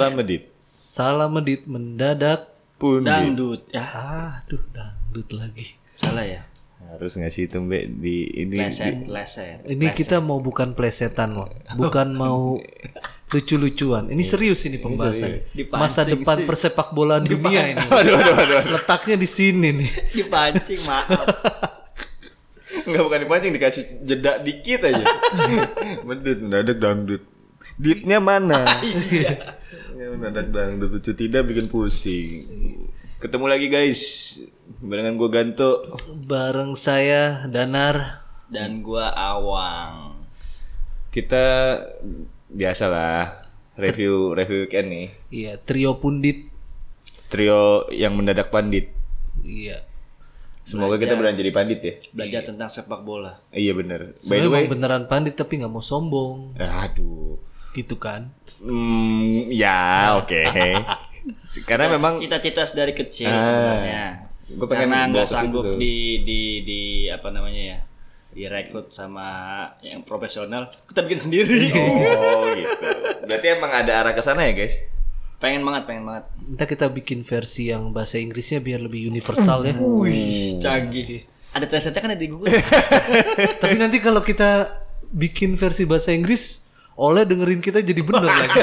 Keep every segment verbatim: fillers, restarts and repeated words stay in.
Salah medit. Salah medit mendadak Pundit. Dangdut. Ya, aduh dangdut lagi. salah ya. Harus ngasih itu Mbak di ini. Leset, di- leset. Ini kita mau bukan plesetan loh, bukan mau lucu-lucuan. Ini serius ini pembahasan. Dipancing Masa depan sih. persepak bolaan dunia ini. Aduh, aduh, aduh. Letaknya di sini nih. dipancing, maaf. Enggak, bukan dipancing, dikasih jeda dikit aja. Medit, mendadak dangdut. Ditnya mana? Iya. Ya, mendadak dangdut lucu tidak bikin pusing. Ketemu lagi guys. Barengan gua Ganto. Bareng saya Danar. Dan gua Awang. Kita biasalah review review weekend nih. Iya, trio pundit. Trio yang mendadak pandit. Iya. Semoga kita beneran jadi pandit ya. Belajar tentang sepak bola. Iya bener. By the Sebenarnya way, emang beneran pandit tapi nggak mau sombong, aduh. gitu kan? Hmm, ya oke. Karena memang Cita-cita dari kecil Ah, sebenarnya. gua pengen Karena bawa nggak ke sanggup situ. di di di apa namanya ya, direkrut sama yang profesional, kita bikin sendiri. oh gitu. Berarti emang ada arah ke sana ya guys? pengen banget, pengen banget. Ntar kita bikin versi yang bahasa Inggrisnya biar lebih universal ya. Wih, canggih. Ada translate kan ada di Google. Tapi nanti kalau kita bikin versi bahasa Inggris, oleh dengerin kita jadi bener lagi.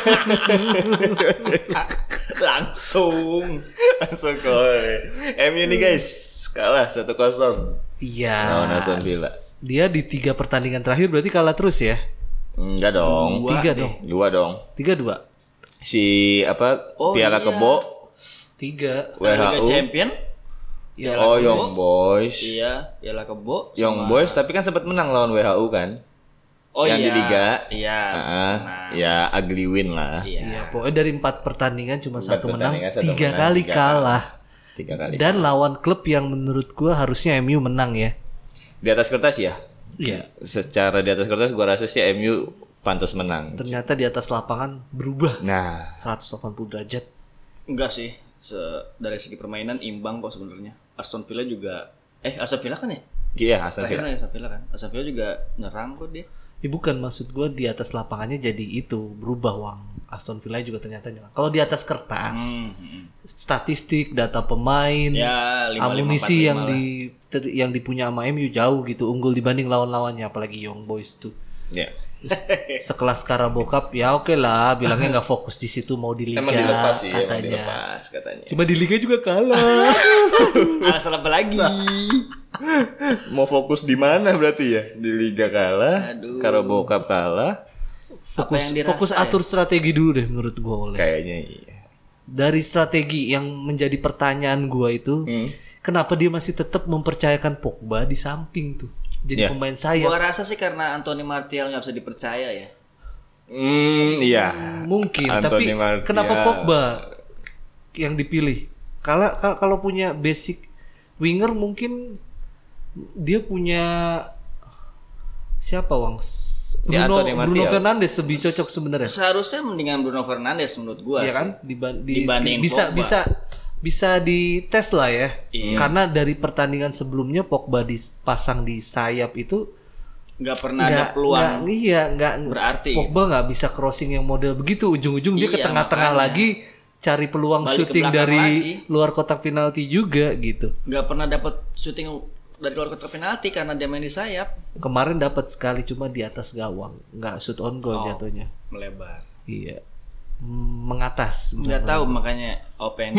Langsung. Langsung gol. M U nih guys, kalah satu kosong. Iya. Lawan Aston Villa. Dia di tiga pertandingan terakhir berarti kalah terus ya? Enggak dong. Dua Tiga deh. dong. Dua dong. Tiga dua. Si apa? Oh, Piala iya. Kebo, Tiga. W H Liga U. Champion. Ya, Piala Oh, Kebo. Young Boys. Iya, Piala Kebo. Young sama- Boys tapi kan sempat menang lawan W H U kan? Oh yang iya. di Liga. Iya. Heeh. menang. Ya ugly win lah. Iya. Iya, pokoknya dari empat pertandingan cuma Empat satu menang, pertandingan, satu tiga menang, kali tiga kalah. Tiga kali. Dan lawan klub yang menurut gua harusnya M U menang ya. Di atas kertas ya? Iya. Secara di atas kertas gua rasa sih M U pantas menang. Ternyata di atas lapangan berubah Nah, seratus delapan puluh derajat. Enggak sih. Se- dari segi permainan imbang kok sebenarnya. Aston Villa juga eh Aston Villa kan ya? iya Aston Terakhir Villa. kan Aston Villa kan. Aston Villa juga nyerang kok dia. Ya bukan, maksud gua di atas lapangannya jadi itu berubah Wang. Aston Villa juga ternyata nyerang. Kalau di atas kertas, Hmm, hmm. statistik, data pemain, Ya, lima lima empat amunisi lima yang lah. di ter- yang dipunya sama M U jauh gitu, unggul dibanding lawan-lawannya, apalagi Young Boys tuh. Iya. Sekelas Carabao Cup ya oke lah, bilangnya nggak fokus di situ, mau di liga Emang dilepas sih, emang katanya. dilepas katanya. Cuma di liga juga kalah. Alasan apa lagi? Mau fokus di mana berarti ya? Di liga kalah, Aduh. Carabao Cup kalah, Fokus, yang dirasa fokus ya? atur strategi dulu deh menurut gua oleh. kayaknya iya. Dari strategi yang menjadi pertanyaan gua itu, Hmm. kenapa dia masih tetap mempercayakan Pogba di samping tuh? Jadi Ya. pemain Gua sayap. rasa sih karena Anthony Martial nggak bisa dipercaya ya. Hmm, iya. Mungkin, Anthony tapi Martial. kenapa Pogba yang dipilih? Kalau kalau- kalau punya basic winger mungkin dia punya siapa Wang? Ya, Bruno, Anthony Martial. Bruno Fernandes lebih cocok sebenarnya. Seharusnya mendingan Bruno Fernandes menurut gua Iya sih. kan? Diban- di- Dibandingin bisa Pogba. bisa bisa dites lah ya. Iya. Karena dari pertandingan sebelumnya Pogba dipasang di sayap itu Nggak pernah ada nggak- peluang nggak- iya, nggak berarti. Pogba nggak bisa crossing yang model begitu, ujung-ujung dia ke Iya, tengah-tengah makanya. lagi cari peluang Balik ke syuting belakang dari lagi. luar kotak penalti juga gitu. Nggak pernah dapat syuting dari luar kotak penalti karena dia main di sayap. Kemarin dapat sekali cuma di atas gawang, nggak shoot on goal Oh. jatuhnya. Melebar. Iya. Hmm, mengatas. Nggak tahu makanya open.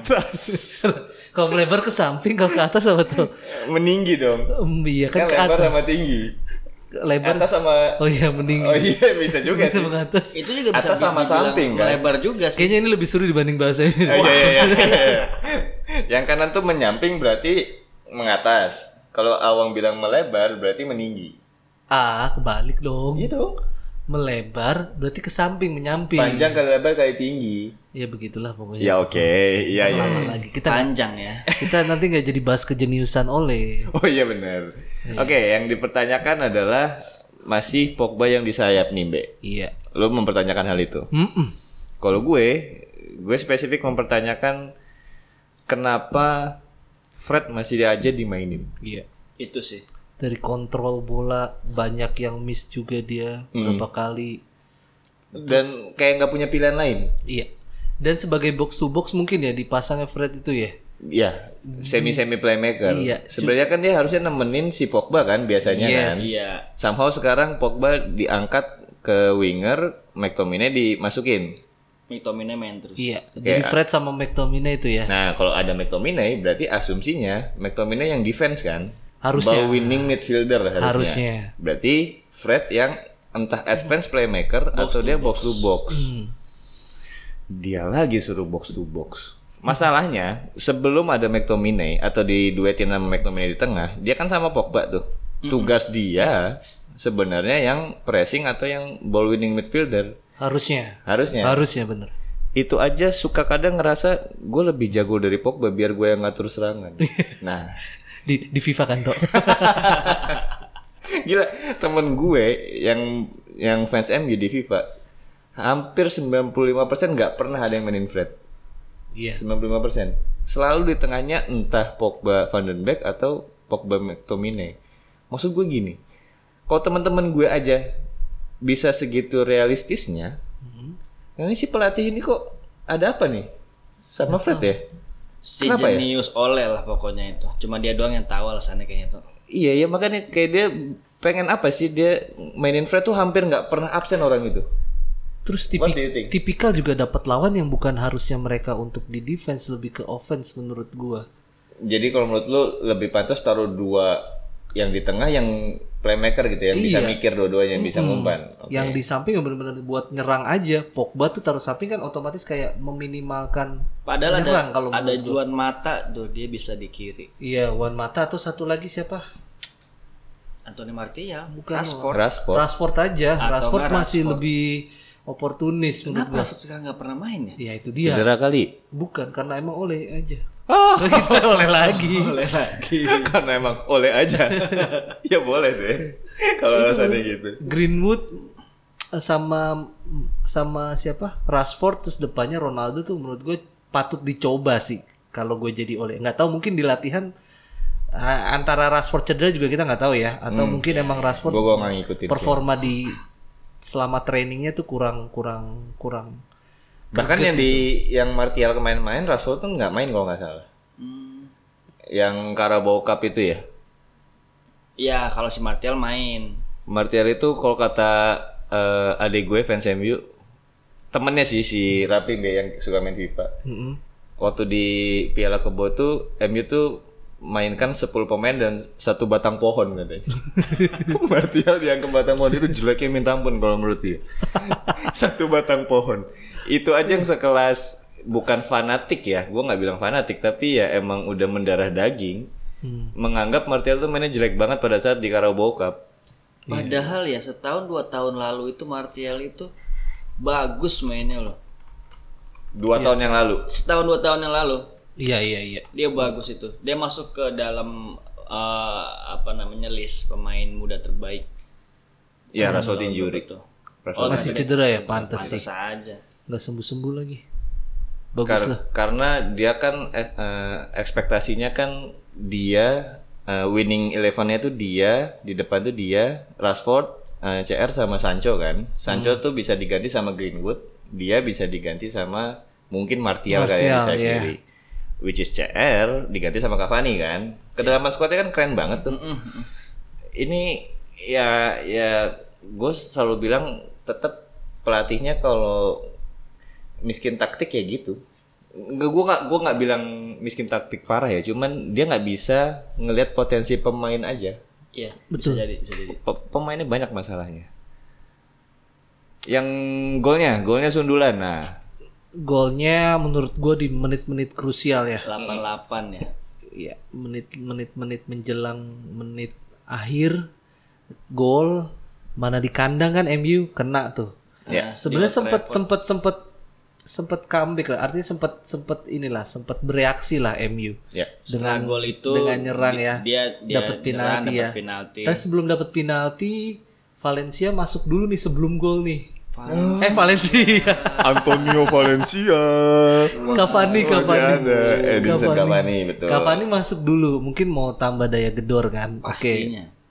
Kalau melebar ke samping, kalau ke atas apa tuh? Meninggi dong. Um, iya Kan kan ke lebar atas. sama tinggi. Lebar. Atas sama Oh iya meninggi. Oh iya bisa juga Bisa sih. mengatas. Itu juga bisa Atas sama dibilang samping, kan? melebar juga sih. Kayaknya ini lebih seru dibanding bahasa ini. Oh, iya, iya, iya. Yang kanan tuh menyamping berarti mengatas. Kalau Awang bilang melebar berarti meninggi. Ah, kebalik dong. Iya dong. Melebar berarti ke samping, menyamping. Panjang kali lebar kali tinggi. Ya begitulah pokoknya. Ya oke, iya iya. Lama lagi kita Panjang ya. kita nanti nggak jadi bahas kejeniusan oleh. Oh iya benar. Oke, yang dipertanyakan adalah masih Pogba yang di sayap nih, Mbak. Iya. Lo mempertanyakan hal itu. Mm-mm. Kalau gue, gue spesifik mempertanyakan kenapa Fred masih aja dimainin. Iya. Itu sih. Dari kontrol bola banyak yang miss juga dia Hmm. berapa kali. dan kayak nggak punya pilihan lain. Iya. Dan sebagai box to box mungkin ya dipasangnya Fred itu ya. Ya, semi semi playmaker. Iya. Sebenarnya kan dia harusnya nemenin si Pogba kan biasanya Yes. kan. Iya. Somehow sekarang Pogba diangkat ke winger, McTominay dimasukin. McTominay main terus. Iya. Jadi Kayak- Fred sama McTominay itu ya. Nah, kalau ada McTominay berarti asumsinya McTominay yang defense kan. Harusnya. Ball winning midfielder harusnya. Harusnya. Berarti Fred yang entah advance playmaker Box atau to dia box. box to box. Hmm. Dia lagi suruh box to box. Masalahnya sebelum ada McTominay atau diduetin sama McTominay di tengah, dia kan sama Pogba tuh. Tugas dia sebenarnya yang pressing atau yang ball winning midfielder Harusnya. harusnya. Harusnya bener. Itu aja suka kadang ngerasa gue lebih jago dari Pogba biar gue yang ngatur serangan. Nah, Di di FIFA kan, Dok. gila temen gue yang yang fans M U di FIFA hampir sembilan puluh lima persen nggak pernah ada yang mainin Fred. Iya. sembilan puluh lima persen. Selalu di tengahnya entah Pogba Van den Beek atau Pogba McTominay. Maksud gue gini, kalau teman-teman gue aja bisa segitu realistisnya, ini si pelatih ini kok ada apa nih sama Fred ya? Si Kenapa ya? jenius Ole lah pokoknya itu. Cuma dia doang yang tahu alasannya kayaknya tuh. Iya ya makanya kayak dia pengen apa sih dia mainin Fred tuh hampir nggak pernah absen orang itu. Terus What tipi- do you think? tipikal juga dapat lawan yang bukan harusnya mereka untuk di defense, lebih ke offense menurut gua. Jadi kalau menurut lu lebih pantas taruh dua yang di tengah yang playmaker gitu yang bisa Iya. mikir dua-duanya yang bisa Mm-mm. ngumpan. Oke. Yang di samping yang benar-benar buat nyerang aja. Pogba tuh taruh samping kan otomatis kayak meminimalkan Padahal nyerang ada kalau ada menurut gua. Juan Mata tuh dia bisa di kiri. Iya, Juan Mata atau satu lagi siapa? Anthony Martial, Bukan, Rashford. Rashford. Rashford aja. Atau Rashford enggak masih Rashford. lebih oportunis menurut Kenapa gua. Rashford sekarang nggak pernah main ya? Ya itu dia. Cedera kali. Bukan karena emang oleh aja. Oh, Kita oleh lagi. Boleh lagi. karena emang oleh aja. Ya boleh deh. Kalau alasannya gitu. Greenwood eh, sama sama siapa? Rashford terus depannya Ronaldo tuh menurut gue patut dicoba sih kalau gue jadi oleh. Nggak tahu mungkin di latihan eh, antara Rashford cedera juga kita nggak tahu ya atau Hmm. mungkin emang Rashford Gue gak ngikutin. performa di selama trainingnya tuh kurang kurang kurang. Bahkan yang di yang Martial kemarin main, Rashford tuh nggak main kalau nggak salah. Hmm. Yang Carabao Cup itu ya. Ya kalau si Martial main. Martial itu kalau kata eh, adik gue fans M U, temennya sih si Rapi deh yang suka main FIFA. Mm-mm. Waktu di Piala Kebo tuh M U tuh mainkan sepuluh pemain dan satu batang pohon katanya. Martial yang ke batang pohon itu jeleknya minta ampun kalau menurut dia. Satu batang pohon. Itu aja yang sekelas bukan fanatik ya, gue nggak bilang fanatik tapi ya emang udah mendarah daging. Hmm. Menganggap Martial tuh mainnya jelek banget pada saat di Carabao Cup. Padahal ya setahun dua tahun lalu itu Martial itu bagus mainnya loh. Dua tahun yang lalu. Setahun dua tahun yang lalu Iya iya iya. dia bagus itu. Dia masuk ke dalam eh, apa namanya list pemain muda terbaik. Ya Rashford injury. Betul. Rashford Masih tapi- cedera ya, pantas sih. Pantes aja. Nggak sembuh-sembuh lagi. Bagus Kar- lah. Karena dia kan eh, eh, ekspektasinya kan dia eh, winning eleven-nya tuh dia, di depan tuh dia, Rashford, eh, C R sama Sancho kan. Sancho Hmm. tuh bisa diganti sama Greenwood, dia bisa diganti sama mungkin Martial, kayak di Martial, sayap iya. kiri. Which is C R diganti sama Cavani kan. Kedalaman squadnya kan keren banget tuh. Mm-mm. Ini ya ya gue selalu bilang tetap pelatihnya kalau miskin taktik ya gitu. Nggak, gue nggak gue nggak bilang miskin taktik parah ya, cuman dia nggak bisa ngelihat potensi pemain aja. Iya, Betul. bisa jadi, bisa jadi. Pe- Pemainnya banyak masalahnya. Yang golnya, golnya sundulan. Nah, Golnya menurut gue di menit-menit krusial ya. delapan puluh delapan ya. Iya, menit-menit menjelang menit akhir gol mana di kandang kan M U kena tuh. ya. Sebenarnya Di Old sempat Trafford. sempat sempat sempat comeback lah. Artinya sempat sempat inilah, sempat bereaksi lah M U. Ya. Setelah Dengan gol itu dengan nyerang di- ya. Dia dia Dapat nyerang, penalti dapat ya. penalti. Tapi sebelum dapat penalti Valencia masuk dulu nih sebelum gol nih. Valencia. Eh Valencia. Antonio Valencia. Cavani, Masih Cavani. ada. Edinson Cavani, betul. Cavani masuk dulu, mungkin mau tambah daya gedor kan. Oke. Pastinya.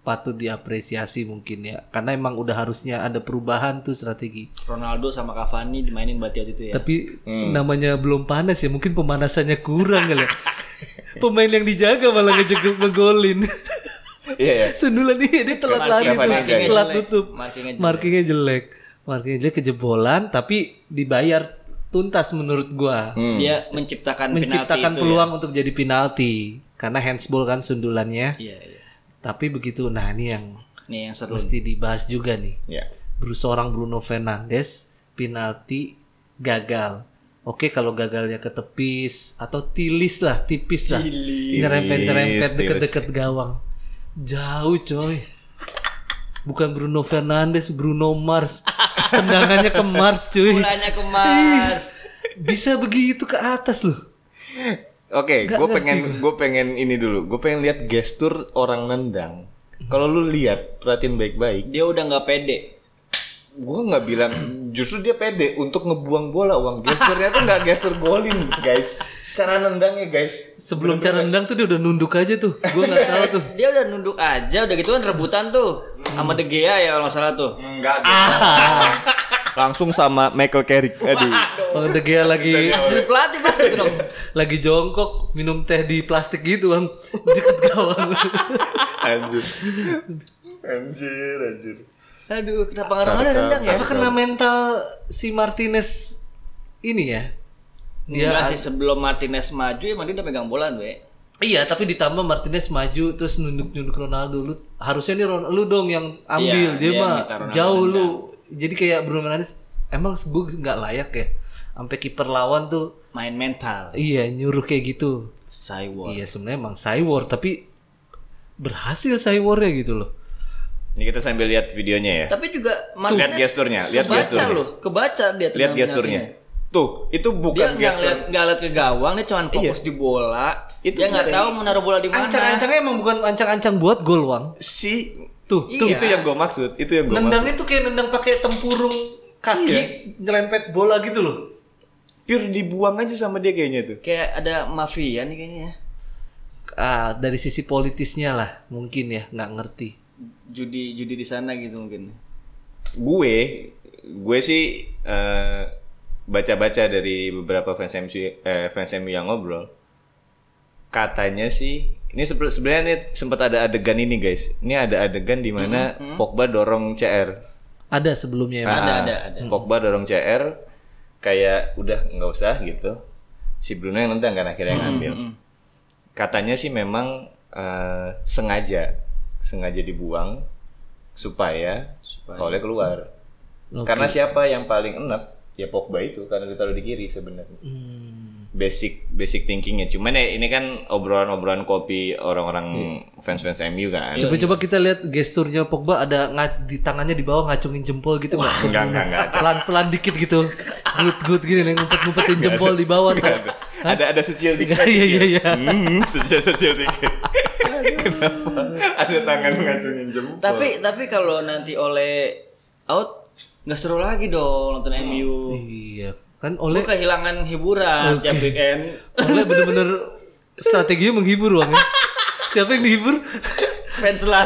patut diapresiasi mungkin ya. Karena emang udah harusnya ada perubahan tuh strategi. Ronaldo sama Cavani dimainin berarti waktu itu ya. Tapi Hmm. namanya belum panas ya, mungkin pemanasannya kurang kali ya. Pemain yang dijaga malah ngejeguk ngegolin. Iya ya. Sundulan ini dia telat Marking- lari tuh, markingnya telat jelek. tutup. Markingnya jelek. Markingnya jelek. Markingnya jelek kejebolan tapi dibayar tuntas menurut gua. Hmm. Dia menciptakan, Menciptakan penalti peluang itu untuk jadi penalti karena handsball kan sundulannya. ya. Iya, iya. Tapi begitu, nah ini yang Nih yang seru. mesti dibahas juga nih. Ya. Bru- Seorang Bruno Fernandes penalti gagal. Oke kalau gagalnya ketepis atau tilis lah, tipis lah. Nyerempet-nyerempet Tilis, deket-deket gawang. Jauh coy. Bukan Bruno Fernandes, Bruno Mars. Tendangannya ke Mars cuy. Bolanya ke Mars. Bisa begitu ke atas loh. Oke, Nggak gue ngerti pengen gua. gue pengen ini dulu. Gue pengen lihat gestur orang nendang. Kalau lu lihat, perhatiin baik-baik. Dia udah nggak pede. Gue nggak bilang, justru dia pede untuk ngebuang bola, uang. Gesturnya tuh nggak gestur golin, guys. Cara nendangnya, guys. Sebelum cara nendang tuh dia udah nunduk aja tuh. Gue nggak tahu tuh. Dia udah nunduk aja, udah gitu kan rebutan tuh sama De Gea ya kalau nggak salah tuh. Enggak. Langsung sama Michael Carrick. Aduh. Oh, De Gea lagi Asli pelatih pasti itu dong. lagi jongkok minum teh di plastik gitu bang, dekat gawang. Anjir. Anjir, anjir. Aduh, kenapa nggak ada nendang ya? Apa kena mental si Martinez ini ya? Dia Enggak sih, sebelum Martinez maju emang dia udah pegang bola tuh ya. Iya, tapi ditambah Martinez maju terus nunduk-nunduk Ronaldo. Lu harusnya nih Ron- lu dong yang ambil. Iya, dia dia mah minta Ronaldo jauh nendang. lu. Jadi kayak Bruno Fernandes emang gue nggak layak ya. Sampai kiper lawan tuh Main mental. iya nyuruh kayak gitu. Cywar. Iya sebenarnya emang cywar tapi berhasil cywarnya gitu loh. Ini kita sambil lihat videonya ya. Tapi juga Lihat gesturnya, lihat kebaca gesturnya. loh, kebaca dia. Lihat tendangan gesturnya. penaltinya. Tuh, itu Dia bukan nggak gestur. lihat nggak lihat ke gawang, dia cuma fokus di bola. Itu dia nggak bukan- tahu menaruh bola di mana. Ancang-ancangnya emang bukan ancang-ancang buat gol, Wang. Si Tuh, itu, tuh. itu yang gue maksud, itu yang gue maksud. Nendangnya tuh kayak nendang pakai tempurung kaki, Iya. nyerempet bola gitu loh. Pure dibuang aja sama dia kayaknya tuh. Kayak ada mafia nih kayaknya ya. Ah, dari sisi politisnya lah, mungkin ya, nggak ngerti. Judi judi di sana gitu mungkin. Gue, gue sih eh, baca-baca dari beberapa fans M U, eh, fans M U yang ngobrol. Katanya sih, ini sebe- sebenarnya nih sempat ada adegan ini guys. Ini ada adegan di mana Pogba dorong C R. Ada sebelumnya ya. Ada, Ah, ada, ada. Pogba dorong C R, kayak udah nggak usah gitu. Si Bruno yang nendang kan akhirnya yang ngambil. Mm-mm. Katanya sih memang eh, sengaja, sengaja dibuang supaya, Supaya. oleh keluar. Oke. Karena siapa yang paling enak? Ya Pogba itu karena ditaruh di kiri sebenarnya. Hmm. Basic basic thinkingnya. Cuman ya ini kan obrolan-obrolan kopi orang-orang fans-fans M U kan. Coba-coba kita lihat gesturnya Pogba ada nga- di tangannya di bawah ngacungin jempol gitu nggak? Enggak, enggak, enggak. Pelan-pelan dikit gitu. Good-good gini nih ngumpet-ngumpetin jempol di bawah tuh. Ada ada secil dikit. Iya iya iya. Hmm, secil-secil dikit. Kenapa ada tangan ngacungin jempol? Tapi tapi kalau nanti oleh out nggak seru lagi dong nonton M U. Iya. Kan Lu oleh kehilangan hiburan tiap weekend. oleh bener-bener strateginya menghibur Wang ya. Siapa yang dihibur? Fans lah.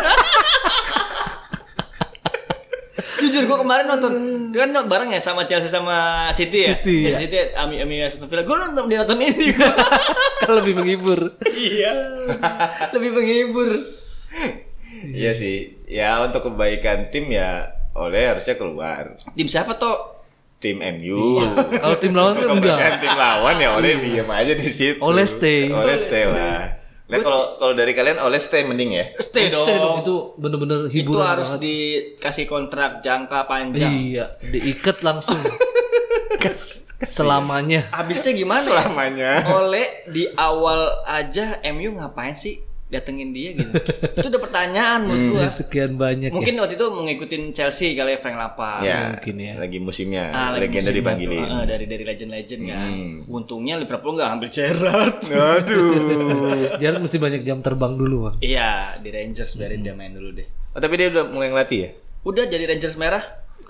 Jujur gue kemarin nonton kan bareng ya sama Chelsea sama City ya. City, ya. Chelsea City Ami Ami Aston Villa. Gue nonton dia nonton ini. Kan lebih menghibur. Iya. Lebih menghibur. Iya sih. Ya untuk kebaikan tim ya oleh harusnya keluar. Tim siapa toh? Tim M U. Kalau tim lawan kan Untuk enggak. kebaikan tim lawan ya oleh diam aja di situ. Oleh stay. Oleh stay lah. Nah kalau kalau dari kalian oleh stay mending ya. Stay dong. Stay dong, itu bener-bener Itu hiburan harus banget. dikasih kontrak jangka panjang. Iya, diikat langsung selamanya. Habisnya gimana? ya? Selamanya. Oleh di awal aja M U ngapain sih datengin dia gitu? Itu udah pertanyaan menurut gua. Sekian banyak Mungkin ya. waktu itu mengikutin Chelsea kali ya Frank Lampard. Ya, mungkin ya. lagi musimnya, Ah, lagi legenda musim dipanggilin. itu. Ah, dari dari legend-legend kan. Hmm. Untungnya Liverpool nggak ambil Gerrard. Aduh. Jarang mesti banyak jam terbang dulu, Bang. Iya, di Rangers biarin dia main dulu deh. Oh, tapi dia udah mulai ngelatih ya? Udah jadi Rangers merah.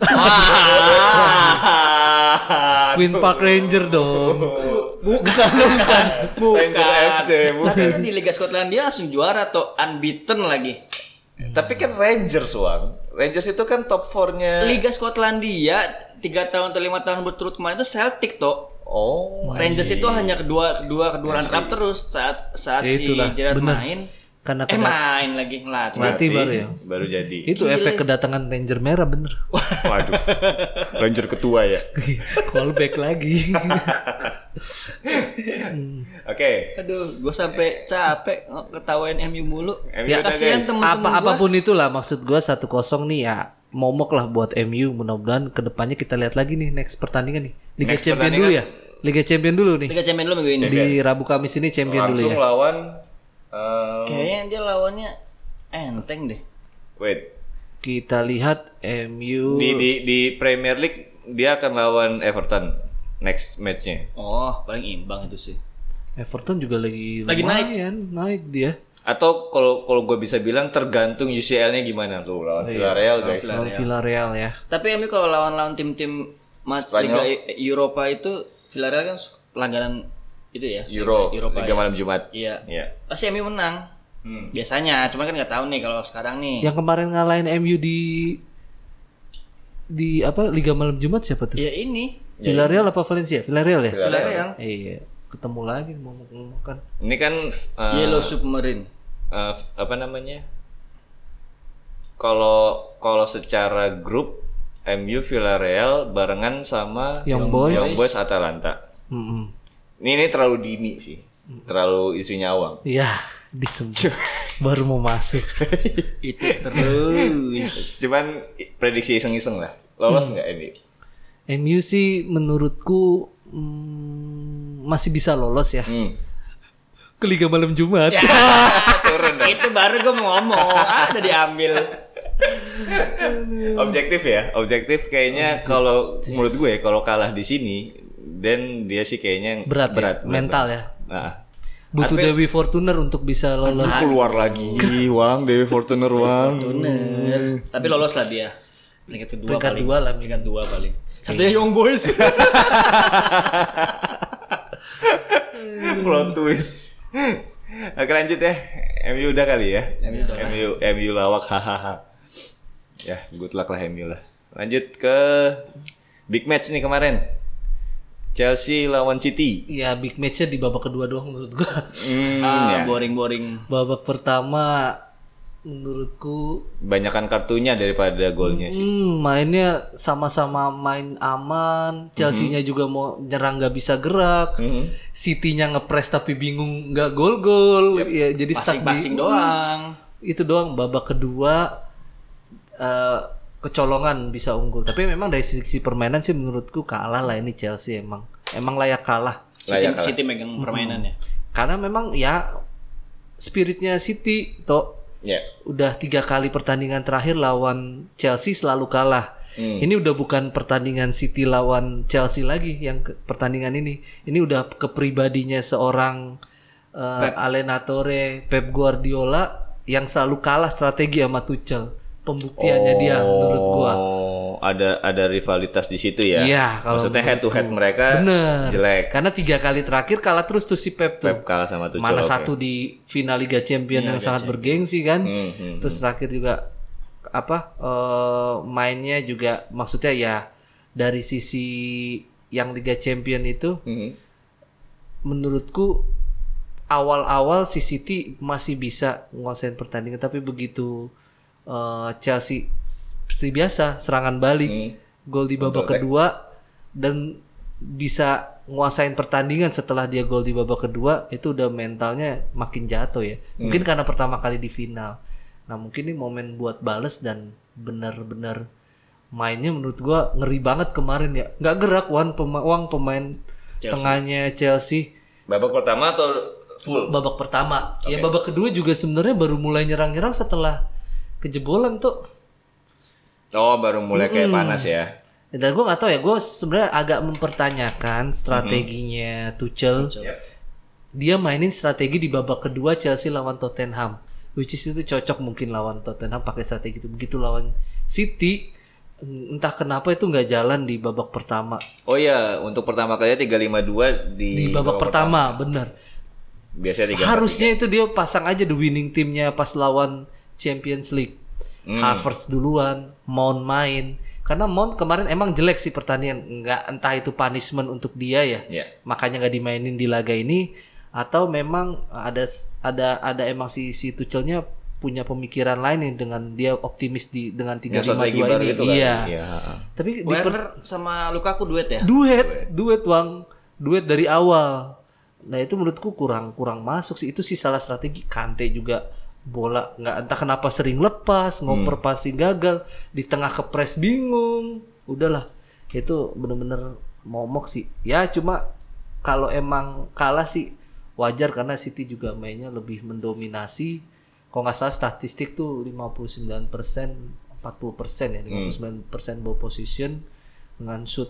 Queen Park Ranger dong. Bukan, bukan, bukan. Ranger F C, bukan. Tapi dia di Liga Skotlandia langsung juara tuh, unbeaten lagi. Tapi kan Rangers, Wang. Rangers itu kan top four-nya. Liga Skotlandia tiga tahun atau lima tahun berturut kemarin itu Celtic toh. Oh, Rangers I see. itu hanya kedua kedua kedua runner up terus saat saat Ya, si itulah, Gerrard bener. main. Karena Eh kedat- main lagi ngelatih. Berarti baru ya. Baru jadi. Itu efek kedatangan Ranger merah bener. Waduh. Ranger ketua ya. Callback lagi. Oke. Aduh, gue sampai capek ketawain M U mulu. M U Ya, udah, kasihan guys. teman-teman Apa gua. apapun itulah maksud gua satu kosong nih ya. Momok lah buat M U, mudah-mudahan kedepannya kita lihat lagi nih next pertandingan nih. Liga Next Champion pertandingan. dulu ya. Liga Champion dulu nih. Liga Champions dulu minggu ini. Di Rabu Kamis ini Champion dulu Langsung ya. lawan um, Kayaknya dia lawannya enteng deh. wait. Kita lihat M U Di di di Premier League dia akan lawan Everton next match-nya. Oh, paling imbang itu sih. Everton juga lagi Lagi lumayan, naik dia. Atau kalau kalau gue bisa bilang tergantung U C L-nya gimana tuh lawan Villarreal guys. Lawan Villarreal ya. Tapi M U kalau lawan-lawan tim-tim match Spanyol. Liga E- Eropa itu Villarreal kan langganan itu ya. Euro, Eropa Liga ya. Malam Jumat. Iya. Iya. Pasti M U menang. Hmm. Biasanya, cuman kan nggak tahu nih kalau sekarang nih. Yang kemarin ngalahin M U di di apa Liga Malam Jumat siapa tuh? Ya ini Villarreal apa Valencia? Villarreal ya? Villarreal. Iya, ketemu lagi ngomong-ngomong kan. Ini kan uh, Yellow Submarine. uh, apa namanya? Kalau kalau secara grup M U Villarreal barengan sama Young Boys. Young Boys Atalanta. Mm-mm. Ini ini terlalu dini sih. Terlalu isu nyawang. Iya, disebut baru mau masuk. Itu terus. Cuman prediksi iseng-iseng lah. Lolos nggak ini? M U sih menurutku mm, masih bisa lolos ya Hmm. ke Liga Malam Jumat. Turun dong. Itu baru gue mau ngomong. Ah, udah diambil. Objektif ya, objektif kayaknya kalau menurut gue ya, kalau kalah di sini dan dia sih kayaknya Berat, berat, ya? Mental ya. Nah, Butuh Tapi- Dewi Fortuner untuk bisa lolos. keluar lagi, Wang, Dewi Fortuner, Wang. Bener. Tapi lolos lah dia. Peringkat kedua Peringkat paling. dua lah, Peringkat dua paling. Satunya Young Boys. Plot twist. Oke lanjut ya, M U udah kali ya. M U udah M U M U lawak, hahaha. Ya, good luck lah M U lah. Lanjut ke big match nih kemarin. Chelsea lawan City. Ya big match-nya di babak kedua doang menurut gua. Hmm, ah, ya. boring-boring. Babak pertama menurutku Banyakan kartunya daripada golnya sih. hmm, mainnya sama-sama main aman. Chelsea-nya juga mau nyerang nggak bisa gerak. Mhm. City-nya ngepres tapi bingung nggak gol-gol. Ya jadi stuck Passing-passing di- doang. Itu doang. Babak kedua eh, kecolongan bisa unggul. Tapi memang dari sisi permainan sih menurutku kalah lah ini Chelsea emang. Emang layak kalah. City, Layak kalah. City megang permainannya. Karena memang ya spiritnya City toh Ya. udah tiga kali pertandingan terakhir lawan Chelsea selalu kalah. Hmm. Ini udah bukan pertandingan City lawan Chelsea lagi yang ke- pertandingan ini. Ini udah kepribadinya seorang uh, Allenatore Pep Guardiola yang selalu kalah strategi sama Tuchel. Pembuktiannya dia menurut gua. Oh, ada ada rivalitas di situ ya. Iya, kalau Maksudnya head to head menurutku. mereka Bener. jelek. Karena tiga kali terakhir kalah terus tuh si Pep tuh. Pep kalah sama Tuchel. Mana oke. satu di final Liga Champions Iya, yang Liga sangat Champions. bergengsi kan. Hmm, hmm, Terus terakhir juga apa eh, mainnya juga maksudnya ya dari sisi yang Liga Champion itu hmm. menurutku awal-awal si City masih bisa nguasain pertandingan tapi begitu eh, Chelsea seperti biasa serangan balik Hmm. gol di babak Counter attack. kedua dan bisa nguasain pertandingan setelah dia gol di babak kedua itu udah mentalnya makin jatuh ya. Mungkin Hmm. karena pertama kali di final. Nah, mungkin ini momen buat bales dan benar-benar mainnya menurut gua ngeri banget kemarin ya. Nggak gerak Wan pema- Wang pemain Chelsea. tengahnya Chelsea Babak pertama atau full? babak pertama. Ya Oke. babak kedua juga sebenarnya baru mulai nyerang-nyerang setelah kejebolan tuh. Oh, baru mulai kayak Mm-mm. panas ya. Dan gue nggak tahu ya, gue sebenarnya agak mempertanyakan strateginya Tuchel. Tuchel. Ya. Dia mainin strategi di babak kedua Chelsea lawan Tottenham, which is itu cocok mungkin lawan Tottenham pakai strategi itu. Begitu lawan City, entah kenapa itu nggak jalan di babak pertama. Oh iya, untuk pertama kalinya tiga lima dua di Di babak pertama, bener. Biasanya tiga Harusnya itu dia pasang aja the winning timnya pas lawan Champions League. Hmm. Havertz duluan, Mount main. Karena Mount kemarin emang jelek sih pertandingan, nggak entah itu punishment untuk dia ya, Ya. makanya nggak dimainin di laga ini, atau memang ada ada ada emang si si Tuchelnya punya pemikiran lain nih dengan dia optimis di dengan tiga Yang lima strategi dua baru ini. itu kan? Iya. Iya. Tapi di per- Werner sama Lukaku duet ya? duet, duet Wang, duet dari awal. Nah itu menurutku kurang kurang masuk sih. Itu sih salah strategi. Kante juga bola nggak entah kenapa sering lepas, ngoper passing gagal, di tengah kepres bingung. Udahlah, itu bener-bener momok sih. Ya cuma kalau emang kalah sih wajar karena City juga mainnya lebih mendominasi. Kalau nggak salah statistik tuh lima puluh sembilan persen, empat puluh persen ya, lima puluh sembilan persen ball position dengan shoot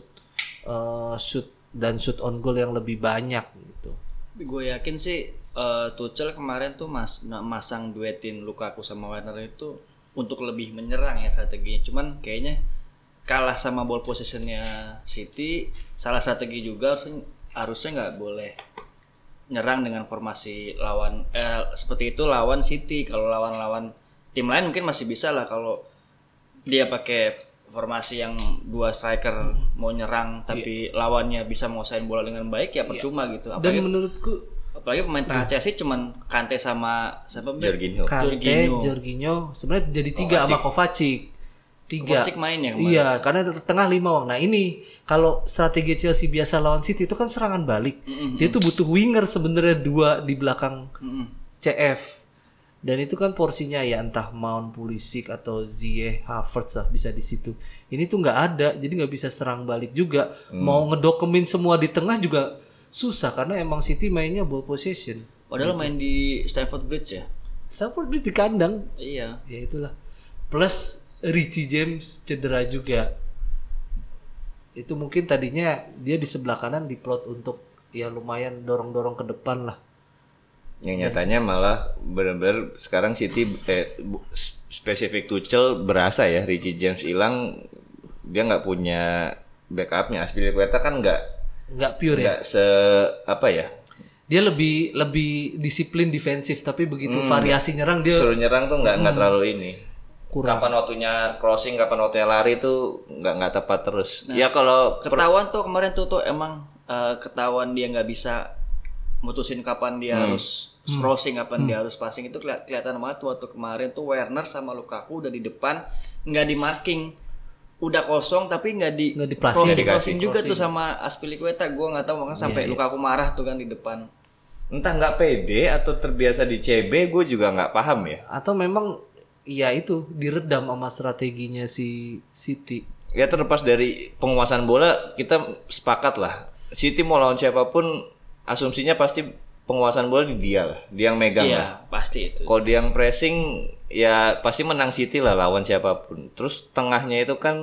uh, shoot dan shoot on goal yang lebih banyak gitu. Tapi gue yakin sih uh, Tuchel kemarin tuh mas na- masang duetin Lukaku sama Werner itu untuk lebih menyerang ya strateginya. Cuman kayaknya kalah sama ball positionnya City, salah strategi juga harusnya harusnya nggak boleh nyerang dengan formasi lawan eh, seperti itu lawan City. Kalau lawan-lawan tim lain mungkin masih bisa lah kalau dia pakai formasi yang dua striker mau nyerang tapi lawannya bisa menguasain bola dengan baik ya percuma gitu. Dan Apalagi, menurutku apalagi pemain tengah Chelsea cuman Kante sama siapa? Mbak? Jorginho. Kante, Jorginho. Jorginho sebenarnya jadi tiga sama Kovacic. Tiga. Kovacic main ya kemarin? Iya, karena tengah lima Wang. Nah ini kalau strategi Chelsea biasa lawan City itu kan serangan balik. Mm-mm. Dia tuh butuh winger sebenarnya dua di belakang Mm-mm. C F. Dan itu kan porsinya ya entah Mount, Pulisic atau Ziyech, Havertz lah bisa di situ. Ini tuh nggak ada, jadi nggak bisa serang balik juga. Mau ngedokemin semua di tengah juga susah karena emang City mainnya ball possession. Padahal main di Stamford Bridge ya? Stamford Bridge di kandang. Iya. Ya itulah. Plus Richie James cedera juga. Itu mungkin tadinya dia di sebelah kanan diplot untuk ya lumayan dorong-dorong ke depan lah. Yang nyatanya malah benar-benar sekarang City eh, bu- spesifik Tuchel berasa ya Richie James hilang, dia nggak punya backupnya. Aspilicueta kan nggak Nggak pure ya. nggak se apa ya, Dia lebih lebih disiplin defensif tapi begitu variasi nyerang dia suruh nyerang tuh nggak nggak terlalu ini. kurang. Kapan waktunya crossing, kapan waktunya lari tuh nggak nggak tepat terus. Nah, ya kalau Ketahuan tuh kemarin tuh tuh emang eh, ketahuan dia nggak bisa mutusin kapan dia harus crossing, kapan dia harus passing. Itu keli- kelihatan banget waktu kemarin tuh Werner sama Lukaku udah di depan, nggak di marking, udah kosong tapi nggak di Nggak di-passing. crossing, Nggak crossing juga tuh sama Aspilicueta. Gue nggak tahu makanya sampai Lukaku marah tuh kan di depan. entah nggak pede atau terbiasa di C B, gue juga nggak paham ya. Atau memang ya itu diredam sama strateginya si City. Ya terlepas dari penguasaan bola, kita sepakat lah. City mau lawan siapapun, asumsinya pasti penguasaan bola di dia lah. Dia yang megang lah. Iya pasti itu. Kalau dia yang pressing, ya pasti menang City lah lawan siapapun. Terus tengahnya itu kan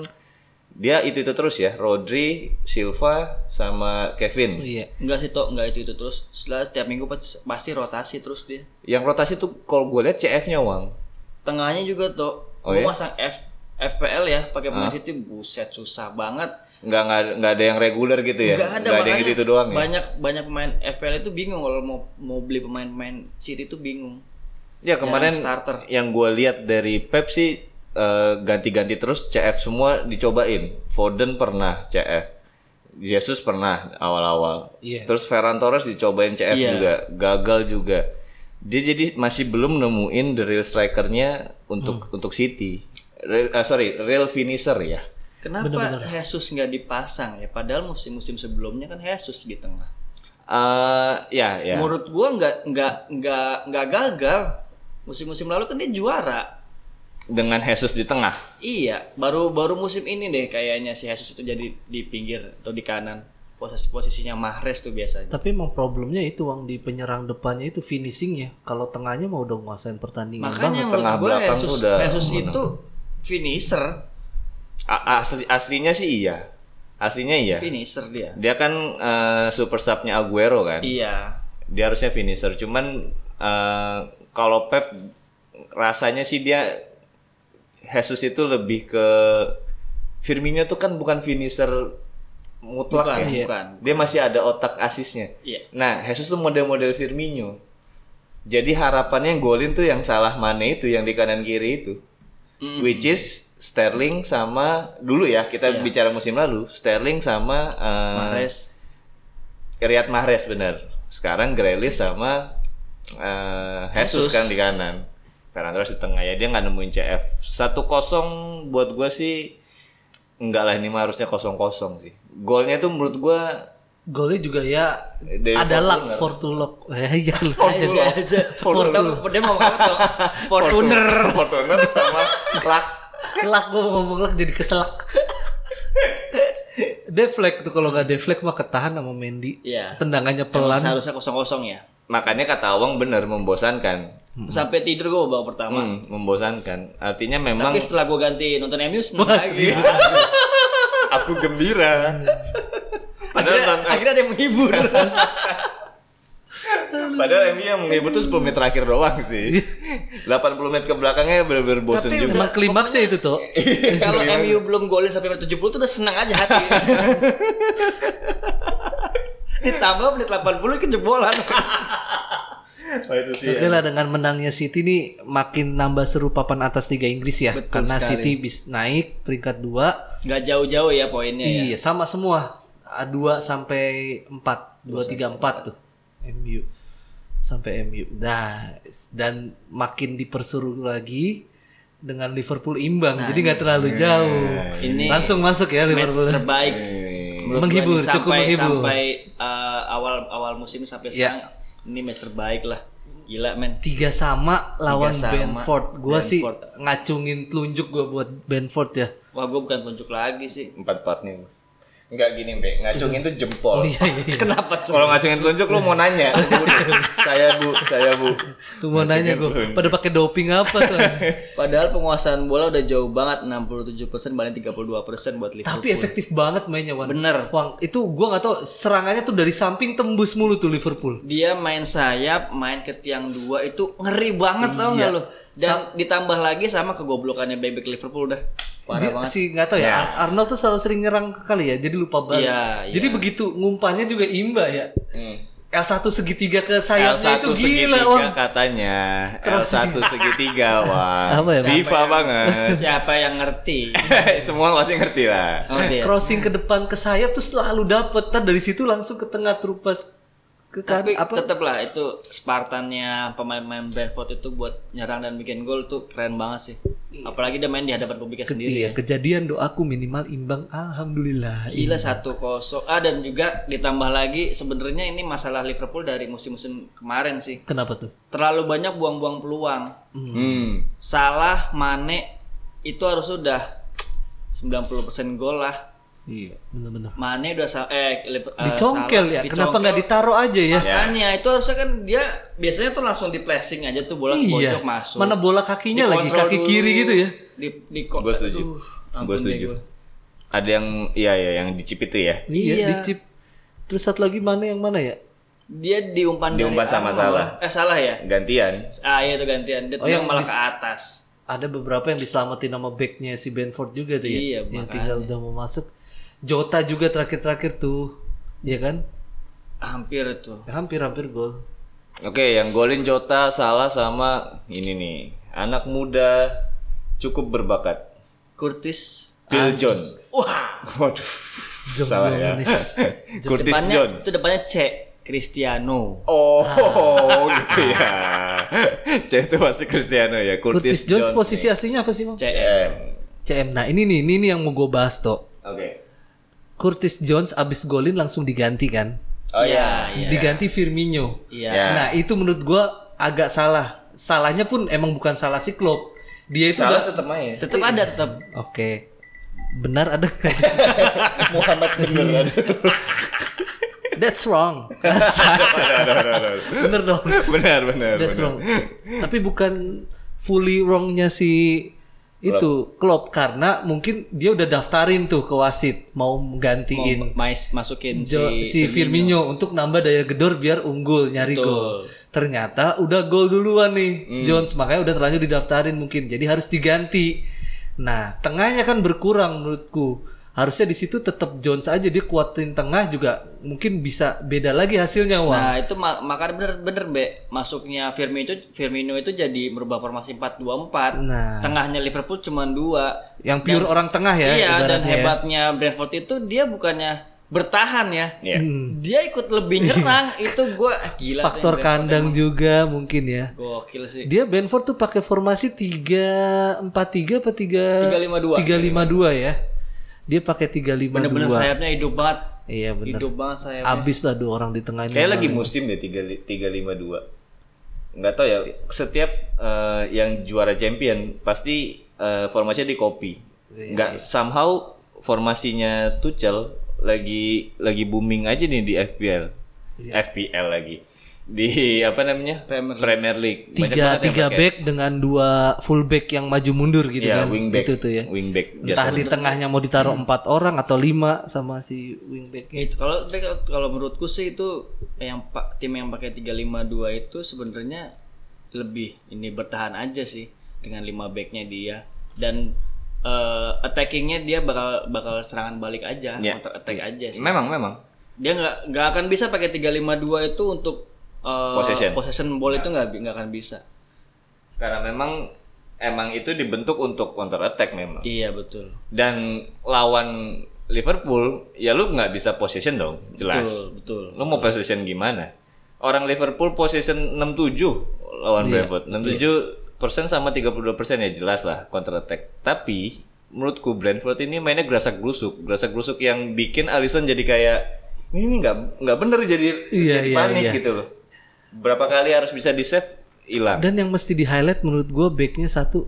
dia itu itu terus ya, Rodri, Silva, sama Kevin. Iya. Enggak sih toh, enggak itu itu terus. Setelah setiap minggu pas- pasti rotasi terus dia. Yang rotasi tuh kalau gue lihat C F-nya Wang. Tengahnya juga tuh. Oh Gua ya? masang F F P L ya pakai pemain City, buset susah banget. Nggak nggak nggak ada yang reguler gitu ya. Nggak ada, Nggak ada yang makanya gitu itu doang ya. Banyak banyak pemain F P L itu bingung kalau mau mau beli pemain-pemain City itu bingung. Ya kemarin Yang starter. yang gue lihat dari Pep sih eh, ganti-ganti terus C F semua dicobain. Foden pernah C F, Jesus pernah awal-awal. Iya. Terus Ferran Torres dicobain C F Iya. juga, gagal juga. Dia jadi masih belum nemuin the real strikernya untuk untuk City. Real, ah, sorry, real finisher ya. Kenapa Bener-bener. Jesus nggak dipasang ya? Padahal musim-musim sebelumnya kan Jesus di tengah. Eh ya ya. Menurut gua nggak nggak nggak nggak gagal. Musim-musim lalu kan dia juara. Dengan Jesus di tengah. Iya, baru baru musim ini deh kayaknya si Jesus itu jadi di pinggir atau di kanan. Posisi posisinya Mahrez tuh biasanya. Tapi emang problemnya itu Wang di penyerang depannya itu finishingnya. Kalau tengahnya mau udah nguasain pertandingan Makanya banget. menurut Tengah gua belakang Jesus, tuh udah Jesus menang. itu finisher, A- asli aslinya sih iya. Aslinya iya. finisher dia. Dia kan eh, super sub-nya Aguero kan. Iya. Dia harusnya finisher, cuman eh, kalau Pep rasanya sih dia Jesus itu lebih ke Firmino tuh kan bukan finisher mutlak Bukan, ya. bukan. Dia masih ada otak asisnya. Iya. Nah, Jesus tuh model-model Firmino. Jadi harapannya yang golin tuh yang salah Mane itu, yang di kanan kiri itu. Hmm. which is Sterling sama dulu ya kita Iya. bicara musim lalu Sterling sama uh, Mahrez. Riyad Mahrez bener. Sekarang Grealish sama uh, Jesus, Jesus. kan di kanan. Ferran Torres di tengah ya dia nggak nemuin C F. satu kosong buat gue sih enggak lah ini mah harusnya kosong kosong sih. Golnya tuh menurut gue Golnya juga ya Dari ada luck, Fortuner. Fortulok. Eh, ya lu Aja aja. aja. Fortuner. Dia mau ngomong tuh. Fortuner. Fortuner sama Luck. Luck gue mau ngomong luck jadi keselak. Deflect tuh kalau nggak deflect mah ketahan sama Mendy. Iya. Tendangannya Emang pelan. seharusnya kosong-kosong ya. Makanya kata Awang bener membosankan. Sampai tidur gue babak pertama. Hmm, membosankan. Artinya memang Tapi setelah gue ganti nonton M U seneng lagi. aku gembira. Padahal akhirnya, nonton- akhirnya ada yang menghibur. Padahal M U yang menghibur tuh sepuluh menit terakhir doang sih. delapan puluh menit ke belakangnya bener-bener bosen Tapi juga. Emang klimaksnya itu tuh. Kalau M U belum golin sampai menit tujuh puluh tuh udah senang aja hati. Ditambah menit delapan puluh kejebolan. Oh, itu sih. Oke lah dengan menangnya City nih makin nambah seru papan atas Liga Inggris ya. Betul Karena sekali. City bis naik peringkat dua. Nggak jauh-jauh ya poinnya Iya, ya. sama semua. dua sampai empat, dua tiga empat tuh. M U sampai M U. Nah, dan makin dipersuruh lagi dengan Liverpool imbang. Nah, jadi nggak terlalu jauh. Ini Langsung masuk ya match Liverpool. terbaik. Eh, Menurut Menghibur, gua nih, cukup sampai, menghibur. Sampai uh, awal awal musim sampai Iya. sekarang ini match terbaik lah. Gila men. Tiga sama lawan Tiga sama, Brentford. Gua sih Brentford. ngacungin telunjuk gua buat Brentford ya. Wah gue bukan tunjuk lagi sih. empat empat nih. Enggak gini, Mbak. Ngacungin tuh jempol. Oh iya iya. iya. Kenapa tuh? Kalau ngacungin telunjuk lu mau nanya. saya Bu, saya Bu. Tuh mau nanya gua, Ngacungin pada pakai doping apa tuh? Padahal penguasaan bola udah jauh banget enam puluh tujuh persen banding tiga puluh dua persen buat Liverpool. Tapi efektif banget mainnya Wan. Bener. Wang, itu gua nggak tahu serangannya tuh dari samping tembus mulu tuh Liverpool. Dia main sayap, main ke tiang dua itu ngeri banget tau Iya. nggak lo? Dan ditambah lagi sama kegoblokannya bebek Liverpool udah parah Dia banget. sih nggak tahu ya. Ya. Ar- Arnold tuh selalu sering nyerang kali ya, jadi lupa balik. Iya, Jadi iya. begitu ngumpannya juga imba ya. Hmm. L satu segitiga ke L sayapnya satu itu gila segitiga Wang. katanya. L satu segitiga, wah. Apa ya, Bang? FIFA banget. Siapa yang ngerti? Semua pasti ngerti lah. Oh, dia. Crossing ke depan ke sayap tuh selalu dapet. Ntar dari situ langsung ke tengah terupas ke kan Tapi apa? tetep lah itu Spartannya pemain-pemain Brentford itu buat nyerang dan bikin gol tuh keren banget sih. Apalagi dia main di hadapan publiknya Ke- sendiri iya, ya. kejadian doaku minimal imbang. Alhamdulillah. Gila satu kosong. Ah dan juga ditambah lagi sebenarnya ini masalah Liverpool dari musim-musim kemarin sih. Kenapa tuh? Terlalu banyak buang-buang peluang. Hmm. Salah, Mane itu harus sudah sembilan puluh persen gol lah. Iya, benar-benar. Mane udah sa- eh Liver- eh, Dicongkel salah, ya. Kenapa dicongkel. nggak ditaruh aja ya? Makanya itu harusnya kan dia biasanya tuh langsung di flashing aja tuh bola ke Iya. pojok masuk. Mana bola kakinya lagi, Dikontrol kaki dulu, kiri gitu ya. Di di Gue setuju. Aduh, ampun Gue deh setuju. gua. Ada yang iya ya yang dicip itu ya. Iya, Iya. dicip. Terus satu lagi mana yang mana ya? Dia diumpan dari Diumpan sama awal. salah. Eh salah ya? Gantian. Ah iya itu gantian. Dia Oh, tendang yang malah bis- ke atas. Ada beberapa yang diselamatin sama backnya si Brentford juga tuh ya. Iya, yang makanya. tinggal udah mau masuk. Jota juga terakhir-terakhir tuh. Iya kan? Hampir tuh. Hampir-hampir gol. Oke, yang golin Jota salah sama ini nih. Anak muda cukup berbakat. Curtis. Phil John. Wah, Waduh. John Salah ya. Gomez. Curtis depannya John. itu depannya C. Cristiano. Oh, gitu ya. C itu pasti Cristiano ya. Curtis, Curtis, Jones Jones posisi nih. aslinya apa sih, Bang? C. M. C M. Nah, ini nih, ini nih yang mau gue bahas toh. Oke. Curtis Jones abis golin langsung diganti kan? Oh Iya, ya. iya. Diganti Firmino. Iya. Ya. Nah, itu menurut gua agak salah. Salahnya pun emang bukan salah si Klopp. Dia itu Salah udah- tetap main. Tetap ada tetap. Oke. Benar ada nggak? Muhammad bener. That's wrong. Bener dong. Benar, benar, That's benar. wrong. Tapi bukan fully wrongnya si itu Klopp karena mungkin dia udah daftarin tuh ke wasit mau Mau gantiin mais masukin Jo- si si, Firmino untuk nambah daya gedor biar unggul nyari Betul. gol. Ternyata udah gol duluan nih Hmm. Jones, makanya udah terlanjur didaftarin mungkin. Jadi harus diganti. Nah, tengahnya kan berkurang menurutku. harusnya di situ tetap Jones aja, dia kuatin tengah juga mungkin bisa beda lagi hasilnya Wang. Nah itu ma- makanya bener-bener Be, masuknya Firmino itu Firmino itu jadi merubah formasi empat dua empat. Nah. Tengahnya Liverpool cuma dua. Yang pure Dan- orang tengah ya. Iya, dan ibaratnya ya. hebatnya Brentford itu dia bukannya bertahan ya. Iya. Hmm. Dia ikut lebih nyerang. Itu gua gila tuh Faktor yang Brentford kandang emang. juga mungkin ya. Gokil sih. Dia Brentford tuh pakai formasi tiga empat tiga apa tiga tiga lima dua. tiga lima dua ya. Dia pakai tiga lima dua. Bener-bener sayapnya hidup banget. Iya benar. Hidup banget sayapnya. Abis lah dua orang di tengah ini. Kayak lagi musim deh tiga lima dua. Nggak tahu ya, setiap eh, yang juara champion pasti eh, formasinya di copy. Nggak somehow formasinya Tuchel lagi lagi booming aja nih di F P L. F P L lagi. Di apa namanya? Premier League. Premier League. Banyak tiga banget yang tiga pakai. back dengan dua full back yang maju mundur gitu Iya, kan. wingback. Itu tuh ya. Wingback. Entah di tengahnya mau ditaruh empat orang atau lima sama si wingbacknya. Itu kalau kalau menurutku sih itu yang pak tim yang pakai tiga lima dua itu sebenarnya lebih ini bertahan aja sih dengan lima backnya dia dan eh, attackingnya dia bakal bakal serangan balik aja, Iya. counter attack aja sih. Memang memang. Dia nggak nggak akan bisa pakai tiga lima dua itu untuk eh, Possession. possession ball itu nggak nggak akan bisa. Karena memang emang itu dibentuk untuk counter attack memang. Iya betul. Dan lawan Liverpool ya lu nggak bisa possession dong, jelas. Betul betul. Lu mau possession gimana? Orang Liverpool possession enam puluh tujuh lawan Iya, Brentford. enam puluh tujuh persen sama tiga puluh dua persen ya jelas lah counter attack. Tapi menurutku Brentford ini mainnya gerasak gerusuk, gerasak gerusuk yang bikin Alisson jadi kayak ini nggak nggak bener jadi Iya, jadi iya, panik iya. gitu loh. Berapa kali harus bisa di save hilang. Dan yang mesti di highlight menurut gue backnya satu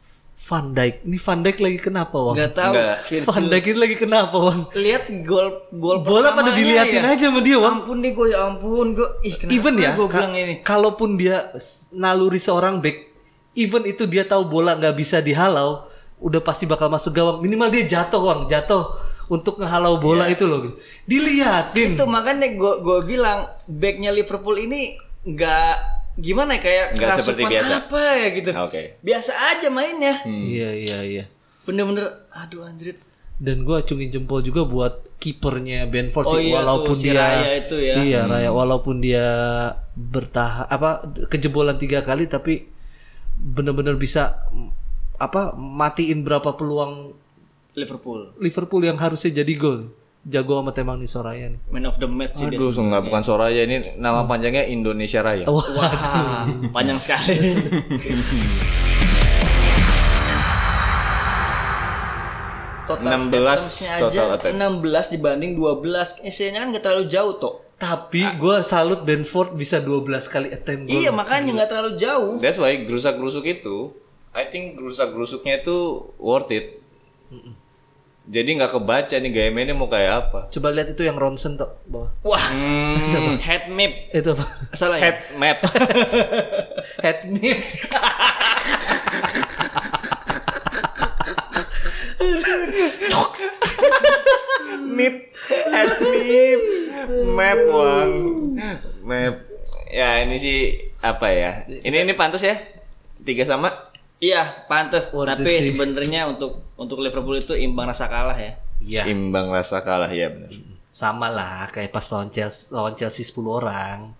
Van Dijk. Ini Van Dijk lagi kenapa Wang? Nggak tahu. Nggak. Van Dijk ini lagi kenapa Wang? Lihat gol gol Bola pada pertamanya diliatin ya. aja sama dia Wang. Ampun deh gue ya ampun gue ih kenapa Even ya, gue ka- bilang ini. kalaupun dia s- naluri seorang back, even itu dia tahu bola nggak bisa dihalau, udah pasti bakal masuk gawang. Minimal dia jatuh Wang, jatuh untuk ngehalau bola itu loh. Diliatin. Itu makanya gue gue bilang backnya Liverpool ini nggak gimana ya, kayak Nggak kerasukan seperti biasa. apa ya gitu. Oke. Biasa aja mainnya. Iya iya iya. Bener-bener aduh anjrit. Dan gue acungin jempol juga buat kipernya Brentford Oh sih, iya walaupun tuh, si dia Raya itu ya. iya Raya walaupun dia bertahan apa kejebolan tiga kali tapi bener-bener bisa mm, apa matiin berapa peluang Liverpool. Liverpool yang harusnya jadi gol. Jago amat emang nih Soraya nih. Man of the match sih dia Aduh, sebenarnya. nggak bukan Soraya ini nama panjangnya Indonesia Raya. Wah, Wah, panjang sekali. Total enam belas attempts-nya total aja attack. enam belas dibanding dua belas. Isinya kan nggak terlalu jauh toh. tapi gue salut Brentford bisa dua belas kali attempt gol. Iya, makanya nggak terlalu jauh. That's why gerusak-gerusuk itu, I think gerusak-gerusuknya itu worth it. Jadi nggak kebaca nih gaya mainnya mau kayak apa. Coba lihat itu yang Ronson tuh bawah. Wah, Hmm, head map. Itu apa? Salah ya? head map. Head mip. Mip, head mip, map Wang, map. Ya ini sih apa ya? Ini ini pantas ya? Tiga sama? Iya, pantas. Worth Tapi it sih. sebenarnya untuk untuk Liverpool itu imbang rasa kalah ya. Iya. Imbang rasa kalah ya benar. Sama lah kayak pas lawan Chelsea, lawan Chelsea sepuluh orang.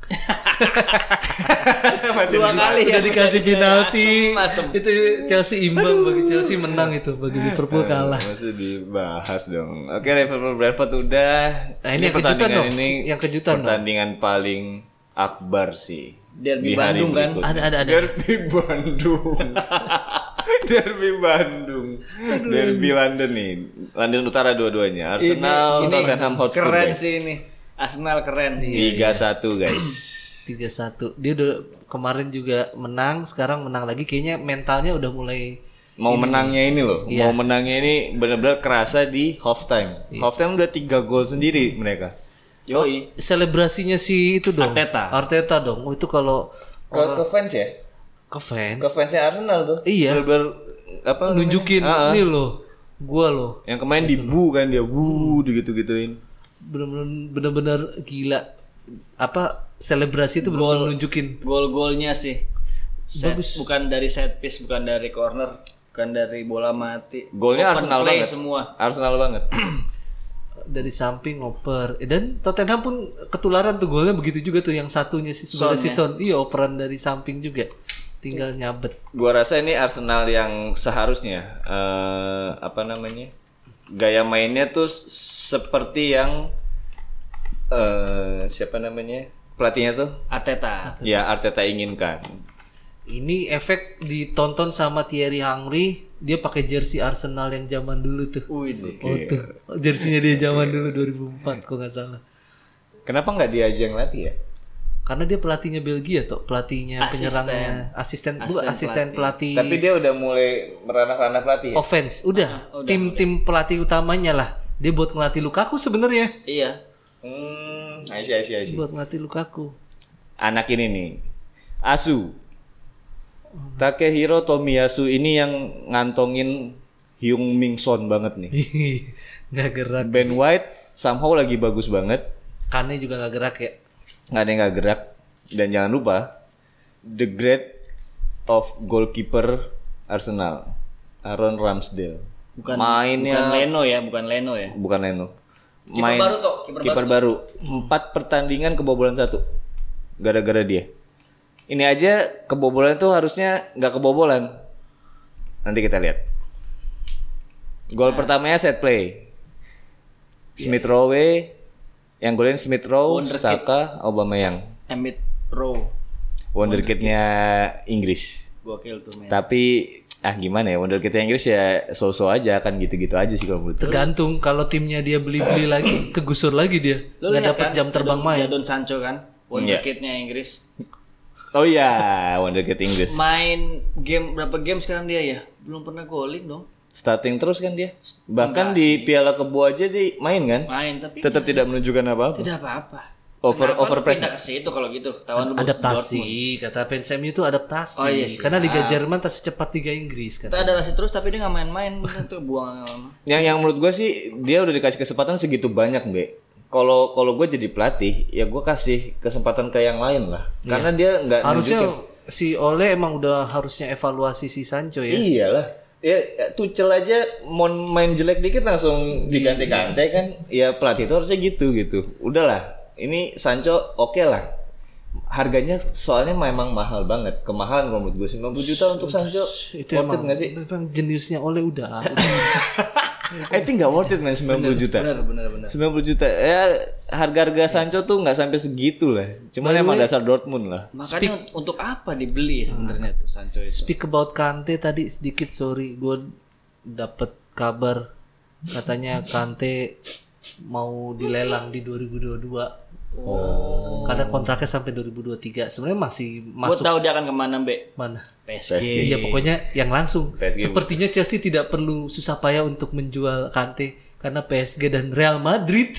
Dua kali ya Udah dikasih penalti. Asem, asem. Itu Chelsea imbang bagi Chelsea menang itu, bagi Liverpool kalah. Masih dibahas dong. Oke, Liverpool Brentford udah. Nah, ini yang kejutan pertandingan dong. ini Yang kejutan dong. pertandingan paling akbar sih. Derby di hari Bandung kan? berikutnya. Ada, ada, ada. Derby Bandung. Derby Bandung. Derby London nih. London Utara dua-duanya. Arsenal, Ini- ini Tottenham Hotspur. Keren guys. sih ini. Arsenal keren. tiga satu guys. tiga satu. Dia udah kemarin juga menang, sekarang menang lagi. Kayaknya mentalnya udah mulai Mau menangnya ini loh. Iya. Mau menangnya ini benar-benar kerasa di halftime. Iya. Halftime udah tiga gol sendiri mereka. Yoi. selebrasinya si itu dong. Arteta. Arteta dong. Oh, itu kalau Ke, ke fans ya? ke fans Ke fansnya Arsenal tuh. Iya. Bener-bener apa nunjukin namanya? Ah, ah. nih loh. Gua loh. Yang kemarin di bu kan dia bu digitu-gituin. Bener-bener bener-bener gila. Apa selebrasi itu bener-bener nunjukin. Gol-golnya sih. Set, Bagus. bukan dari set piece, bukan dari corner. Bukan dari bola mati. Golnya Open Arsenal play banget. semua. Arsenal banget. Dari samping ngoper. Eh, dan Tottenham pun ketularan tuh golnya begitu juga tuh yang satunya sih sebenarnya Son, si ya? Son. Iya, operan dari samping juga. Tinggal nyabet. Gua rasa ini Arsenal yang seharusnya eh apa namanya? Gaya mainnya tuh s- seperti yang eh siapa namanya? Pelatihnya tuh? Arteta. Ya Arteta inginkan. Ini efek ditonton sama Thierry Henry, dia pakai jersey Arsenal yang zaman dulu tuh. Wih deh. Oh tuh, jersinya dia zaman dulu dua ribu empat kok nggak salah. Kenapa nggak dia aja yang latih ya? Karena dia pelatihnya Belgia tuh, pelatihnya Asisten. penyerangnya, asisten, bukan Asisten asisten pelatih, Tapi dia udah mulai merana-rana pelatih ya? offense. Udah, udah, tim-tim pelatih utamanya lah. Dia buat ngelatih Lukaku sebenarnya. Iya. Hmm, I see, I see, I see. Buat ngelatih Lukaku. Anak ini nih, Asu. Takehiro Tomiyasu ini yang ngantongin Hyung Min Son banget nih. Nggak gerak. Ben White somehow lagi bagus banget. Kane juga nggak gerak ya. Nggak ada yang nggak gerak. Dan jangan lupa, the great of goalkeeper Arsenal, Aaron Ramsdale. Bukan Mainnya bukan Leno ya, bukan Leno ya. bukan Leno. Kiper baru toh, kiper kiper baru. Empat pertandingan kebobolan satu. Gara-gara dia. Ini aja kebobolan tuh harusnya nggak kebobolan. Nanti kita lihat. Gol pertamanya set play. Smith Rowe, yang golin Smith Rowe, Wonderkid. Saka, Aubameyang. Emit Rowe. Wonderkidnya Inggris. Gokil tuh men. Tapi ah gimana ya, wonderkidnya Inggris ya so-so aja, kan gitu-gitu aja sih kalau menurut gue. Tergantung kalau timnya dia beli-beli lagi, kegusur lagi dia. Lu Nggak lihat dapat kan, jam terbang Jadon- main. Jadon Sancho kan, wonderkidnya Inggris. Oh iya, wonderkid Inggris. Main game berapa game sekarang dia ya? Belum pernah golin dong. Starting terus kan dia. Bahkan Enggak di Piala Kebo aja dia main kan. Main tapi Tetap tidak menunjukkan apa-apa. tidak apa-apa. Over Kenapa lu overpress. pindah ke situ kalau gitu? Tawan lu bos Adaptasi, Dortmund. kata fans M U itu adaptasi. Oh, iya sih. Karena Liga Ah. Jerman tak secepat Liga Inggris kan. Kita adaptasi terus tapi dia nggak main-main udah tuh buang lama. Yang yang menurut gue sih dia udah dikasih kesempatan segitu banyak, Mbak. Kalau kalau gue jadi pelatih, ya gue kasih kesempatan ke yang lain lah. Karena dia nggak Harusnya nunjukin. si Ole emang udah harusnya evaluasi si Sancho ya. Iyalah. Ya Tuchel aja mau main jelek dikit langsung diganti-ganti kan. Ya pelatih itu harusnya gitu gitu. Udahlah. Ini Sancho oke lah. Harganya soalnya memang mahal banget. Kemahalan kalau menurut gue sembilan puluh juta untuk Sancho. Itu Worth it emang, nggak sih? emang jeniusnya Ole udah. I think nggak worth it man sembilan puluh juta. Benar benar benar. sembilan puluh juta. Ya harga-harga Sancho tuh nggak sampai segitu lah. Cuman By the emang way- dasar Dortmund lah. Makanya untuk apa dibeli sebenarnya tuh Sancho itu? Speak about Kante tadi sedikit, sorry, gue dapet kabar katanya Kante mau dilelang di dua ribu dua puluh dua. Oh. Karena kontraknya sampai dua ribu dua puluh tiga. Sebenarnya masih Gue masuk tahu dia akan kemana, Be. mana? P S P S G. G. Iya pokoknya yang langsung. P S G. Sepertinya Chelsea tidak perlu susah payah untuk menjual Kante karena P S G dan Real Madrid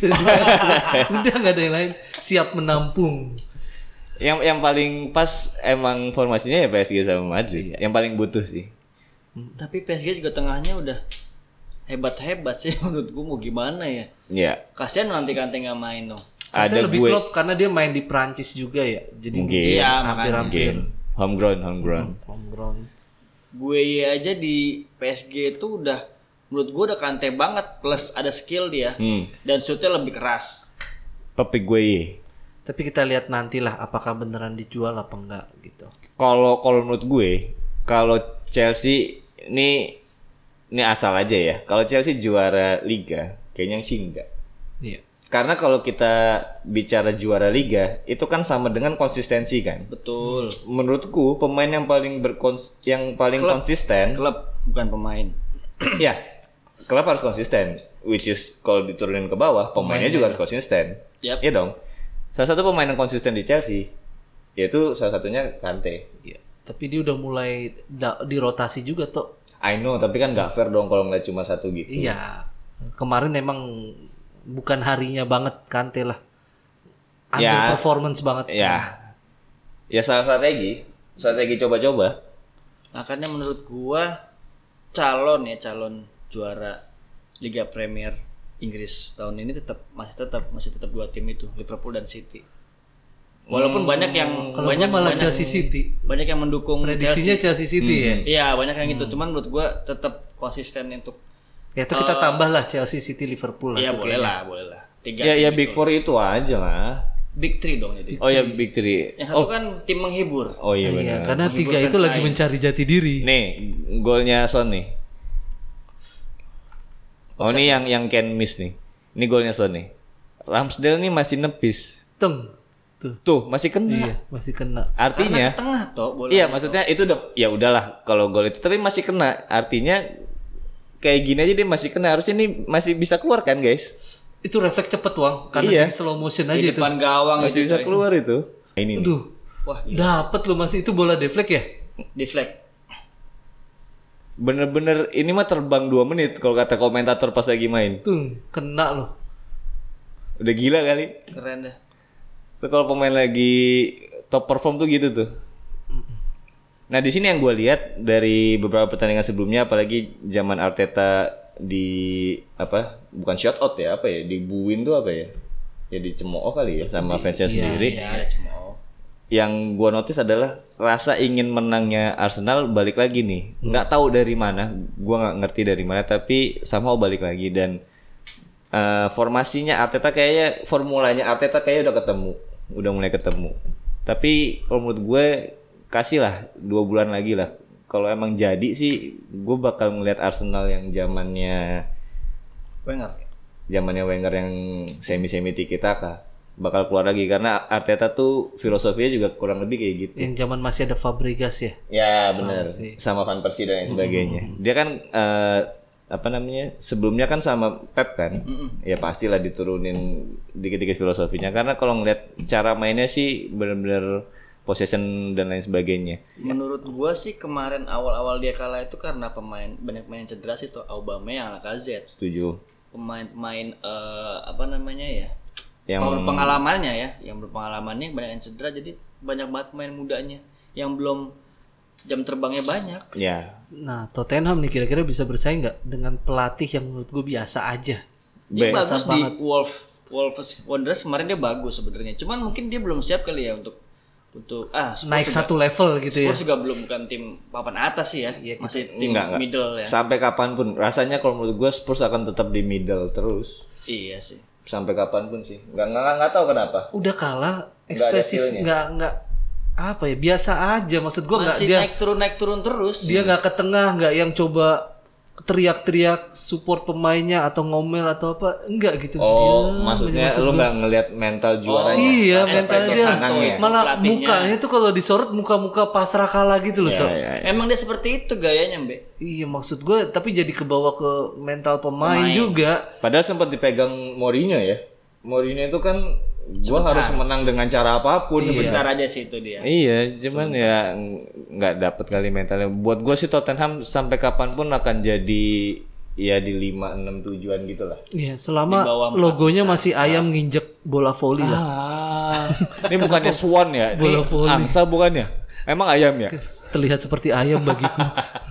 udah nggak ada yang lain siap menampung. Yang yang paling pas emang formasinya ya P S G sama Madrid. Yang paling butuh sih. Tapi P S G juga tengahnya udah hebat-hebat sih menurut gue, mau gimana ya? Iya. Kasihan nanti Kante nggak main dong. Kante Ada lebih gue klop karena dia main di Prancis juga ya. Jadi Mungkin. Iya, hampir-hampir mungkin homegrown homegrown. homegrown. Gue aja di P S G itu udah menurut gue udah Kante banget, plus ada skill dia Hmm. dan shootnya lebih keras. Tapi gue Tapi kita lihat nantilah apakah beneran dijual apa enggak gitu. kalau kalau menurut gue kalau Chelsea ini ini asal aja ya. Kalau Chelsea juara liga kayaknya sih enggak. Iya. Karena kalau kita bicara juara liga itu kan sama dengan konsistensi kan. Betul. Menurutku pemain yang paling berkons yang paling Klub. konsisten Klub bukan pemain. ya klub harus konsisten, which is kalau diturunin ke bawah pemainnya juga harus konsisten. Yap. Iya dong. Salah satu pemain yang konsisten di Chelsea yaitu salah satunya Kante. Iya. Tapi dia udah mulai da- dirotasi juga tuh. I know, tapi kan nggak fair dong kalau ngeliat cuma satu gitu. Iya. Kemarin emang bukan harinya banget Kante lah. Under Ya. performance banget. Ya, ya salah strategi, strategi coba-coba. Makanya menurut gua calon ya calon juara Liga Premier Inggris tahun ini tetap masih tetap masih tetap dua tim itu, Liverpool dan City. Walaupun banyak yang Kalau banyak gua malah banyak, Chelsea City. banyak yang mendukung Prediksinya Chelsea. Chelsea City ya. Iya, banyak yang gitu. Cuman menurut gua tetap konsisten untuk Ya itu kita tambah lah Chelsea City Liverpool lah. Iya, tuh boleh kayaknya. lah, boleh lah. Tiga Ya tim ya itu. Big Four itu aja lah. Big Three dong jadi. Oh ya Big Three. Yang satu Oh, kan tim menghibur. oh iya Iya, benar. karena tiga Menghiburkan itu lagi saing. mencari jati diri. Nih, golnya Son nih. Oh ini yang yang Ken miss nih. Ini golnya Son nih. Ramsdale nih masih nepis. Teng. Tuh. Tuh, masih kena. Iya, masih kena. Karena Artinya ke tengah toh bola. iya, maksudnya itu udah ya udahlah kalau gol itu tapi masih kena. Artinya kayak gini aja dia masih kena. Harusnya ini masih bisa keluar kan, guys? Itu refleks cepet, Wang. Karena Iya. di slow motion di aja itu. depan gawang Masih itu, bisa coy. keluar itu. Ini nih. Aduh. Wah, gila. Dapat lu masih itu bola deflect ya? Deflect. Bener-bener ini mah terbang dua menit kalau kata komentator pas lagi main. Tuh, kena loh. Udah gila kali. Keren dah. Tuh kalau pemain lagi top perform tuh gitu tuh. Nah di sini yang gue lihat dari beberapa pertandingan sebelumnya, apalagi zaman Arteta di apa? Bukan shout out ya, apa ya? Dibuin tuh apa ya? Ya dicemooh kali ya sama fansnya Iya, sendiri. Iya, cuma Yang gue notice adalah rasa ingin menangnya Arsenal balik lagi nih. Nggak tahu dari mana, gue nggak ngerti dari mana, tapi somehow balik lagi dan uh, formasinya Arteta kayaknya formulanya Arteta kayaknya udah ketemu. Udah mulai ketemu. Tapi kalau menurut gue kasih lah dua bulan lagi lah. Kalau emang jadi sih, gue bakal ngeliat Arsenal yang zamannya Wenger. zamannya Wenger yang semi semi tiki taka bakal keluar lagi karena Arteta tuh filosofinya juga kurang lebih kayak gitu. Yang zaman masih ada Fabregas ya. Ya benar. Oh, sih. Sama Van Persie dan lain sebagainya. Dia kan eh, apa namanya sebelumnya kan sama Pep kan. Mm-mm. Ya pastilah diturunin dikit-dikit filosofinya karena kalau ngeliat cara mainnya sih benar-benar possession dan lain sebagainya. Menurut gua sih kemarin awal-awal dia kalah itu karena pemain banyak pemain cedera sih tuh Aubameyang, Lacazette. Setuju. Pemain-pemain eh, apa namanya ya? Yang Yang pengalamannya ya, yang berpengalamannya banyak yang cedera jadi banyak banget pemain mudanya yang belum jam terbangnya banyak. ya Nah, Tottenham nih kira-kira bisa bersaing nggak dengan pelatih yang menurut gue biasa aja? Dia Be- bagus di banget. Wolf Wolves Wanderers kemarin dia bagus sebenarnya. Cuman mungkin dia belum siap kali ya untuk untuk ah Spurs Naik juga- satu level gitu ya. Spurs juga belum bukan tim papan atas sih ya. Iya, Masih tim Enggak, enggak. middle ya. sampai kapanpun rasanya kalau menurut gue Spurs akan tetap di middle terus Iya sih. sampai kapanpun sih. Nggak nggak nggak tahu kenapa. Udah kalah, Nggak ada ekspresif feel-nya. nggak nggak apa ya biasa aja. Maksud gue nggak Masih dia naik turun naik turun terus. dia nggak ke tengah, nggak yang coba teriak-teriak support pemainnya atau ngomel atau apa, enggak gitu. Oh, Dia, maksudnya maksud lu gua. nggak ngelihat mental juaranya? Iya, Aspek mentalnya dia kesanang ya? malah Pelatihnya. mukanya tuh kalau disorot muka-muka pasrah kalah gitu loh, Iya, Cok. iya, iya. Emang dia seperti itu gayanya, Mbak. Iya, maksud gue tapi jadi kebawa ke mental pemain, Pemain. juga. Padahal sempat dipegang Mourinho ya. Mourinho itu kan gua Sebentar. harus menang dengan cara apapun. Sebentar aja sih itu dia. Iya, cuman ya ng- nggak dapet kali mentalnya. Buat gue sih Tottenham sampai kapanpun akan jadi ya di lima enam tujuan gitu lah. Iya, Di selama bawah empat logonya besar. masih ayam nginjek bola voli lah. Ah, ini bukannya Swan ya? Ini Bola voli. angsa bukannya? Emang ayam ya? Terlihat seperti ayam bagiku.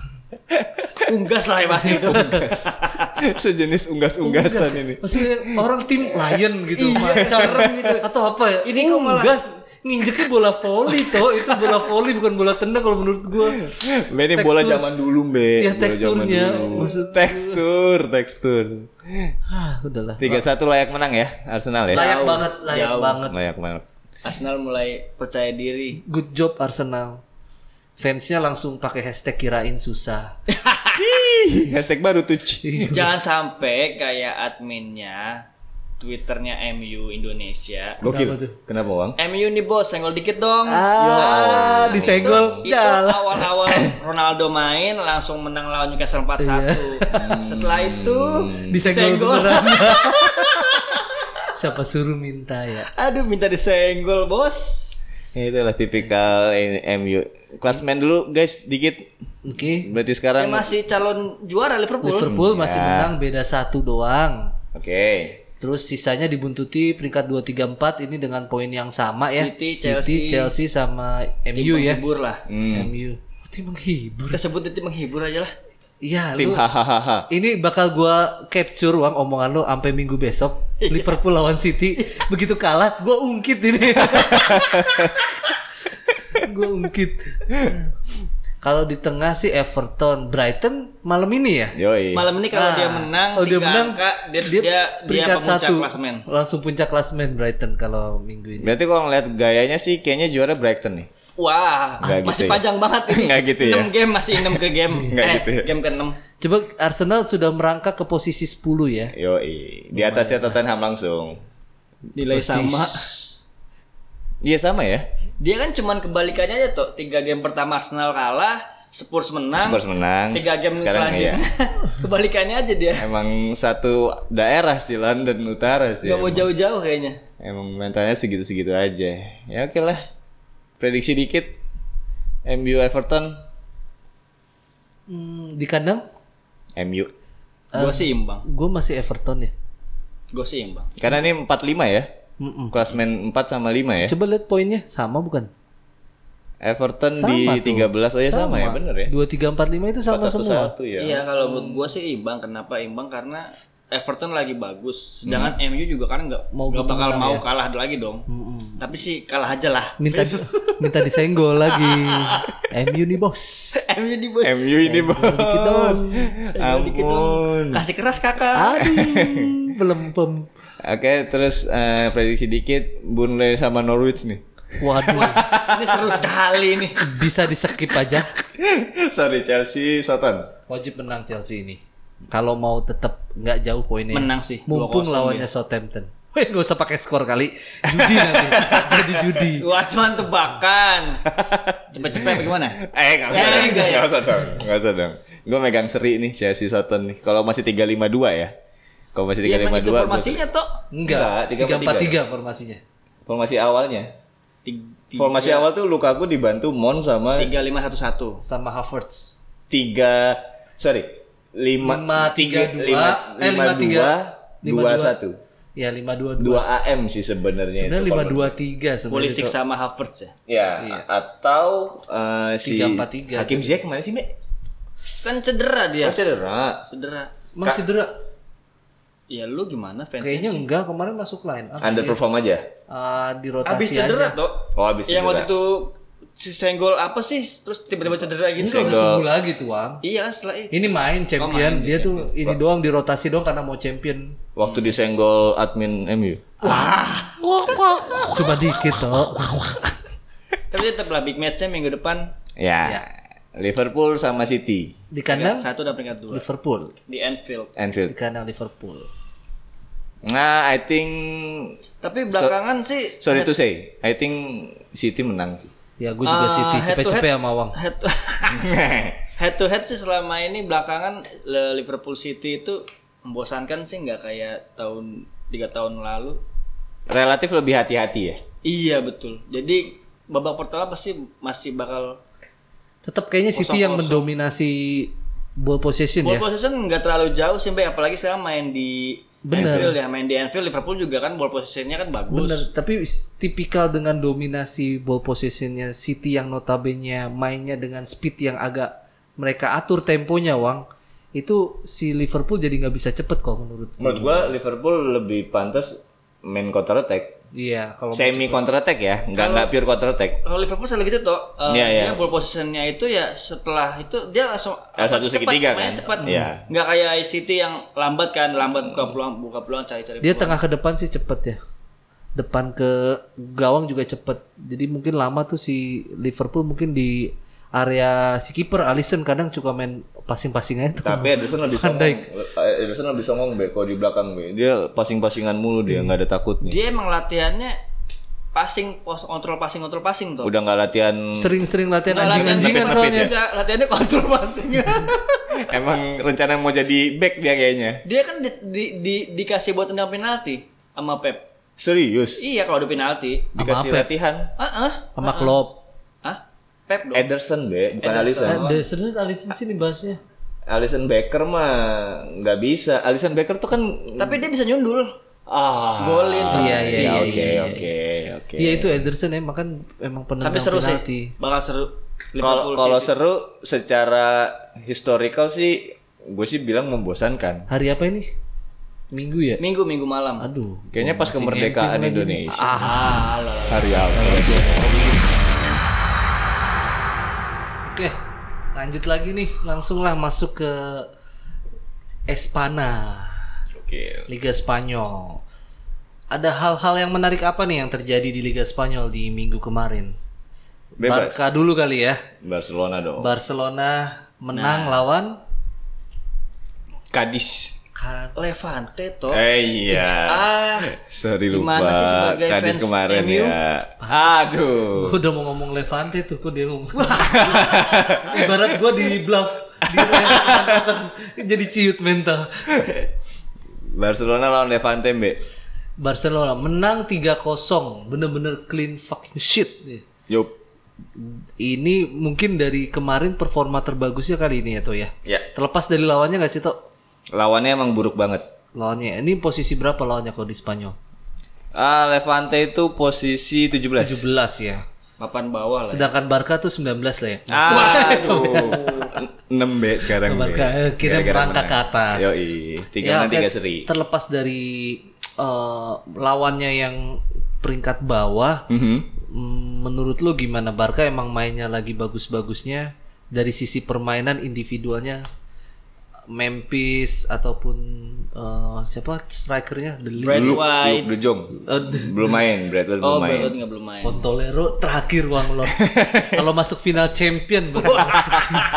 Unggas lah ya pasti itu. Sejenis unggas-unggasan ini. Maksudnya orang tim Lion gitu, Iya, serem gitu. atau apa ya? Ini kok malah- gas nginjeknya bola voli toh, itu bola voli bukan bola tendang kalau menurut gua. Be, ini bola zaman dulu, Be. Iya, Bola zaman teksturnya. dulu. Maksud- Tekstur, tekstur. Ah, udahlah. tiga satu layak menang ya Arsenal ya? Layak Jauh, banget, layak jauh. banget. Layak banget. Arsenal mulai percaya diri. Good job Arsenal. Fansnya langsung pakai hashtag kirain susah. Hashtag baru tuh. Jangan sampai kayak adminnya Twitternya M U Indonesia. Gokil. Kenapa tuh? Kenapa, Bang? M U nih bos, senggol dikit dong. Ah, Ya, disenggol. Itu, itu Jalan. awal-awal Ronaldo main langsung menang lawan Newcastle empat satu. Setelah itu Disenggol disenggol. beneran. Siapa suruh minta ya? Aduh, minta disenggol, bos. Itulah tipikal ini M U. Klasmen dulu guys, dikit. Oke. Berarti Yang sekarang oke. masih calon juara Liverpool. Liverpool masih Ya. menang beda satu doang. Terus sisanya dibuntuti peringkat dua tiga empat ini dengan poin yang sama ya. City, City, Chelsea. Chelsea sama M Tim U ya. menghibur lah. Hmm. M U. Oh, tim menghibur. Kita sebut itu menghibur aja lah. Iya, Tim lu hahaha. ini bakal gua capture Wang omongan lu sampai minggu besok Liverpool lawan City. Begitu kalah, gua ungkit ini. Gua ungkit. Kalau di tengah sih Everton, Brighton malam ini ya. Yoi. Malam ini kalau Ah, dia menang, kalau dia tiga menang, angka, dia dia, dia dia, peringkat pemuncak satu. klasemen. Langsung puncak klasemen Brighton kalau minggu ini. Berarti kalau ngeliat gayanya sih kayaknya juara Brighton nih. Wah, Nggak masih gitu ya? panjang banget ini. Nggak gitu ya? enam game masih enam ke game. Nggak eh, gitu ya? game ke enam. Coba Arsenal sudah merangkak ke posisi sepuluh ya. Yoi. Di atasnya Tottenham langsung. Nilai Persis. sama. Iya sama ya. Dia kan cuman kebalikannya aja tuh. Tiga game pertama Arsenal kalah, Spurs menang. Spurs menang. Tiga game Sekarang selanjutnya. iya. Kebalikannya aja dia. Emang satu daerah sih, London Utara sih. Gak mau emang. jauh-jauh kayaknya. Emang mentalnya segitu-segitu aja. Ya oke lah. Prediksi dikit. M U Everton. Hmm, di kandang M U. Gue sih imbang. gue masih Everton ya. Gue sih imbang. Karena ini empat lima ya. Mm-mm. Klasmen empat sama lima ya. Coba lihat poinnya sama bukan? Everton Sama di tuh. tiga belas. Oh ya sama, ya, bener ya. dua tiga empat lima itu sama empat satu semua. satu ya. Iya, kalau menurut gue sih imbang. Kenapa imbang? Karena Everton lagi bagus. Sedangkan M U juga kan nggak Mau nggak bakal menang mau ya? kalah lagi dong. Mm-mm. Tapi sih kalah aja lah. Minta minta disenggol lagi. M U nih bos. M U di bos. M U ini bos. dikit dong. Senggol dikit dong. Ampun. Kasih keras kakak. Aduh, belempem. Oke, terus eh, prediksi dikit Burnley sama Norwich nih. Waduh, Ini seru sekali nih. bisa di skip aja. Sorry, Chelsea Soton. Wajib menang Chelsea ini. Kalau mau tetap nggak jauh poinnya. Menang sih, Mumpung dua kosong lawannya Southampton. Weh, nggak usah pakai skor kali. Judi nanti. Jadi judi. Wah, cuman tebakan. Cepet-cepet bagaimana? Eh, nggak usah, Ya, dong. juga ya. Nggak usah dong, nggak usah dong. Gue megang seri nih Chelsea Soton nih. Kalau masih tiga lima dua ya. Kalau masih tiga Dia lima emang itu dua. formasinya toh. Enggak, Enggak, tiga tiga empat empat tiga. tiga formasinya. Formasi awalnya. Tiga, Formasi awal tuh Lukaku dibantu Mon sama tiga lima satu satu. Sama Havertz. tiga sorry lima Lima, tiga, dua. lima Eh, lima lima, tiga. dua Lima, dua dua. satu Ya lima dua dua dua. A M sih sebenarnya. Sebenarnya itu lima kalau dua tiga sebenarnya. Pulisic itu. sama Havertz ya. Ya, Iya. atau eh, si Tiga empat tiga. Hakim Ziyech kemana sih, Mek? Kan cedera dia. Oh, cedera. Cedera. Emang Kak- cedera? Ya lu gimana fansnya Kayaknya sih? enggak, kemarin masuk line. up sih. Underperform aja. Ah, di rotasi Abis cedera aja. toh. Oh, habis Yang cedera. waktu itu si senggol apa sih? Terus tiba-tiba cedera gitu. Ini udah Senggol. sembuh lagi tuh, Wang. Iya, setelah itu. Ini main champion, main di dia tuh champion. ini doang di rotasi doang karena mau champion. Waktu disenggol admin M U. Cuma dikit toh. Tapi tetap lah big match-nya minggu depan. Ya. Ya. Liverpool sama City. Di kandang Satu dan peringkat dua. Liverpool. Di Anfield. Di Anfield. kandang Liverpool. Nah, I think Tapi belakangan sih sorry to say, I think City menang sih. Ya gue juga Ah, City head to cepet-cepet head. sama Wang. head to, head to head sih selama ini belakangan le- Liverpool City itu membosankan sih, nggak kayak tahun tiga tahun lalu. Relatif lebih hati-hati ya. Iya betul. Jadi babak pertama pasti masih bakal Tetap kayaknya City yang Kosong-kosong. mendominasi ball possession ball ya. possession nggak terlalu jauh sih, Mbak. Apalagi sekarang main di Bener. Anfield ya, main di Anfield. Liverpool juga kan ball possessionnya kan bagus. Bener, tapi s- tipikal dengan dominasi ball possessionnya City yang notabene mainnya dengan speed yang agak mereka atur temponya, Wang. Itu si Liverpool jadi nggak bisa cepet kok menurut. Menurut gua Liverpool lebih pantas main counter attack. Iya, kalau Semi counter attack ya, nggak Kalau- nggak pure counter attack. Kalau Liverpool selalu gitu toh, eh, Iya, iya. dia ball possessionnya itu ya setelah itu dia langsung L satu cepat, segitiga mainnya kan? cepat. Iya. Nggak kayak City yang lambat kan, lambat buka peluang, buka peluang cari-cari dia peluang. tengah ke depan sih cepet ya. Depan ke gawang juga cepet. Jadi mungkin lama tuh si Liverpool mungkin di area si kiper Alisson kadang suka main passing-passingannya tuh. Tapi Ederson lebih Van songong. Dijk. Ederson lebih songong be, kalau di belakang be. Dia passing-passingan mulu dia, nggak ada takutnya. Dia emang latihannya passing, pos, kontrol passing, kontrol passing tuh. Udah nggak latihan. Sering-sering latihan Nggak latihan anjing-anjingan nepis-nepis soalnya. ya? Enggak, latihannya kontrol passing. Emang rencana mau jadi back dia kayaknya. Dia kan di, di, di- dikasih buat tendang penalti sama Pep. Serius? Iya kalau ada penalti. Dikasih Apa? latihan. Ah, ah. Sama Klopp. Hah? Pep dong. Ederson be, bukan Ederson. Alisson. Ada serius Alisson sih nih bahasnya. Alisson Becker mah nggak bisa. Alisson Becker tuh kan Tapi dia bisa nyundul. ah Golin. Iya, iya, ya, iya, Oke iya. oke oke. Iya itu Ederson emang kan emang penendang Tapi seru penalti. sih. Bakal seru. Kalau kalau seru secara historical sih, gue sih bilang membosankan. Hari apa ini? Minggu ya? Minggu minggu malam. Aduh. Kayaknya pas masih kemerdekaan ngemping lagi Indonesia. nih. Ah, lah. Hari apa? Oke, lanjut lagi nih. Langsung lah masuk ke Espana, Oke. Liga Spanyol. Ada hal-hal yang menarik apa nih yang terjadi di Liga Spanyol di minggu kemarin? Bebas. Barca dulu kali ya. Barcelona dong. Barcelona menang Nah. lawan Cadiz. Ka- Levante toh. Eh iya. Ah, Sorry lupa. gimana sih sebagai Cadiz fans kemarin M U? ya. Aduh. Gua udah mau ngomong Levante tuh, kok dia ngomong. Ibarat gua di bluff, di jadi ciut mental. Barcelona lawan Levante, Mbak. Barcelona menang tiga kosong, bener-bener clean fucking shit. Yup. Ini mungkin dari kemarin performa terbagusnya kali ini ya Toh ya. Ya. Terlepas dari lawannya gak sih Toh? Lawannya emang buruk banget. Lawannya, ini posisi berapa lawannya kalau di Spanyol? Ah, Levante itu posisi tujuh belas. tujuh belas ya. papan bawah lah. Ya. Sedangkan Barca tuh sembilan belas lah ya. Aduh. enam B sekarang. Barca B. kira Gara-gara merangkak menang. ke atas. Yoi. Tiga Ya, menang, tiga kayak seri. Terlepas dari eh, lawannya yang peringkat bawah, Mhm. mm, menurut lo gimana? Barca emang mainnya lagi bagus-bagusnya dari sisi permainan individualnya. Memphis ataupun eh, siapa strikernya? The Lee- Brad Luke, White. Luke De Jong. eh, the- Belum main, Bradley Oh, belum main. Belot nggak belum main. Contolero terakhir Wang Lord. Kalau masuk final champion baru masuk.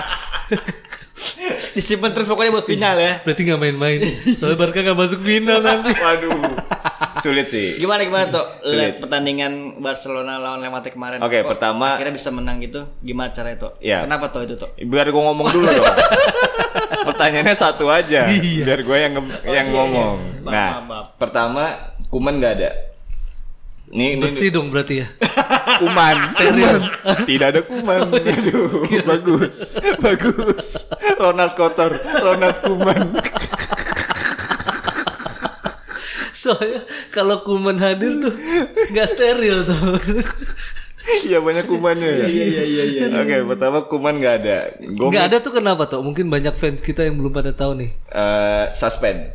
Disimpan terus pokoknya buat final ya. Berarti nggak main-main. Soalnya Barca nggak masuk final nanti. Waduh. Sulit sih. Gimana gimana tuh Sulit. lihat pertandingan Barcelona lawan Levante kemarin? Oke, Kok pertama- akhirnya bisa menang gitu. Gimana caranya tuh? Ya. Kenapa tuh itu tuh? Biar gue ngomong dulu dong. Pertanyaannya satu aja. Biar gue yang nge- yang ngomong. Maaf, Nah, maaf, maaf. pertama Kuman nggak ada. Nih, ini Bersih dong berarti ya. Kuman, steril. Tidak ada Kuman. Aduh, bagus, bagus. Ronald Kotor, Ronald Kuman. Soalnya kalau Kuman hadir tuh nggak steril tuh. Iya banyak Kumannya ya. Iya iya iya. iya. Oke, pertama Kuman nggak ada. Gomez, Nggak ada tuh kenapa tuh? Mungkin banyak fans kita yang belum pada tahu nih. eh, suspend.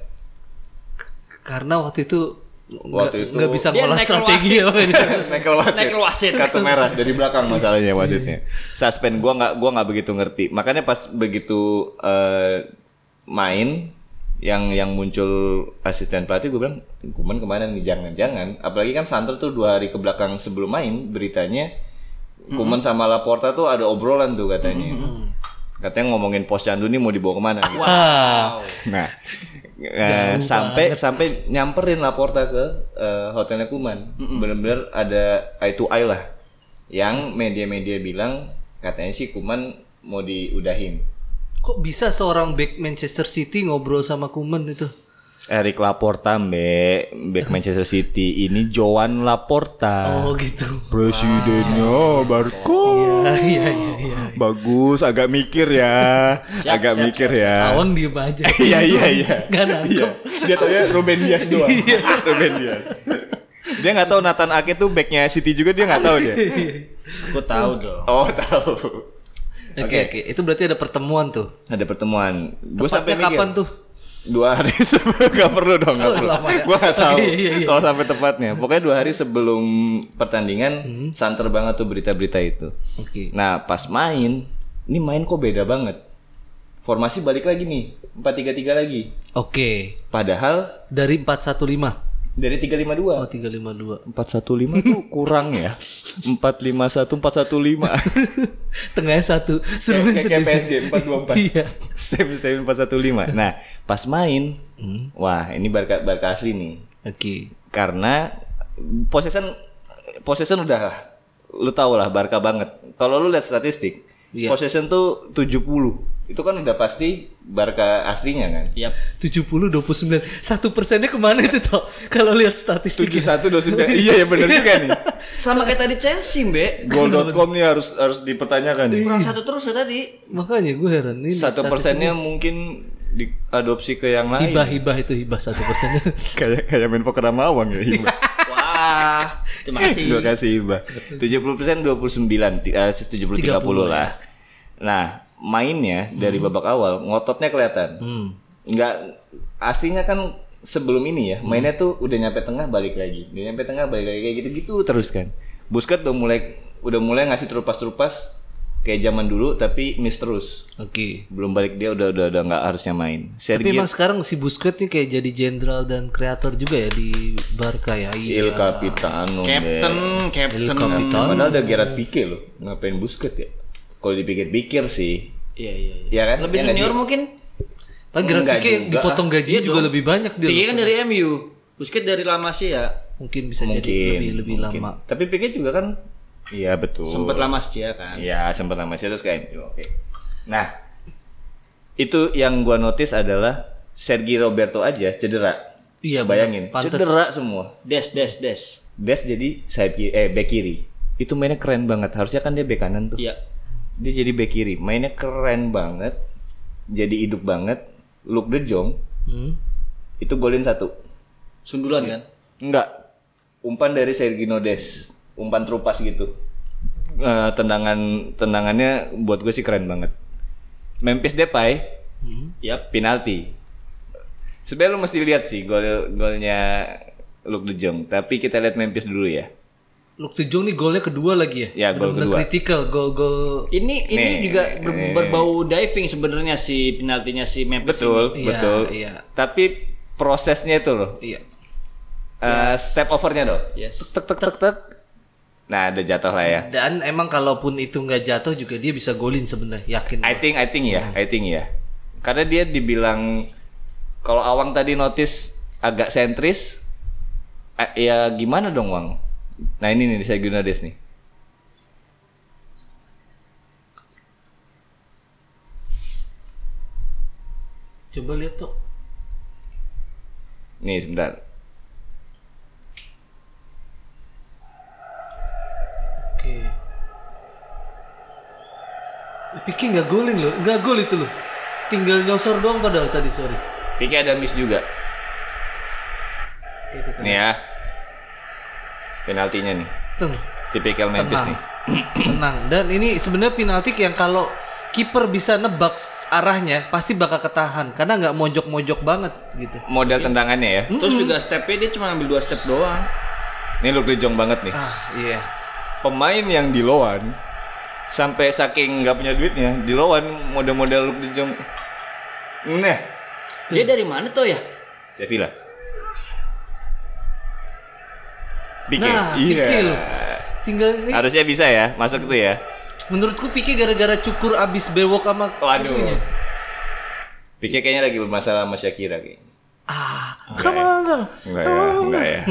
Karena waktu itu Waktu nggak- itu- nggak bisa Dia ngolah nekel strategi wasit. apa ini. Nekel wasit. Nekel wasit. Kartu merah dari belakang masalahnya wasitnya. Suspend gua nggak gua nggak begitu ngerti. Makanya pas begitu eh, main yang yang muncul asisten pelatih gue bilang Kuman kemana nih, jangan-jangan apalagi kan Santer tuh dua hari ke belakang sebelum main beritanya Kuman sama Laporta tuh ada obrolan tuh katanya katanya ngomongin Posyandu nih mau dibawa kemana gitu. Wow. Nah, eh, sampai sampai nyamperin Laporta ke eh, hotelnya Kuman. Bener-bener ada eye to eye lah. Yang media-media bilang katanya sih Kuman mau diudahin. Kok bisa seorang back Manchester City ngobrol sama Kuman itu? Eric Laporta, Mbak, back Manchester City ini Joan Laporta. Oh gitu. Presidennya Barca. Iya iya iya. iya. Bagus, agak mikir ya. Siap, agak siap, mikir siap, ya. Awang diem aja. Iya iya iya. Nggak nangkep. Iya. Dia taunya Ruben Dias doang. Iya. Ruben Dias. Dia nggak tahu Nathan Ake tuh backnya City juga dia nggak tahu dia. Aku tahu dong. Oh tahu. Oke oke. Itu berarti ada pertemuan tuh. Ada pertemuan. Gue sampai Tepatnya mikir. kapan tuh? Dua hari sebelum nggak perlu dong nggak Oh, perlu. lama ya? Gue nggak tahu Iya, iya, iya. kalau sampai tepatnya. Pokoknya dua hari sebelum pertandingan santer banget tuh berita-berita itu. Oke. Nah pas main, ini main kok beda banget. Formasi balik lagi nih, empat tiga tiga lagi. Oke. Padahal Dari empat satu lima. dari tiga lima dua. Oh tiga lima dua. empat satu lima tuh kurang ya. empat lima satu empat satu lima. Tengahnya satu. Seru Kayak kayak P S G empat dua empat. Iya. Same same empat satu lima. Nah, pas main, Hmm. wah ini Barca Barca asli nih. Oke. Karena possession possession udah lah. Lu tau lah Barca banget. Kalau lu lihat statistik, Iya. possession tuh tujuh puluh. Itu kan udah pasti Barca aslinya kan. Yap. tujuh puluh dua puluh sembilan. Satu persennya kemana itu toh? Kalau lihat statistik. tujuh satu dua sembilan. Iya ya benar juga nih. Sama kayak tadi Chelsea, Mbak. goal dot com nih harus harus dipertanyakan nih. Kurang satu terus ya tadi. Makanya gue heran ini. Satu persennya mung-mungkin diadopsi ke yang lain. hibah hibah itu hibah satu persennya. kayak kayak Menpo Keramawang ya hibah. Wah. Terima kasih. Terima kasih, Mbak. tujuh puluh persen dua puluh sembilan, eh, tujuh puluh tiga puluh lah. Nah, mainnya dari babak awal ngototnya kelihatan. Hmm. Nggak, aslinya kan sebelum ini ya, mainnya tuh udah nyampe tengah balik lagi. Udah nyampe tengah balik lagi kayak gitu-gitu terus kan. Busquets udah mulai udah mulai ngasih terupas-terupas kayak zaman dulu tapi miss terus. Oke. Belum balik dia udah udah udah nggak harusnya main. Tapi Sergio emang sekarang si Busquets nih kayak jadi jenderal dan kreator juga ya di Barca ya. Iya. Il Capitano. Captain, deh. Captain. Il Capitano. Padahal ada Gerard Pique loh. Ngapain Busquets ya? Kalau dipikir-pikir sih. Iya, iya, iya. Ya kan? Lebih Ya nggak senior sih? mungkin. Kan Gerard Enggak Pique juga. dipotong gajinya Iya juga dong. lebih banyak dia. Pique kan dari M U. Busquets dari La Masia. Mungkin bisa Mungkin, jadi lebih lebih mungkin. lama. Tapi Pique juga kan, iya betul. Sempat La Masia kan. Iya, sempat lama sih terus kayak oke. Nah, itu yang gua notice adalah Sergio Roberto aja cedera. Iya, Bayangin, pantes. cedera semua. Des, des, des. Des jadi sayap kiri, eh back kiri. Itu mainnya keren banget. Harusnya kan dia back kanan tuh. Iya. Dia jadi back kiri. Mainnya keren banget. Jadi hidup banget. Luke De Jong Hmm. itu golin satu. Sundulan kan? Enggak. Umpan dari Sergio Des. Umpan terupas gitu. Eh, tendangan tendangannya buat gue sih keren banget. Memphis Depay Hmm. Yap. penalti. Sebenarnya lu mesti lihat sih gol golnya Luke De Jong. Tapi kita lihat Memphis dulu ya. Luke De Jong nih golnya kedua lagi ya. Ya, gol Bener-bener kedua. kritikal, gol-gol. Ini ini Nih, juga ber- nih. berbau diving sebenarnya si penaltinya si Memphis. Betul, Iya, betul. iya. Tapi prosesnya itu loh. Iya. Eh, step overnya dong. Yes. Tek tek tek tek. Nah, ada jatuh lah ya. Dan emang kalaupun itu nggak jatuh juga dia bisa golin sebenarnya, yakin. I think I think ya, I think ya. Karena dia dibilang kalau Awang tadi notice agak sentris, eh, ya gimana dong Wang? Nah ini nih saya Gunades nih. Coba lihat tuh. Nih sebentar. Oke. Pique nggak golin loh, nggak gol itu loh. Tinggal nyosor doang padahal tadi sorry. Pique ada miss juga. Oke, kita Nih ya. Penaltinya nih. Teng, Tipikal Memphis tenang. nih. Tenang. Dan ini sebenarnya penalti yang kalau kiper bisa nebak arahnya pasti bakal ketahan karena nggak mojok-mojok banget gitu. Model tendangannya ya. Terus juga stepnya dia cuma ambil dua step doang. Ini Luke De Jong banget nih. Ah iya. Pemain yang di loan sampai saking nggak punya duitnya di loan model-model Luke De Jong. Nah, Dia dari mana tuh ya? Sevilla. Pique. Nah, Iya. Pique loh. Tinggal ini. Harusnya bisa ya, masuk itu ya. Menurutku Pique gara-gara cukur abis bewok sama Waduh. ininya. Pique kayaknya lagi bermasalah sama Shakira kayaknya. Ah, Enggak come ya? on, come on. Enggak ya, enggak ya.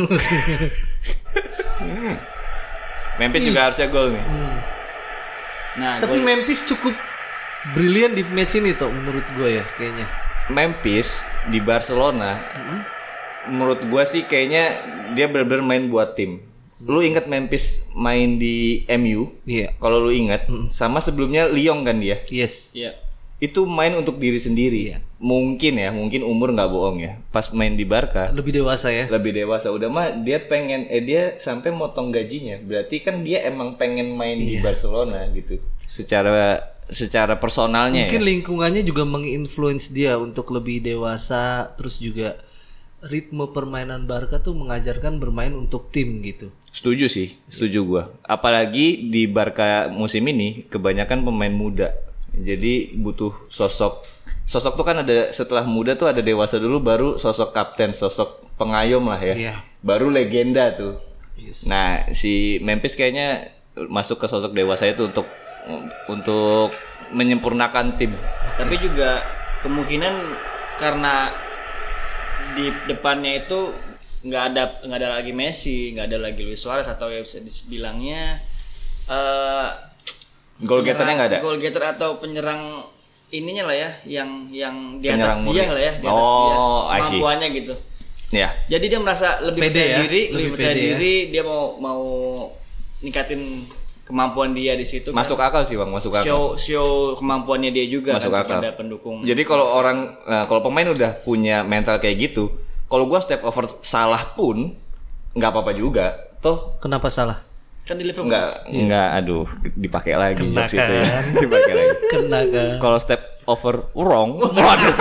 Hmm. Memphis juga harusnya gol nih. Hmm. Nah, Tapi gol- Memphis cukup brilian di match ini tuh menurut gue ya kayaknya. Memphis di Barcelona, menurut gua sih kayaknya dia benar-benar main buat tim. Lu inget Memphis main di M U? Iya. Kalau lu inget, sama sebelumnya Lyon kan dia. Yes. Iya. Itu main untuk diri sendiri. Iya. Mungkin ya, mungkin umur nggak bohong ya. Pas main di Barca, Lebih dewasa ya. lebih dewasa udah mah dia pengen eh dia sampai motong gajinya. Berarti kan dia emang pengen main di Barcelona gitu. Secara secara personalnya Mungkin ya. lingkungannya juga menginfluence dia untuk lebih dewasa, terus juga ritme permainan Barca tuh mengajarkan bermain untuk tim gitu. Setuju sih, setuju gua. Apalagi di Barca musim ini kebanyakan pemain muda. Jadi butuh sosok sosok tuh kan ada setelah muda tuh ada dewasa dulu baru sosok kapten, sosok pengayom lah ya. Iya. Baru legenda tuh. Yes. Nah, si Memphis kayaknya masuk ke sosok dewasa itu untuk untuk menyempurnakan tim. Tapi juga kemungkinan karena di depannya itu nggak ada nggak ada lagi Messi, nggak ada lagi Luis Suarez atau yang bisa dibilangnya eh Goal getternya nggak ada. Goal getter atau penyerang ininya lah ya, yang yang di atas Penyerang dia murni. lah ya, di atas Oh, dia. I see. Kemampuannya gitu. Ya. Jadi dia merasa lebih Pede percaya ya, diri, lebih lebih, percaya pede ya. diri, dia mau mau ningkatin kemampuan dia di situ. Masuk kan. akal sih, Bang, masuk akal. Show show kemampuannya dia juga Masuk kan, akal. kepada pendukung. Jadi kalau orang nah, kalau pemain udah punya mental kayak gitu, kalau gua step over salah pun nggak apa-apa juga. Toh Kenapa salah? Kan di Liverpool. enggak enggak aduh dipakai lagi Kena jokes itu ya. kan? Dipakai lagi. Kena kan? Kalau step over wrong, waduh.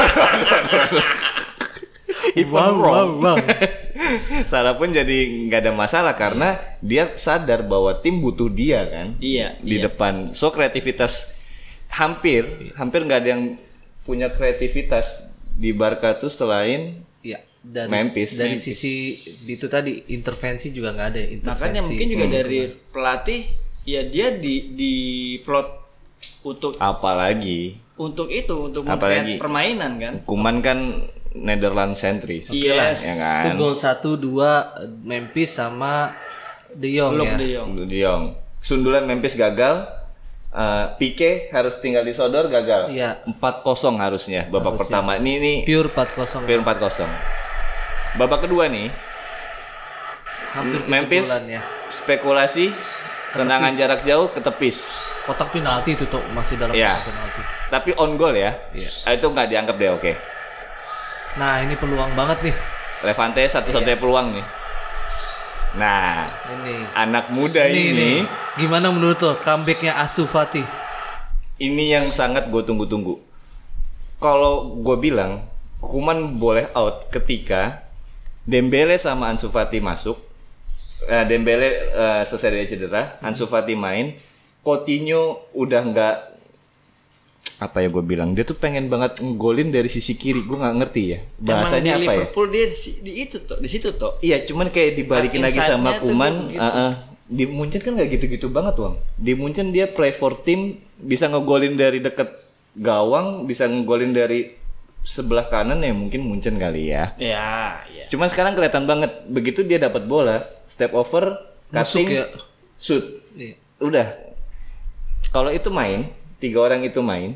Even wrong. wow. Salah pun jadi nggak ada masalah karena dia sadar bahwa tim butuh dia kan. Iya, Di iya. depan. So kreativitas hampir hampir nggak ada yang punya kreativitas di Barca tuh selain Iya. Dari, Memphis. dari Memphis. sisi itu tadi intervensi juga nggak ada ya, intervensi. Makanya mungkin juga Hmm. dari pelatih ya dia di di plot untuk apalagi untuk itu untuk Apalagi- membuat permainan kan. Kuman kan Netherlands sentris. Yes. Ya Itu kan. gol satu dua Memphis sama De Jong Belum ya. De Jong. De Jong. Sundulan Memphis gagal. Uh, Pique harus tinggal disodor gagal. Iya. empat kosong harusnya babak Harusnya. pertama. Ini ini Pure empat kosong. Pure empat kosong. Babak kedua nih Hampir Memphis kejebolan ya. spekulasi tendangan jarak jauh ke tepis. Kotak penalti itu tuh masih dalam Iya. kotak penalti. Tapi on goal ya. Iya. Ah, itu nggak dianggap deh oke. Nah, ini peluang banget nih. Levante satu-satunya peluang nih. Nah, Ini. anak muda Ini, ini ini. Gimana menurut lo comebacknya Ansu Fati? ini yang sangat gue tunggu-tunggu. Kalau gue bilang Kuman boleh out ketika Dembele sama Ansu Fati masuk. Eh, Dembele eh, selesai dari cedera, Ansu Fati main. Coutinho udah nggak apa ya gue bilang, dia tuh pengen banget ngegolin dari sisi kiri. Gue nggak ngerti ya bahasanya Emang di apa ya. Liverpool dia di, di itu tuh, di situ tuh. Iya, cuman kayak dibalikin lagi Inside-nya sama tuh Kuman. gitu. uh, uh, di Munchen kan nggak gitu-gitu banget, Wang. Di Munchen dia play for team, bisa ngegolin dari deket gawang, bisa ngegolin dari sebelah kanan ya mungkin Munchen kali ya. Ya, ya. Cuman sekarang kelihatan banget begitu dia dapat bola, step over, Masuk cutting, ya. shoot. Iya. Udah. Kalau itu main, tiga orang itu main,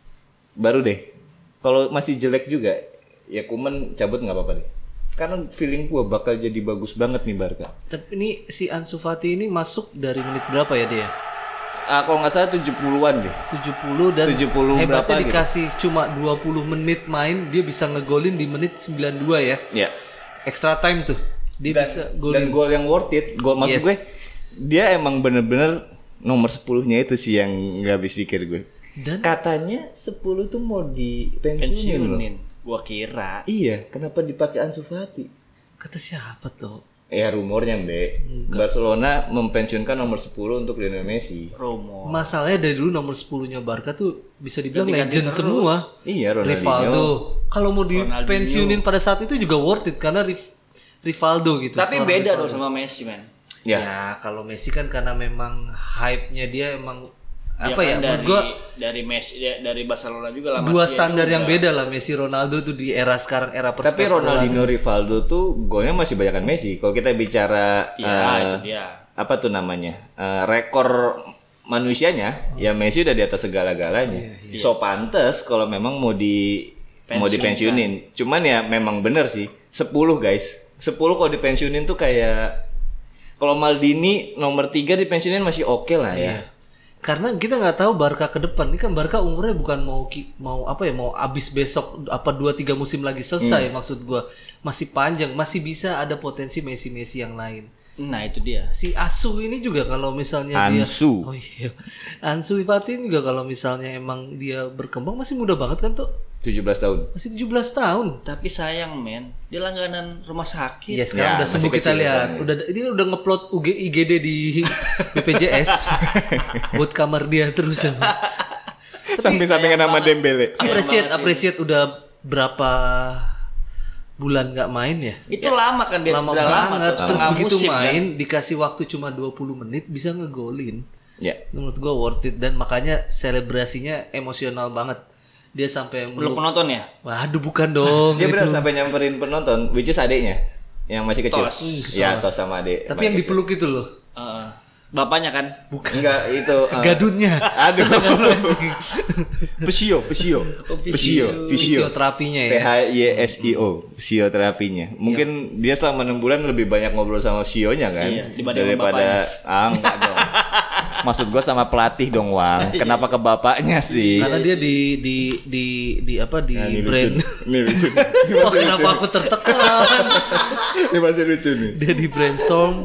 baru deh. Kalau masih jelek juga, ya Kuman cabut nggak apa-apa deh. Karena feeling gua bakal jadi bagus banget nih Barca. Tapi ini si Ansu Fati ini masuk dari menit berapa ya dia? Ah, kalau nggak salah tujuh puluhan deh. tujuh puluh dan tujuh puluh hebatnya berapa gitu. dikasih cuma dua puluh menit main dia bisa ngegolin di menit sembilan puluh dua ya. Ya. Extra time tuh. Dia Dan, bisa dan golin. gol yang worth it. Gol maksud Yes. gue, dia emang bener-bener nomor sepuluh-nya itu sih yang nggak habis pikir gue. Dan Katanya sepuluh tuh mau dipensiunin loh. Pensiunin. Gua kira. Iya, kenapa dipakai Ansu Fati? kata siapa tuh? Ya rumornya, Mbak. Barcelona mempensiunkan nomor sepuluh untuk Lionel Messi. Romo. Masalahnya dari dulu nomor sepuluh-nya Barca tuh bisa dibilang Ganti-ganti legend terus. semua. Iya, Ronaldinho. Rivaldo. Kalau mau Ronaldinho. dipensiunin pada saat itu juga worth it karena Rif- Rivaldo gitu. Tapi seorang beda Rivaldo. dong sama Messi, men. Ya. Ya, kalau Messi kan karena memang hype-nya dia emang Dia apa ya? kan Menurut dari gua dari Messi ya, dari Barcelona juga lama dua standar yang beda lah Messi Ronaldo tuh di era sekarang era Tapi persepak Ronaldinho Rivaldo tuh golnya masih banyakan Messi. Kalau kita bicara Iya, eh, itu dia. apa tuh namanya? Eh, rekor manusianya, ya Messi udah di atas segala-galanya. So pantes kalau memang mau di mau dipensiunin. Cuman ya memang bener sih, sepuluh guys. sepuluh kalau dipensiunin tuh kayak kalau Maldini nomor tiga dipensiunin masih oke lah ya. Iya. Karena kita nggak tahu Barca ke depan. Ini kan Barca umurnya bukan mau ki- mau apa ya, mau abis besok apa dua tiga musim lagi selesai Hmm. maksud gua. Masih panjang, masih bisa ada potensi Messi-Messi yang lain. Nah, itu dia. Si Asu ini juga kalau misalnya Ansu. dia Oh iya. Ansu Fati juga kalau misalnya emang dia berkembang masih muda banget kan tuh. tujuh belas tahun. Masih tujuh belas tahun. Tapi sayang, men. Dia langganan rumah sakit. Iya sekarang Ya, udah sembuh masih kita kecil lihat. soalnya. Udah dia udah ngeplot U G I G D di B P J S buat kamar dia terus. Samping-sampingan sama Dembele. Appreciate, appreciate udah berapa bulan nggak main ya? Itu lama kan dia Lama sudah lama banget. tuh, Terus setengah begitu musim, main kan? dikasih waktu cuma dua puluh menit bisa ngegolin. Ya. Menurut gua worth it dan makanya selebrasinya emosional banget. Dia sampai Belum meluk. penonton ya? Waduh bukan dong. Dia itu. benar sampai nyamperin penonton, which is adeknya yang masih kecil. Tos. Ya, Tos sama adek. Tapi yang dipeluk itu loh. Heeh. Bapaknya kan? Bukan. Enggak, itu uh, Gadunnya. Aduh. Pesio, pesio. Pesio, pesio. Fisioterapinya P ya. H Y S I O, fisioterapinya. Mungkin dia selama enam bulan lebih banyak ngobrol sama sionya kan Iya, dibanding sama daripada ah enggak dong. Maksud gua sama pelatih dong, Wang. Kenapa ke bapaknya sih? Karena dia di di di di apa di Nah, ini brand. lucu. Ini lucu. Wah, kenapa aku tertekan? Ini masih lucu nih. Dia di brainstorm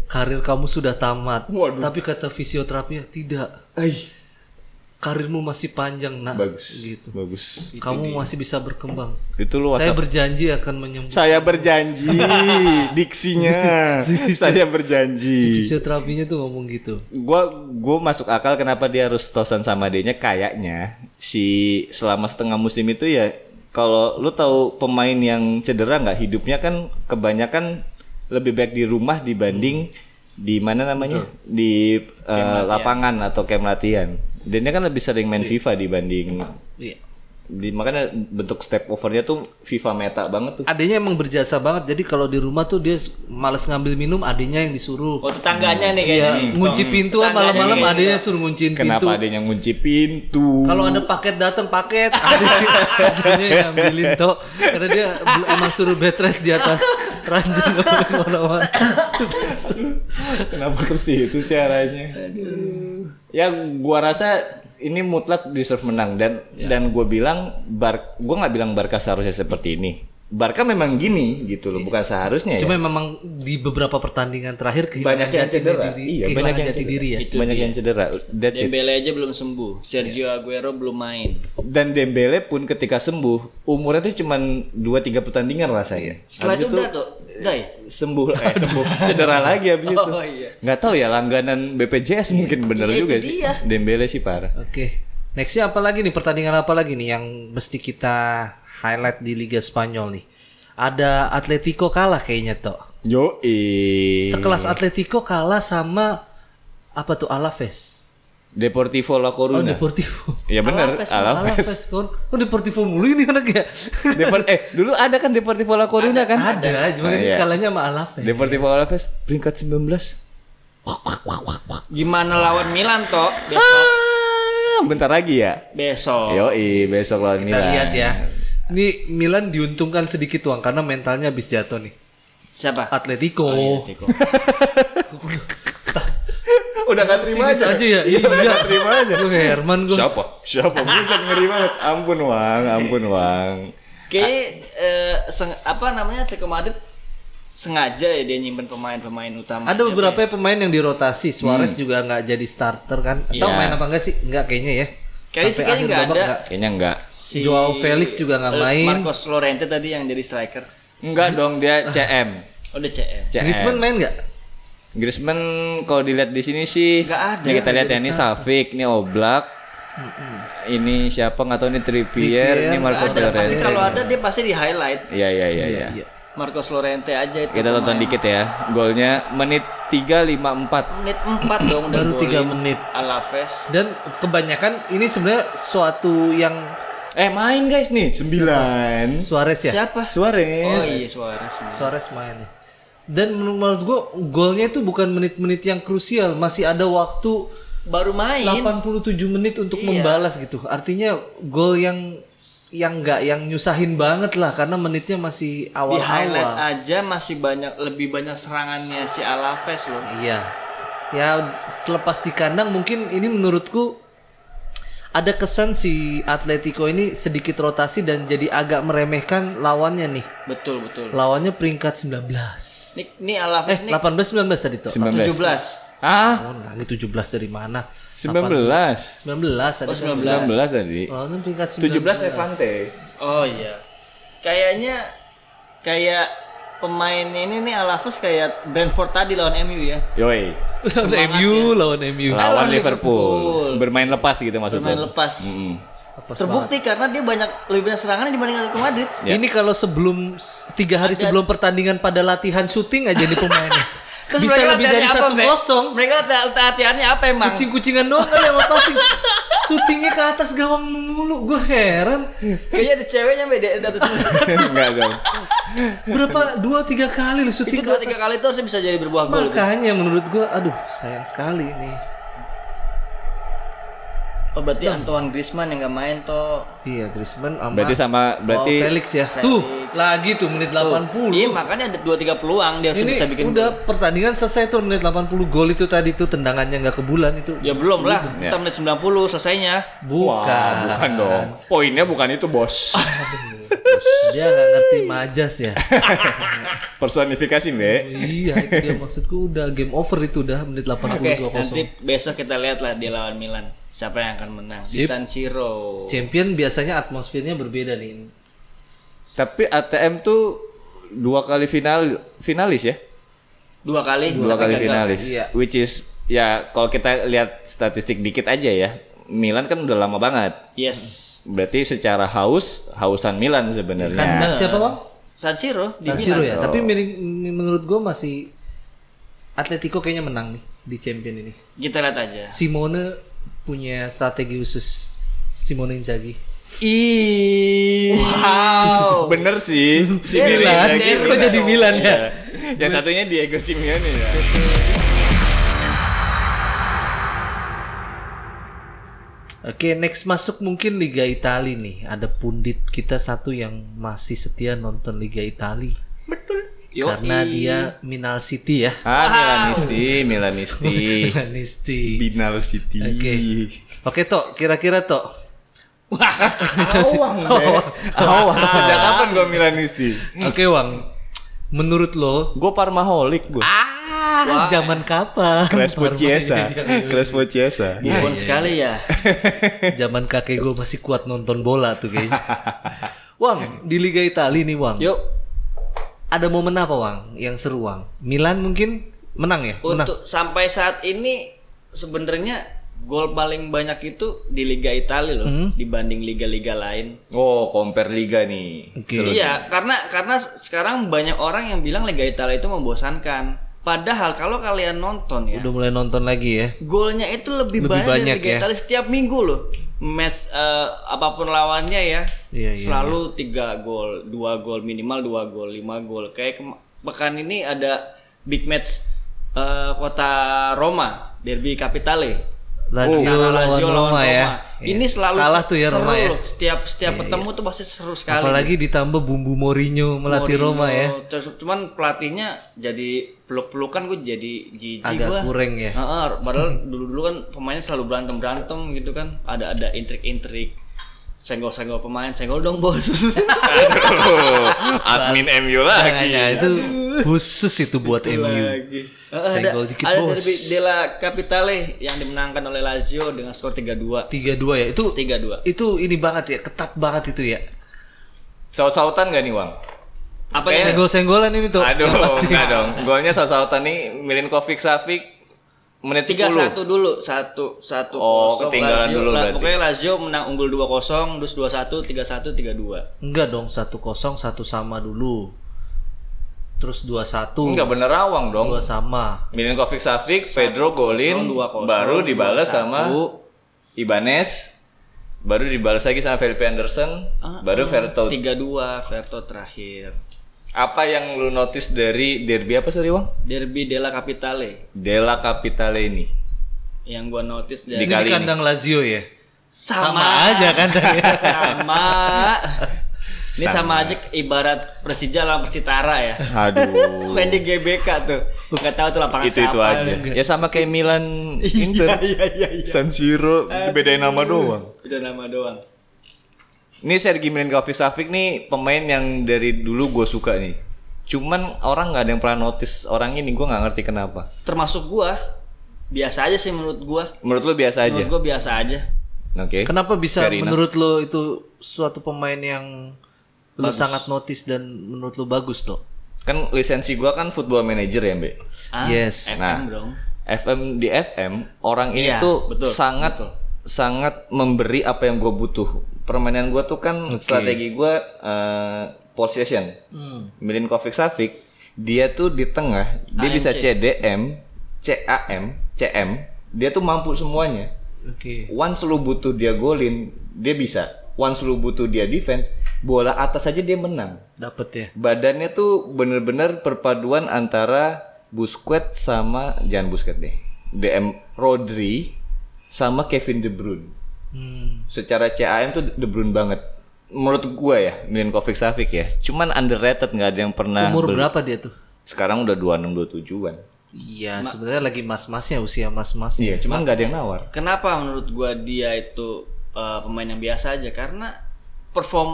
karir kamu sudah tamat. Waduh. Tapi kata fisioterapinya tidak. Ai, Karirmu masih panjang, nak. bagus. Gitu. Bagus. Kamu masih bisa berkembang. Itu lu Saya WhatsApp. berjanji akan menyembuhkan. Saya berjanji, diksinya. Saya berjanji. Fisioterapinya tuh ngomong gitu. Gua gua masuk akal kenapa dia harus tosan sama adenya. Kayaknya si selama setengah musim itu ya, kalau lu tahu pemain yang cedera nggak, hidupnya kan kebanyakan lebih baik di rumah dibanding di mana namanya di uh, lapangan atau camp latihan. Dan dia kan lebih sering main FIFA dibanding Iya. di, makanya bentuk step overnya tuh FIFA meta banget tuh. Adenya emang berjasa banget. Jadi kalau di rumah tuh dia males ngambil minum, adenya yang disuruh. Oh, tetangganya nih Iya, kayaknya nih. ngunci Tong- pintu tetangganya malam-malam nih kayaknya. adenya suruh ngunciin Kenapa pintu. adanya ngunci pintu? Kalau ada paket datang paket, adenya, adenya yang ngambilin toh. Karena dia bel- emang suruh bed rest di atas ranjang kemana-mana. Kenapa terus itu sih arahnya? Ya gua rasa ini mutlak deserve menang dan dan gua bilang Bar gua nggak bilang Barca seharusnya seperti ini. Barca memang gini gitu loh, bukan seharusnya Cuma ya. memang di beberapa pertandingan terakhir Banyak yang jati cedera. diri, Iya, kehilangan banyak yang jati cedera. diri ya. Itu Banyak dia. yang cedera. That's it. Dembele aja belum sembuh. Sergio Aguero belum main. Dan Dembele pun ketika sembuh umurnya tuh cuman dua tiga pertandingan rasanya. Setelah Habis itu udah tuh, udah ya? sembuh eh sembuh cedera lagi habis itu. Oh, iya. Nggak tahu ya, langganan B P J S mungkin bener Iya, juga itu sih. dia. Dembele sih parah. Oke. Nextnya apa lagi nih, pertandingan apa lagi nih yang mesti kita highlight di Liga Spanyol nih? Ada Atletico kalah kayaknya toh. Yo Sekelas Atletico kalah sama apa tuh, Alaves. Deportivo La Oh, Coruna. Deportivo. Ya benar, Alaves, Alaves. Alaves kon. Oh, Deportivo mulu ini anak ya. Depor eh dulu ada kan Deportivo La Coruna kan? Ada, cuma Ah, ini iya. kalahnya sama Alaves. Deportivo Alaves peringkat sembilan belas. Gimana lawan Milan toh? Besok. Ah, bentar lagi ya. Besok. Yoi, besok lawan Kita Milan. lihat ya. Ini Milan diuntungkan sedikit uang karena mentalnya habis jatuh nih. Siapa? Atletico. Oh, iya, Tiko. Udah gak terima Sinis aja. aja ya. Iya, Gak terima aja. Gue Herman gue. Siapa? Siapa? Buset ngeri banget. Ampun Wang, ampun Wang. Kayaknya eh, seng- apa namanya Atletico Madrid sengaja ya dia nyimpen pemain-pemain utama. Ada beberapa pemain yang dirotasi. Suarez juga nggak jadi starter kan? Atau Iya. main apa enggak sih? Enggak kayaknya ya. Kayaknya sih Sampai kayaknya akhir nggak babak ada. nggak. Kayaknya enggak. Si Joao Felix juga nggak eh, main. Marcos Llorente tadi yang jadi striker. Enggak dong, dia C M. Oh, udah C M. C M. Griezmann main nggak? Griezmann kalau dilihat di sini sih Nggak ada. Ini kita lihat ya, ini Savic, ini Oblak. Ini siapa nggak tahu, ini Trippier, Trippier, ini Nggak Marcos ada. Pasti Llorente. kalau ada dia pasti di highlight. Iya iya iya iya. Iya. Marcos Llorente aja itu. Kita tonton pemain. dikit ya. Golnya menit tiga lima empat. Menit empat dong udah Baru tiga golin menit. Alaves. Dan kebanyakan ini sebenarnya suatu yang Eh main guys nih sembilan. Suarez ya. Siapa? Suarez. Oh iya Suarez. Suarez main ya. Dan menurut gue golnya itu bukan menit-menit yang krusial, masih ada waktu Baru main. delapan puluh tujuh menit untuk Iya. membalas gitu. Artinya gol yang yang enggak yang nyusahin banget lah karena menitnya masih Di highlight awal-awal. aja masih banyak lebih banyak serangannya si Alaves loh. Iya. Ya selepas di kandang mungkin ini menurutku ada kesan si Atletico ini sedikit rotasi dan jadi agak meremehkan lawannya nih. Betul betul. Lawannya peringkat sembilan belas. Ini, ini Eh, Alaves nih delapan belas sembilan belas tadi tuh. sembilan belas. tujuh belas. Ah, Oh, nah, ini tujuh belas dari mana? sembilan belas. sembilan belas tadi. Oh, kan. sembilan sembilan belas tadi. Lawannya peringkat sembilan belas. tujuh belas Levante. Oh iya. Kayaknya kayak pemainnya ini nih Alaves kayak Brentford tadi lawan M U ya. Yoi. Lawan M U, lawan M U. Lawan Lawan Liverpool. Liverpool. Bermain lepas gitu maksudnya. Bermain lepas. Mm-mm. Apa Terbukti karena dia banyak lebih banyak serangannya dibanding Atletico Madrid. Ya. Ini kalau sebelum tiga hari Ada- sebelum pertandingan pada latihan syuting aja nih pemainnya. Terus Bisa mereka lebih dari latihannya satu apa, Mbak? kosong. Mereka latihannya apa emang? Kucing-kucingan doang kali yang passing. Syutingnya ke atas gawang mulu. Gue heran. Kayaknya ada ceweknya beda di atas. Enggak dong. Berapa dua tiga kali lu Itu syuting ke dua atas. tiga kali itu harusnya bisa jadi berbuah gol. itu. Makanya menurut gue, aduh sayang sekali nih. Oh berarti Antoine Griezmann yang nggak main toh. Iya, Griezmann sama Berarti sama berarti Joao Felix ya. Felix. Tuh, lagi tuh menit delapan puluh. Iya makanya ada dua tiga peluang dia harus Ini bisa bikin. udah pertandingan selesai tuh menit delapan puluh, gol itu tadi tuh tendangannya nggak ke bulan itu. Ya belum lah. Ya. Kita menit sembilan puluh selesainya. Bukan. Wah, bukan dong. Poinnya bukan itu, Bos. Dia nggak ngerti majas ya. Personifikasi, Mbak. Iya, itu dia maksudku udah game over itu udah menit delapan Oke, puluh dua nanti kosong. besok kita lihat lah dia lawan Milan. Siapa yang akan menang di Sip. San Siro. Champion biasanya atmosfernya berbeda nih. Tapi A T M tuh dua kali final finalis ya? Dua kali, Dua tapi kali gagal. finalis. Iya. Which is ya kalau kita lihat statistik dikit aja ya. Milan kan udah lama banget. Yes. Berarti secara haus, hausan Milan sebenarnya. Kan siapa bang? San Siro di San Milan. Siro ya. Oh. Tapi miring, menurut gue masih Atletico kayaknya menang nih di champion ini. Kita lihat aja. Simone punya strategi khusus. Simone Inzaghi. Ih. Wow. Bener sih. Si Milan. Inzaghi, Kok jadi Milan ya? Iya. Yang satunya Diego Simeone ya. Oke, next masuk mungkin Liga Italia nih. Ada pundit kita satu yang masih setia nonton Liga Italia. Yoi. Karena dia Minal City ya. Ah, Milanisti, Milanisti. Milanisti. Binal City. Oke. Oke, Tok. Kira-kira Tok. Awang deh. Awang. Sejak kapan gua Milanisti? Oke, Wang. Menurut lo, Gua Parmaholik gua. ah, zaman kapan? Crespo Chiesa. Iya, iya, iya. Crespo Chiesa. Buffon sekali ya. Zaman kakek gue masih kuat nonton bola tuh kayaknya. Wang, di Liga Italia nih, Wang. Yuk, Ada momen apa, Wang? Yang seru, Wang? Milan mungkin menang ya? Menang. untuk sampai saat ini sebenarnya gol paling banyak itu di Liga Italia loh Hmm. dibanding liga-liga lain. Oh, compare liga nih. Oke. Seru. Iya, karena karena sekarang banyak orang yang bilang Liga Italia itu membosankan. Padahal kalau kalian nonton ya, Udah mulai nonton lagi ya? golnya itu lebih, Lebih banyak, banyak dari Liga ya? Italia setiap minggu loh. Match eh, apapun lawannya ya, Iya, iya. selalu tiga gol, dua gol minimal dua gol, lima gol. Kayak kem- pekan ini ada big match eh, kota Roma, Derby Capitale. Lazio Antara lawan Lazio lawan Roma ya. Ini Iya. selalu kalah se- tuh ya seru Roma ya. loh. Setiap setiap Iya, ketemu tuh pasti seru sekali. Apalagi ditambah bumbu Mourinho melatih Mourinho, Roma ya. terus- Cuman pelatihnya jadi peluk-pelukan, gue jadi jijik Agak gue. kurang ya. Padahal dulu-dulu kan pemainnya selalu berantem-berantem gitu kan. Ada ada intrik-intrik. Senggol-senggol pemain, senggol dong bos. Aduh, admin M U lagi. Makanya itu khusus itu buat M U. Lagi. Eh, ada Senggol dikit, ada bos. Derby della Capitale yang dimenangkan oleh Lazio dengan skor tiga dua. tiga dua ya. Itu tiga dua. itu ini banget ya, ketat banget itu ya. Saut-sautan gak nih, Wang? Apa Kayak- yang Senggol-senggolan ini tuh. Aduh, yang pasti. enggak dong. Golnya saut-sautan nih Milinkovic Savic menit tiga sepuluh. satu dulu, satu satu Oh, kosong. ketinggalan Lazio, dulu La- berarti. Pokoknya Lazio menang unggul dua kosong, terus dua satu, tiga satu, tiga dua. Enggak dong, satu kosong satu sama dulu. Terus dua satu. Enggak bener Awang dong. Dua sama. Milinkovic Savic, Pedro golin, dua kosong, baru dibalas dua sama satu. Ibanez, baru dibalas lagi sama Felipe Anderson, Ah, baru ah, Vertot. tiga dua, Vertot terakhir. Apa yang lu notice dari derby apa sorry, Wang? Derby della Capitale Della Capitale ini. yang gua notice Di dari Ini kali di ini. kandang Lazio ya. sama, aja kandangnya. sama. Ini sama. aja ibarat Persija lawan Persitara ya. Aduh. Main di G B K tuh. Nggak tahu tuh lapangan itu itu siapa. aja. Ya sama kayak Milan Inter. Iya iya iya. San Siro bedain nama doang. Udah nama doang. Ini Sergei Milinkovic Savic nih pemain yang dari dulu gue suka nih. Cuman orang nggak ada yang pernah notice orang ini, gue nggak ngerti kenapa. Termasuk gua. Biasa aja sih menurut gua. Menurut lu biasa aja? Menurut gua biasa aja. Oke. Kenapa bisa Fair enough. menurut lo itu suatu pemain yang lo sangat notice dan menurut lo bagus tuh? Kan lisensi gue kan football manager ya, Mbak. Ah, Yes. F M Nah. dong. F M di F M orang ini Iya, tuh betul, sangat betul. sangat memberi apa yang gue butuh. Permainan gue tuh kan Oke. strategi gue uh, possession. Hmm. Milinkovic Savic dia tuh di tengah dia A M C. bisa C D M, C A M, C M. Dia tuh mampu semuanya. Oke. Once lu butuh dia golin, dia bisa. Once lu butuh dia defense, bola atas aja dia menang. Dapat ya. Badannya tuh bener-bener perpaduan antara Busquets sama jangan Busquets deh. D M Rodri sama Kevin De Bruyne. Hmm. Secara C A M tuh De Bruyne banget. Menurut gua ya, Milinkovic Savic ya. Cuman underrated, nggak ada yang pernah. Umur beli. berapa dia tuh? Sekarang udah dua puluh enam dua puluh tujuh-an. Iya, sebenarnya lagi mas-masnya usia mas-masnya. Iya, cuman nggak ada yang nawar. Kenapa menurut gua dia itu uh, pemain yang biasa aja? Karena perform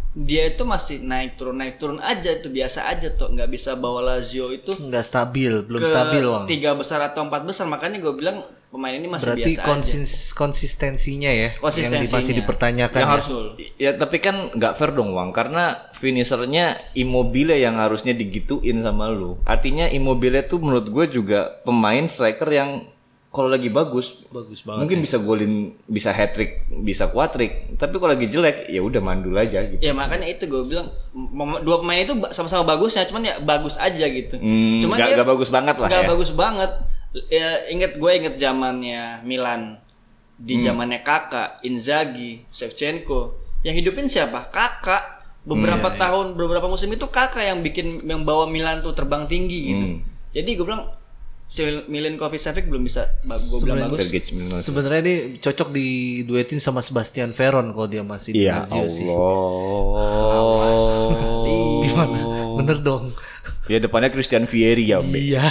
dia itu masih naik turun naik turun aja, itu biasa aja tuh, nggak bisa bawa Lazio itu Nggak stabil, belum ke stabil Wang. tiga besar atau empat besar. Makanya gue bilang pemain ini masih Berarti biasa aja. konsis- konsistensinya ya yang di- Konsistensinya. masih dipertanyakan. Yang ya. harus ya tapi kan nggak fair dong Wang, karena finishernya Immobile yang harusnya digituin sama lu. Artinya Immobile tuh menurut gue juga pemain striker yang kalau lagi bagus Bagus banget. mungkin bisa golin, bisa hat trick, bisa quadrick. Tapi kalau lagi jelek ya udah mandul aja gitu. Ya makanya itu gue bilang mem- dua pemain itu ba- sama-sama bagusnya, cuman ya bagus aja gitu. Hmm, Cuman nggak dia nggak bagus banget lah nggak ya. bagus banget. Ya inget gue inget zamannya Milan, di Hmm. zamannya Kakak, Inzaghi, Shevchenko. Yang hidupin siapa? Kakak. Beberapa Hmm, iya, tahun, beberapa musim itu Kakak yang bikin yang bawa Milan tuh terbang tinggi gitu. Hmm. Jadi gue bilang Milinkovic-Savic belum bisa ba- gue bilang Sebenarnya- bagus. Sergej Milinkovic. Sebenarnya dia cocok diduetin sama Sebastian Veron kalau dia masih di Ya Lazio sih. Allah. Gimana? Bener dong. Ya depannya Christian Vieri ya, Mbak. Iya.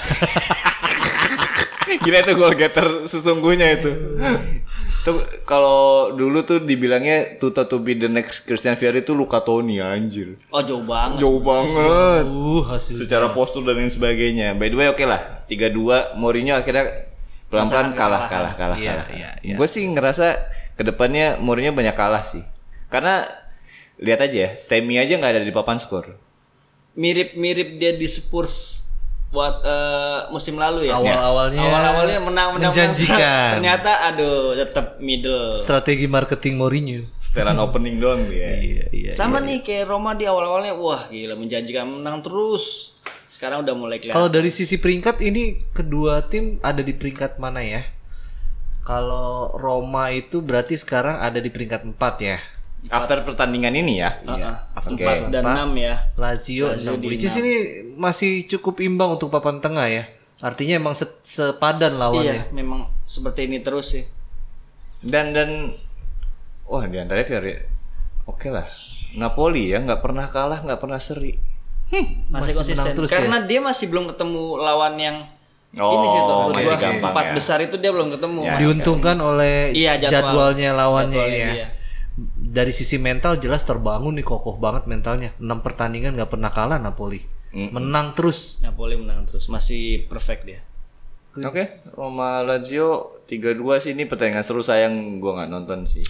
Gila itu goal getter sesungguhnya itu. Tuh kalau dulu tuh dibilangnya Tuta to be the next Christian Vieri itu Luca Toni anjir. Oh jauh banget. Jauh banget. Uh, hasil Secara postur dan lain sebagainya. By the way oke lah, tiga dua Mourinho akhirnya pelan-pelan Pasangan kalah, kekalahan. kalah, kalah, Iya, kalah. iya, iya. Gue sih ngerasa kedepannya Mourinho banyak kalah sih. Karena lihat aja ya, Temi aja nggak ada di papan skor. Mirip-mirip dia di Spurs buat eh, musim lalu ya. Awal-awalnya Awal-awalnya menang menang menang. menjanjikan. Ternyata aduh tetap middle. Strategi marketing Mourinho. Setelan opening doang dia. Iya, iya. Sama nih kayak Roma di awal-awalnya wah gila menjanjikan menang terus. Sekarang udah mulai kelihatan. Kalau dari sisi peringkat ini kedua tim ada di peringkat mana ya? Kalau Roma itu berarti sekarang ada di peringkat empat ya. After pertandingan ini ya. Heeh. Oke. Empat dan Empat. enam ya. Lazio, Lazio enam. di Which is enam. ini masih cukup imbang untuk papan tengah ya. Artinya emang se- sepadan lawannya. Iya, memang seperti ini terus sih. Dan dan wah di antara Fiori oke lah. Napoli ya nggak pernah kalah, nggak pernah seri. Masih, Masih konsisten. menang terus Karena dia masih belum ketemu lawan yang Oh, ini sih tuh menurut masih gua. gampang Empat ya. besar itu dia belum ketemu. Ya, Masih- Diuntungkan oleh Iya, jadwal. jadwalnya lawannya jadwalnya ini ya. dia. Dari sisi mental jelas terbangun nih, kokoh banget mentalnya. enam pertandingan nggak pernah kalah Napoli. Mm-mm. Menang terus. Napoli menang terus, masih perfect dia. Oke, Roma Lazio tiga dua sih, ini pertandingan seru, sayang gua nggak nonton sih.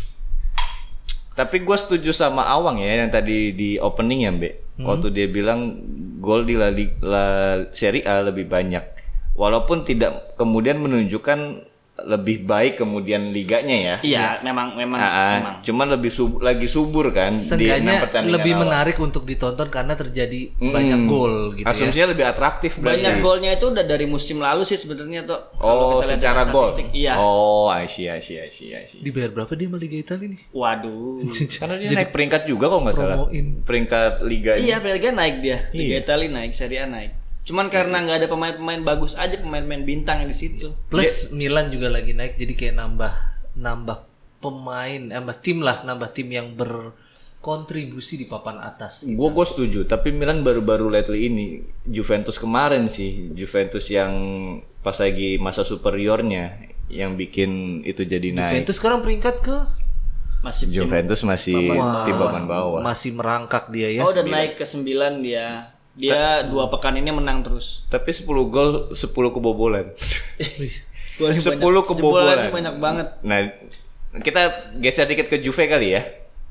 Tapi gue setuju sama Awang ya yang tadi di opening ya, Mbak. Waktu dia bilang gol di La, Li- La Serie A lebih banyak. Walaupun tidak kemudian menunjukkan lebih baik kemudian liganya ya. Iya, memang memang Ah, ah. memang. Cuman lebih sub- lagi subur kan di enam Seenggaknya pertandingan lebih awal. menarik untuk ditonton karena terjadi Mm-mm. banyak gol gitu ya. Asumsinya lebih atraktif berarti. Banyak golnya itu udah dari musim lalu sih sebenarnya tuh. Kalau Oh, kita lihat secara dari gol. statistik, Iya. Oh, I see, I see, I see, I see. Dibayar berapa dia sama Liga Italia nih? Waduh. Karena dia naik peringkat juga kok nggak salah. Promoin. Peringkat liga. Iya, Liga naik dia. Liga Iya. Italia naik, Serie A naik. Cuman karena nggak ada pemain-pemain bagus aja, pemain-pemain bintang yang di situ. Plus Milan juga lagi naik, jadi kayak nambah nambah pemain, nambah tim lah, nambah tim yang berkontribusi di papan atas. Gue gue setuju, tapi Milan baru-baru lately ini Juventus kemarin sih, Juventus yang pas lagi masa superiornya yang bikin itu jadi naik. Juventus sekarang peringkat ke Masih tim- Juventus masih Wah, tim papan bawah. masih merangkak dia ya. Oh, udah naik ke sembilan dia. Dia dua pekan ini menang terus. Tapi sepuluh gol, sepuluh kebobolan. Wih, Golnya sepuluh banyak. kebobolan. Jebolannya banyak banget. Nah, kita geser dikit ke Juve kali ya.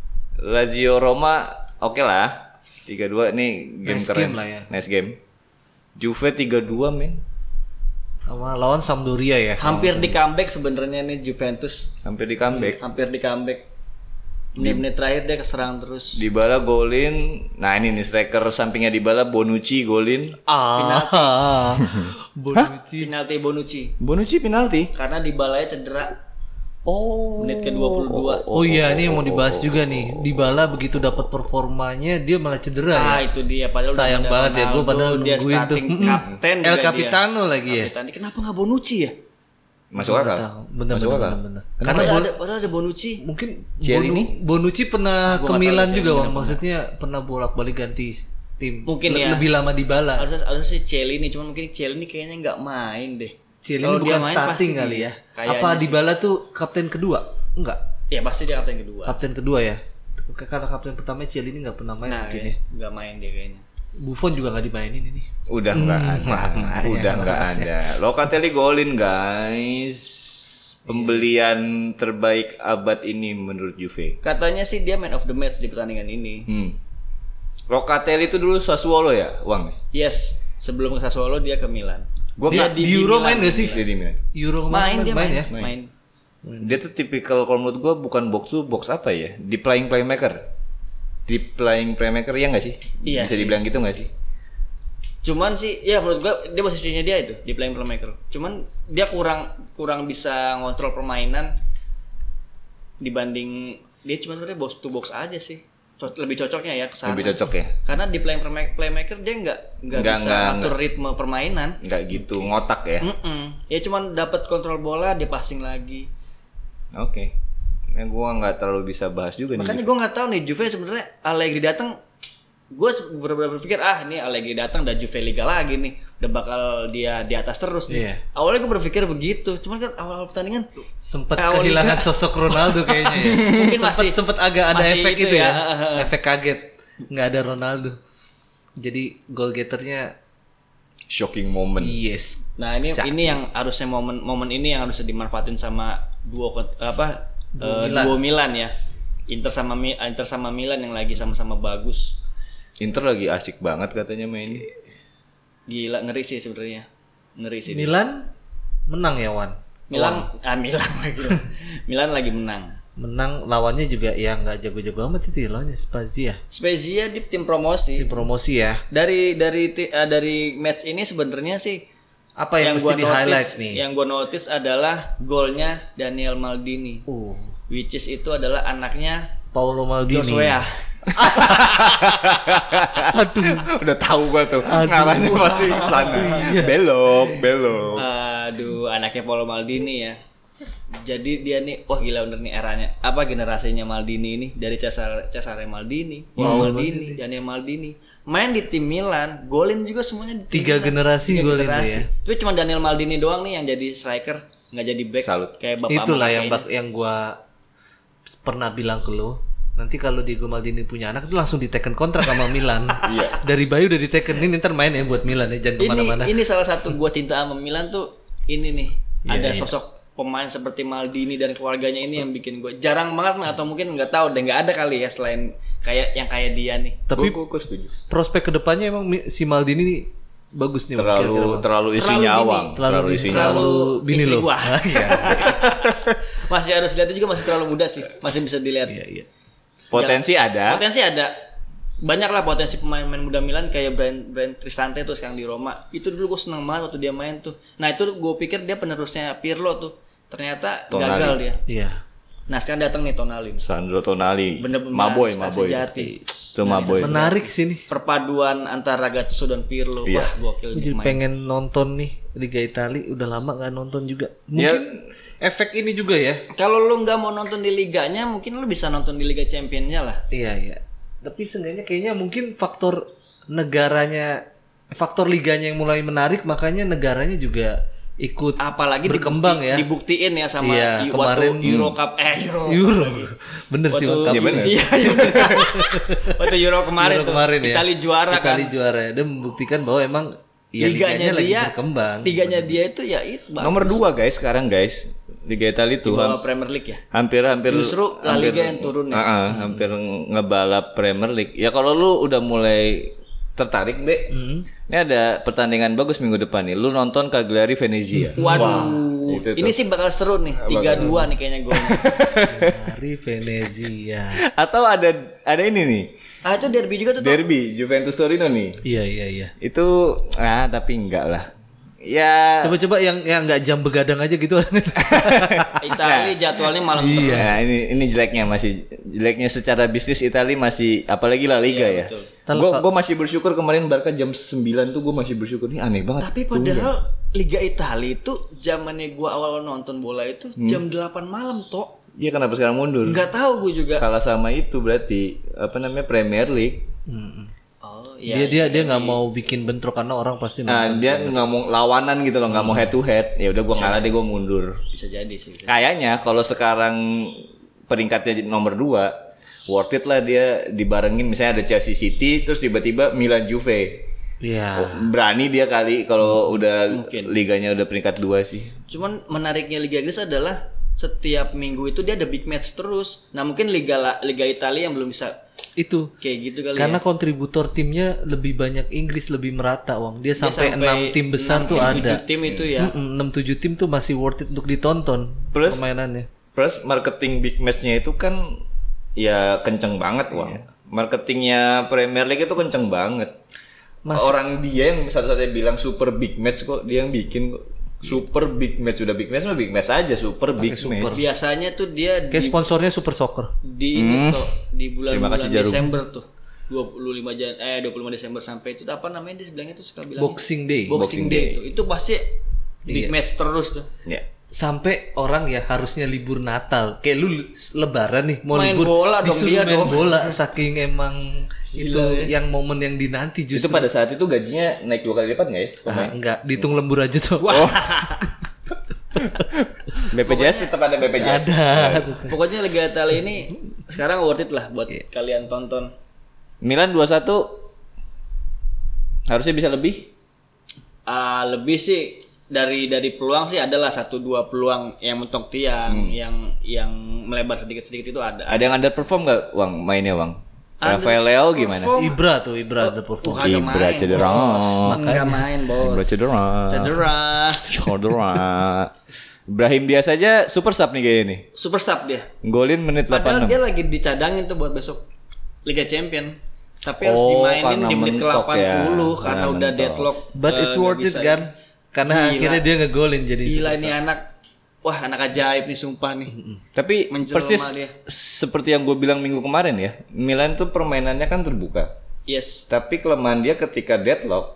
Lazio Roma oke lah. tiga dua nih game Nice keren. game lah ya. Nice game. Juve tiga dua men. sama lawan Sampdoria ya. Hampir di comeback sebenarnya nih Juventus. Hampir di comeback. Hampir di comeback. Menit-menit terakhir dia keserang terus. Dybala golin. Nah, ini nih striker sampingnya Dybala, Bonucci golin. Ah, Bonucci. Penalti Bonucci. Bonucci penalti. Karena Dybalanya cedera. Oh. Menit ke dua puluh dua. Oh iya, ini yang mau dibahas juga nih. Dybala begitu dapat performanya dia malah cedera Ah, ya. itu dia padahal udah Sayang ada banget ya, gue Ronaldo, padahal dia nungguin tuh. starting Mm-mm. kapten El juga dia. Capitano lagi ya. Kapiten. Kenapa nggak Bonucci ya? Masuk akal. Bener Masuk bener akal. bener. bener. Karena Karena padahal Bon- ada, padahal ada Bonucci. mungkin Cielini? Bonu- Bonucci pernah Ah, gua ke nggak Milan tahu juga, Cielini Bang. pernah. Maksudnya pernah bolak-balik ganti tim. Mungkin Le- ya. Lebih lama Dybala. Harusnya harusnya sih Cielini, cuman mungkin Cielini kayaknya nggak main deh. Cielini Kalau dia bukan main starting pasti kali dia. ya. Kayaknya Apa sih. Dybala tuh kapten kedua? Enggak. Ya pasti dia kapten kedua. Kapten kedua ya. Karena kapten pertama Chiellini nggak pernah main Nah, mungkin ya, ya. nggak main dia kayaknya. Buffon juga nggak dimainin ini. Udah nggak Hmm, ada, maaf, maaf, udah ya, nggak maaf, ya. ada. Locatelli golin guys, pembelian terbaik abad ini menurut Juve. Katanya sih dia man of the match di pertandingan ini. Hmm. Locatelli itu dulu Sassuolo ya, Uang? Yes, sebelum ke Sassuolo dia ke Milan. Gua Dia nggak di Euro main nggak sih? Dia di Milan. Euro Main kemarin dia main, main, ya. Main. main. Dia tuh tipikal kalau menurut gua bukan box to box apa ya? Di playing playmaker. Di playing playmaker ya nggak sih? Iya Bisa sih. dibilang gitu nggak sih? Cuman sih, ya menurut gua dia posisinya dia itu di playing playmaker. Cuman dia kurang kurang bisa ngontrol permainan dibanding dia cuma sebenarnya box to box aja sih. Co- lebih cocoknya ya ke sana. Lebih cocok ya. Karena di playing playma- playmaker dia nggak nggak Nggak, bisa nggak, ngatur ritme permainan. Nggak gitu ngotak ya. Mm-mm. Ya cuman dapat kontrol bola dia passing lagi. Oke. Yang gua nggak terlalu bisa bahas juga Makanya nih. gue nggak tahu nih Juve sebenarnya Allegri datang, gue bener-bener berpikir ah ini Allegri datang dan Juve Liga lagi nih, udah bakal dia di atas terus nih. Iya. Awalnya gue berpikir begitu, cuman kan awal pertandingan Sempat Awal kehilangan Liga. sosok Ronaldo kayaknya ya. Mungkin Sempat masih- sempat agak ada masih efek itu itu ya. ya. Efek kaget. Nggak ada Ronaldo. Jadi goal getternya Shocking moment. yes. Nah ini Sakti. ini yang harusnya momen momen ini yang harusnya dimanfaatin sama duo kot- apa Duo eh, Milan. duo Milan ya. Inter sama Mi- Inter sama Milan yang lagi sama-sama bagus. Inter lagi asik banget katanya main. Gila ngeri sih sebenarnya. Ngeri sih. dia. Milan menang ya Wan. Milan ah Milan lagi. Milan lagi menang. Menang lawannya juga ya nggak jago-jago amat itu ya lawannya Spezia. Spezia di tim promosi. Tim promosi ya. Dari dari ti- eh, dari match ini sebenarnya sih Apa yang, gua mesti di highlight notice nih? yang gua notice adalah golnya Daniel Maldini. Uh, Which is itu adalah anaknya Paolo Maldini. Joshua. Aduh. Udah tahu gua tuh. Aduh. Ngarahnya pasti ke sana. Belok, belok. Aduh, anaknya Paolo Maldini ya. Jadi dia nih, wah gila bener nih eranya. Apa generasinya Maldini ini dari Cesare Cesare Maldini, Paolo Wow, Maldini, Daniel Maldini. Main di tim Milan, golin juga semuanya di tim Tiga Milan. generasi Tiga golin generasi. tuh ya. Tapi cuma Daniel Maldini doang nih yang jadi striker, nggak jadi back Salut. kayak bapak Itulah Mama yang kayaknya. bak- yang gua pernah bilang ke lo. Nanti kalau Diego Maldini punya anak itu langsung diteken kontrak sama Milan. Iya. Dari Bayu udah diteken, ini ntar main ya buat Milan ya, jangan Ini kemana-mana. ini salah satu gua cinta sama Milan tuh ini nih. Iya, ada iya. sosok pemain seperti Maldini dan keluarganya ini yang bikin gue jarang banget atau mungkin nggak tahu deh nggak ada kali ya selain kayak yang kayak dia nih. Tapi Gua- gua- gua setuju. prospek kedepannya emang Mi- si Maldini nih bagus nih. Bang. Terlalu Kira-kira, Bang. terlalu isi Terlalu nyawang, dini. terlalu, terlalu terlalu, isi terlalu nyawang. bini istri lo. gua. Iya, Masih harus lihat juga masih terlalu muda sih, masih bisa dilihat. iya, iya. Potensi ada. Potensi ada. Banyak lah potensi pemain-pemain muda Milan kayak Brian, Brian Cristante tuh sekarang di Roma. Itu dulu gue seneng banget waktu dia main tuh. Nah itu gue pikir dia penerusnya Pirlo tuh. Ternyata Tonali. gagal dia. Iya. Nah sekarang datang nih Tonali. Sandro Tonali. Bener-bener Maboy, star Maboy. sejati. Itu Maboy. Menarik sih nih. Perpaduan antara Gattuso dan Pirlo. Iya. Wah gokil Gue nih jadi main. pengen nonton nih Liga Italia. Udah lama nggak nonton juga. Ya. Mungkin efek ini juga ya. Kalau lu nggak mau nonton di liganya, mungkin lu bisa nonton di Liga Championnya lah. Iya, iya. Tapi seenggaknya kayaknya mungkin faktor negaranya, faktor liganya yang mulai menarik, makanya negaranya juga ikut Apalagi berkembang dibukti- ya. dibuktiin ya sama Iya, i- kemarin- waktu Euro Cup eh Euro. Euro. Bener sih Waktu Bang, Iya, bener. Iya, iya bener. Waktu Euro kemarin Euro tuh. kemarin ya. Italia juara kan. Italia juara ya. Dia membuktikan bahwa emang ya liganya, Liganya lagi dia berkembang. Liganya dia itu ya itu bagus. Nomor dua guys sekarang guys. Liga Italia Di tuh bawah Premier League ya. hampir-hampir Justru La Liga yang turun ya. Ah, ah, hampir ngebalap Premier League. Ya kalau lu udah mulai tertarik, Be. Hmm. Ini ada pertandingan bagus minggu depan nih. Lu nonton Cagliari Venezia. Waduh. itu tuh. Ini sih bakal seru nih. tiga dua nih kayaknya gue. Dari Venezia. Atau ada ada ini nih. Ah itu derby juga tuh. Tok. Derby Juventus Torino nih. Iya, iya, iya. Itu ah tapi enggak lah. Ya Coba-coba yang yang nggak jam begadang aja gitu. Italia jadwalnya malam terus. Nah, ini ini jeleknya masih jeleknya secara bisnis Italia masih apalagi La Liga ya. betul. Gue gue masih bersyukur kemarin Barca jam sembilan tuh gue masih bersyukur nih aneh banget. Tapi padahal Liga Italia itu zamannya gua awal nonton bola itu jam delapan malam toh. Iya kenapa sekarang mundur? Nggak tahu gue juga. Kalah sama itu berarti apa namanya Premier League. Hmm. Oh dia dia dia nggak mau bikin bentrok karena orang pasti Nah nonton. dia nggak mau lawanan gitu loh, nggak mau head to head. Ya udah gue ngalah deh gue mundur. Bisa jadi sih. Kayaknya kalau sekarang peringkatnya nomor dua, worth it lah dia dibarengin misalnya ada Chelsea City terus tiba-tiba Milan Juve. Iya. Oh, berani dia kali kalau udah Mungkin. liganya udah peringkat dua sih. Cuman menariknya Liga Inggris adalah setiap minggu itu dia ada big match terus. Nah mungkin Liga La- Liga Italia yang belum bisa Itu. kayak gitu kali Karena ya. kontributor timnya lebih banyak Inggris, lebih merata, Wang. Dia, Dia sampai enam tim besar enam tuh tim, ada. tujuh tim itu ya. enam tujuh tim tuh masih worth it untuk ditonton Plus- permainannya. Plus marketing big match-nya itu kan ya kenceng banget Wang. Marketingnya Premier League itu kenceng banget. Mas- Orang dia yang satu-satunya bilang super big match kok dia yang bikin kok. Super big match udah big match mah big match aja super big super. match. Biasanya tuh dia Kayak di, sponsornya Super Soccer. di ini Hmm. tuh di Terima bulan-bulan kasih, Jarum. Desember tuh. dua puluh lima Jan eh dua puluh lima Desember sampai itu apa namanya dia bilangnya tuh suka bilang Boxing Day. Boxing Boxing Day Day. itu. Itu pasti big Iya. match terus tuh. Ya. Sampai orang ya harusnya libur Natal. Kayak lu lebaran nih mau Main libur bola dong disuruh dia main dong. bola saking emang itu Gila ya. yang momen yang dinanti Itu justru. pada saat itu gajinya naik dua kali lipat nggak ya? Ah, Pemain? enggak, dihitung lembur aja tuh. B P J S tetap ada B P J S. Ada. Pokoknya Liga Italia ini sekarang worth it lah buat Iya. kalian tonton. Milan dua satu harusnya bisa lebih. Ah, lebih sih dari dari peluang sih adalah satu dua peluang yang mentok tiang yang yang melebar sedikit-sedikit itu ada. Ada yang underperform nggak, Wang? Mainnya, Wang? Rafael Leo gimana? Underperform. Ibra tuh, Ibra ada perform. Kagak Ibra main, cedera. bos. Nggak main, bos. Ibra cedera. Cedera. Cedera. Ibrahim Diaz aja super sub nih kayaknya nih. Super sub dia. Golin menit Padahal delapan puluh dia enam. lagi dicadangin tuh buat besok Liga Champion. Tapi harus Oh, dimainin karena di menit ke mentok delapan puluh ya. karena Karena udah mentok. deadlock. But eh, it's nggak worth it bisa kan? ini. Karena Gila. akhirnya dia ngegolin jadi Gila superstar. ini anak. Wah, anak ajaib nih sumpah nih. Tapi Menjelma persis dia. seperti yang gue bilang minggu kemarin ya, Milan tuh permainannya kan terbuka. Yes. Tapi kelemahan dia ketika deadlock,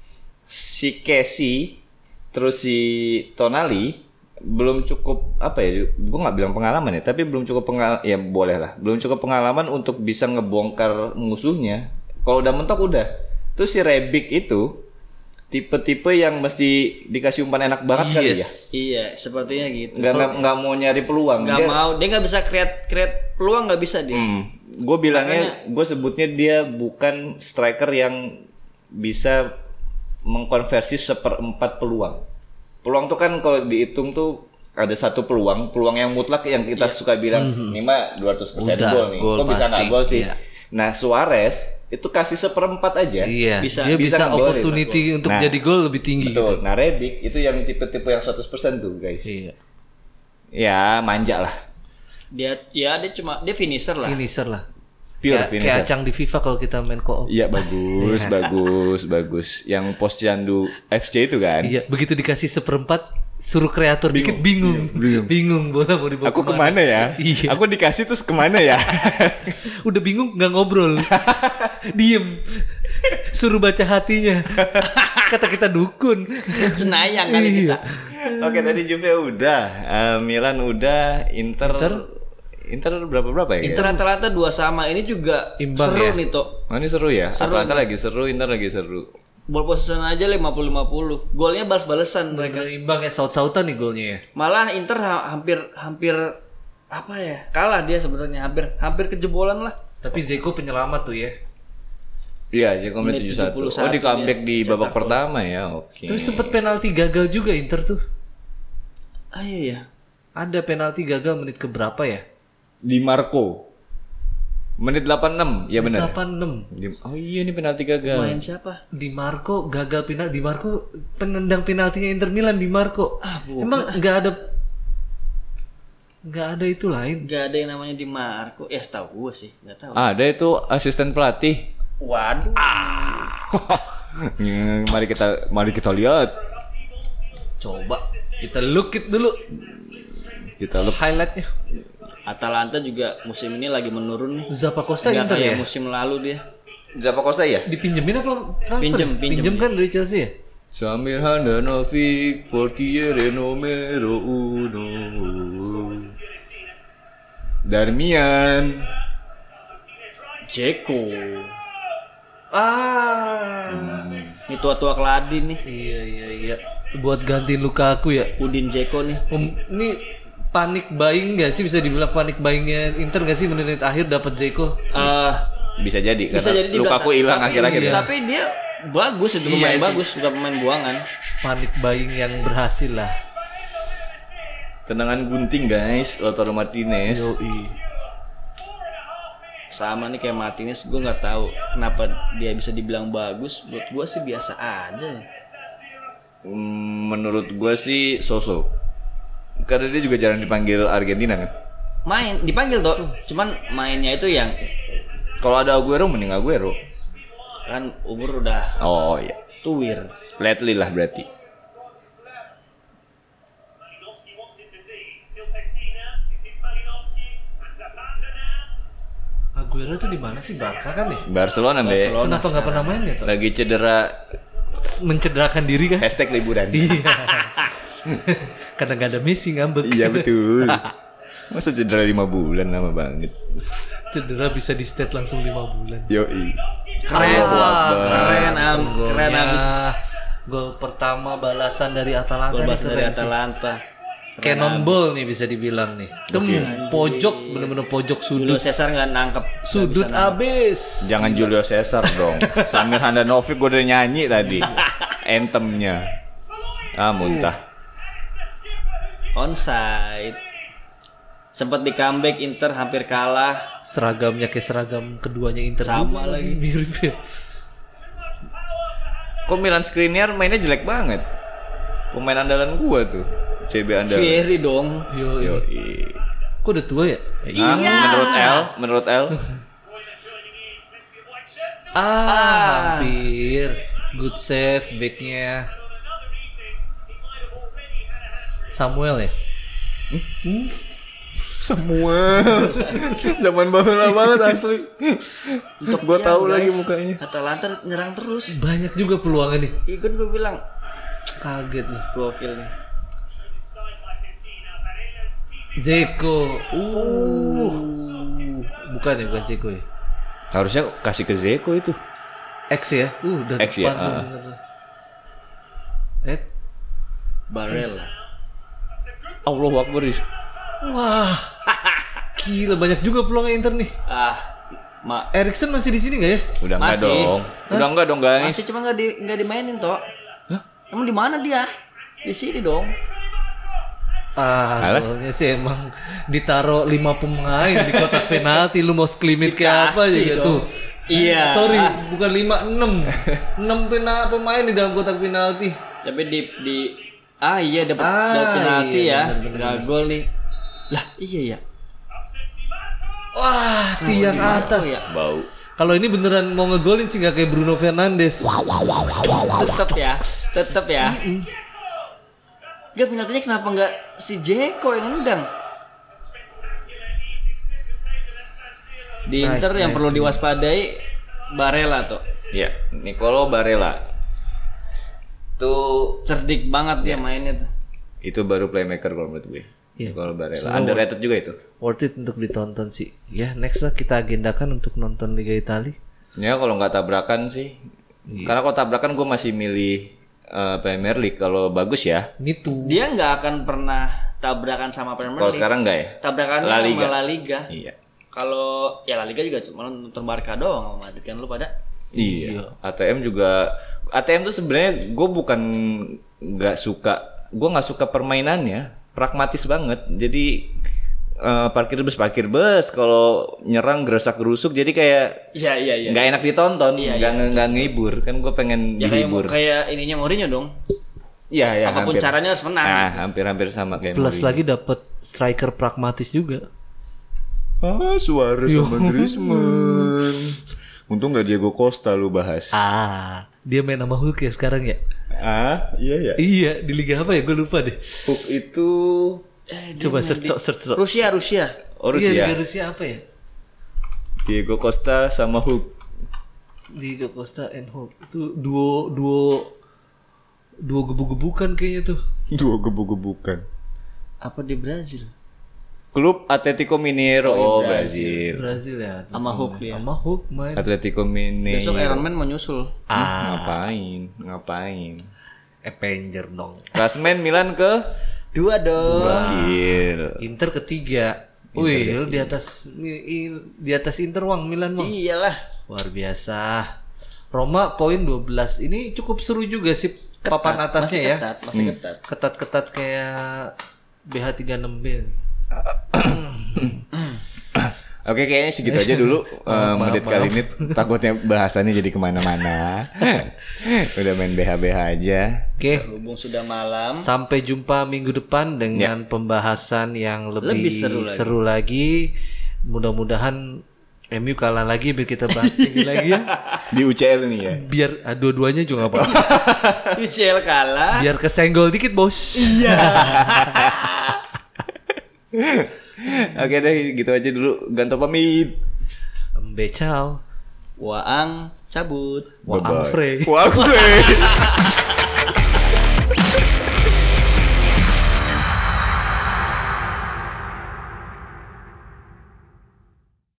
si Casey terus si Tonali belum cukup apa ya? Gue nggak bilang pengalaman ya, tapi belum cukup pengalaman ya boleh lah. Belum cukup pengalaman untuk bisa ngebongkar musuhnya. Kalau udah mentok udah. Terus si Rebic itu tipe-tipe yang mesti dikasih umpan enak banget kali ya. Yes. Iya, sepertinya gitu. Nggak nggak nggak mau nyari peluang. Nggak Dia- mau, dia nggak bisa create create peluang nggak bisa dia. Hmm, gue bilangnya, gue sebutnya dia bukan striker yang bisa mengkonversi seperempat peluang. Peluang tuh kan kalau dihitung tuh ada satu peluang, peluang yang mutlak yang kita suka bilang ini mah dua ratus persen Udah, gol nih. gol Kok bisa nggak pasti, gol sih? iya. Nah Suarez itu kasih seperempat aja. Iya, Bisa- dia bisa bisa, ngegolin. opportunity untuk Nah, jadi gol lebih tinggi. Betul. Nah Rebic itu yang tipe-tipe yang seratus persen tuh guys. Iya. Ya manja lah. Dia ya dia cuma dia finisher lah. Finisher lah. Pure Kayak- finisher. Kayak Acang di FIFA kalau kita main co-op. Iya bagus, bagus, bagus. Yang posyandu F C itu kan. Iya, begitu dikasih seperempat, suruh kreator dikit bingung. Iya, bingung. bingung bola mau dibawa Aku kemana ya? Iya. Aku dikasih terus kemana ya? Udah bingung nggak ngobrol. Diem. Suruh baca hatinya. Kata kita dukun. Cenayang kali Iya. kita. Oke tadi Juve udah, eh, Milan udah, Inter Inter? Inter berapa berapa ya? Inter rata-rata dua sama. Ini juga Imbang seru ya? nih Tok. Oh, ini seru ya. Seru Atlanta nih. lagi seru, Inter lagi seru. Ball possession aja lima puluh lima puluh. Golnya balas-balesan mereka. Mereka imbang ya, saut-sautan nih golnya ya. Malah Inter ha- hampir hampir apa ya? Kalah dia sebenarnya hampir hampir kejebolan lah. Tapi Zeko penyelamat tuh ya. Iya, Jeko menit Menit tujuh satu. tujuh puluh Oh, satu di comeback dia di cetak babak gol. pertama ya. Oke. Tapi sempet penalti gagal juga Inter tuh. Ah iya ya. Ada penalti gagal menit keberapa ya? Di Marco. Menit delapan puluh enam, ya benar. delapan puluh enam. Di- Oh iya ini penalti gagal. Main siapa? Di Marco gagal penalti. Di Marco penendang penaltinya Inter Milan di Marco. Ah, bukan. Emang nggak ada nggak ada itu lain. Gak ada yang namanya Di Marco. Ya setahu gue sih, nggak tahu. Ada itu asisten pelatih. Waduh. Hmm, mari kita mari kita lihat. Coba kita look it dulu Kita lihat. highlightnya. Atalanta juga musim ini lagi menurun nih. Zappa Costa Nggak Inter kayak ya? musim lalu dia. Zappa Costa ya? Dipinjemin apa transfer? Pinjem, pinjem. kan dari Chelsea ya? Samir Handanovic, portiere numero uno. Darmian. Dzeko. Ah. Ini tua-tua keladi nih. Iya iya iya. Buat gantiin Lukaku ya. Udin Dzeko nih. Pem- ini panik buying nggak sih, bisa dibilang panik buyingnya Inter nggak sih menit akhir dapat Dzeko? Eh, Bisa jadi bisa karena jadi dibilang, Lukaku hilang tapi- akhir-akhir ya. Tapi dia bagus itu, Iya, pemain itu. bagus, bukan pemain buangan. Panik buying yang berhasil lah. Tendangan gunting guys, Lautaro Martinez. Sama nih kayak Martinez, gue nggak tahu kenapa dia bisa dibilang bagus. Buat gue sih biasa aja. Hmm, menurut gua sih sosok. Karena dia juga jarang dipanggil Argentina kan. Main dipanggil tuh, cuman mainnya itu yang Kalau ada Aguero mending Aguero. kan umur udah Oh iya. tuwir. Lately lah berarti. Malinowski wants it to feed. Still Pessina. This is Malinowski. And Zapata now. Aguero tuh di mana sih, Barca kan ya? Barcelona, Be. Barcelona. Kenapa nggak pernah main ya? Toh? Lagi cedera Mencederakan diri kan? hashtag liburan. Iya. Karena nggak ada Messi ngambek. Iya betul. Masa cedera lima bulan lama banget. Cedera bisa di state langsung lima bulan. Yoi. Keren, Allahu Akbar. keren, am, Golnya, keren abis. Gol pertama balasan dari Atalanta. Gol nih, bahasa dari keren sih. Atalanta. Cannonball nih bisa dibilang nih. Dem, pojok, bener-bener pojok Julio sudut. Cesar nggak nangkep. Nggak Sudut bisa nangkep. abis. Jangan Julio Cesar dong. Samir Handanovic gue udah nyanyi tadi. Anthemnya. Ah muntah. Onside. Sempat di comeback Inter hampir kalah. Seragamnya kayak seragam keduanya Inter. Sama juga. lagi. Mirip ya. Kok Milan Skriniar mainnya jelek banget. Pemain andalan gua tuh. C B andalan. Fieri dong. Yo, Yoi. kok udah tua ya? Ah, menurut L, menurut L. Ah, hampir. Good save backnya. Samuel ya? Semua. Zaman bahula banget asli. Untuk Gua dia, tahu guys, lagi mukanya. Atalanta nyerang terus. Banyak juga peluangnya nih. Iya kan gue bilang Kaget nih. gokil nih. Dzeko. Uh. Bukan ya, bukan Dzeko ya. Harusnya kasih ke Zeko itu. X ya? Uh, udah X ya, depan tuh, ah. bener. Eh, Barella. Allahu Akbar. wah. Gila, banyak juga peluangnya Inter nih. Ah, ma Erikson masih di sini nggak ya? Udah enggak Masih. dong. Udah enggak dong guys. masih cuma nggak di nggak dimainin toh. Emang di mana dia? Di sini dong. Ah, Alah. golnya sih emang ditaruh lima pemain di kotak penalti. Lu mau sklimit kayak apa Dikasih juga dong. tuh. Iya. Sorry, bukan lima, enam. enam pena pemain di dalam kotak penalti. Tapi di di ah iya dapat Ah, dapat penalti iya, ya. bener, bener, Nggak gol nih. Lah, iya ya. Wah, tiang atas. ya. Bau. Kalau ini beneran mau ngegolin sih nggak kayak Bruno Fernandes. Tetep ya. Tetep ya. Gak penaltinya kenapa nggak si Dzeko yang nendang? Di Nice, Inter yang nice. perlu diwaspadai Barella tuh. Ya, Nicolo Barella. Tuh Cerdik banget dia mainnya tuh. itu baru playmaker kalau menurut gue. Iya. Nicolo Barella. Semua Underrated juga itu. Worth it untuk ditonton sih. Ya, next lah kita agendakan untuk nonton Liga Italia. Ya kalau nggak tabrakan sih. Karena kalau tabrakan gue masih milih eh, Premier League kalau bagus ya. Gitu. Dia nggak akan pernah tabrakan sama Premier Kalau League. sekarang nggak ya? Tabrakannya La Liga. sama La Liga. Iya. Kalau ya La Liga juga cuma nonton Barca doang sama Madrid kan lu pada. Iya. A T M juga. A T M tuh sebenarnya gue bukan nggak suka. Gue nggak suka permainannya. Pragmatis banget. Jadi eh, parkir bus parkir bus. Kalau nyerang gerusak gerusuk. Jadi kayak Iya iya iya. nggak enak ditonton. Iya, Nggak iya. nggak ngehibur. Kan gue pengen Ya kayak dihibur. kayak ininya Mourinho dong. Iya ya. Apapun hampir. caranya harus menang. Nah, hampir-hampir sama kayak Plus Mourinho. lagi dapat striker pragmatis juga. Ah, Suarez sama Griezmann. Untung gak Diego Costa lu bahas. Ah, dia main sama Hulk ya sekarang ya? Ah, iya ya. Iya, di liga apa ya? Gue lupa deh. Hook itu Eh, dia Coba main search di- search search. Rusia Rusia. oh Iya, Rusia. Liga Rusia apa ya? Diego Costa sama Hook. Liga Costa and Hulk. Itu duo duo duo gebuk-gebukan kayaknya tuh. Dua gebuk-gebukan. Apa di Brazil? Klub Atletico Mineiro oh, Brazil. Brazil ya. Sama Hulk dia. Sama Hulk main. Atletico Mineiro. Besok Iron Man mau nyusul. Ah, ngapain? Ngapain? Avenger dong. Klasmen Milan ke Dua dong. Gokil. Inter ketiga. Wih, lu di atas i- i- di atas Inter Wang, Milan Wang. Iyalah. Luar biasa. Roma poin dua belas. Ini cukup seru juga sih papan Ketat, atasnya masih ya. Ketat, masih ketat. Ketat-ketat kayak B H tiga puluh enam B. Oke, kayaknya segitu aja dulu eh, Maaf, menit maaf. kali ini. Takutnya bahasannya jadi kemana-mana. Udah main B H B H aja. Oke. Berhubung sudah malam. Sampai jumpa minggu depan dengan pembahasan yang lebih, Lebih seru lagi. seru lagi. Mudah-mudahan M U kalah lagi biar kita bahas tinggi lagi ya. Di U C L nih ya. Biar ah, dua-duanya juga nggak apa-apa. U C L kalah. Biar kesenggol dikit bos. Oke deh, gitu aja dulu. Ganto pamit. Mbe ciao. Waang cabut. Wang Bye-bye. Frey. Wang Frey.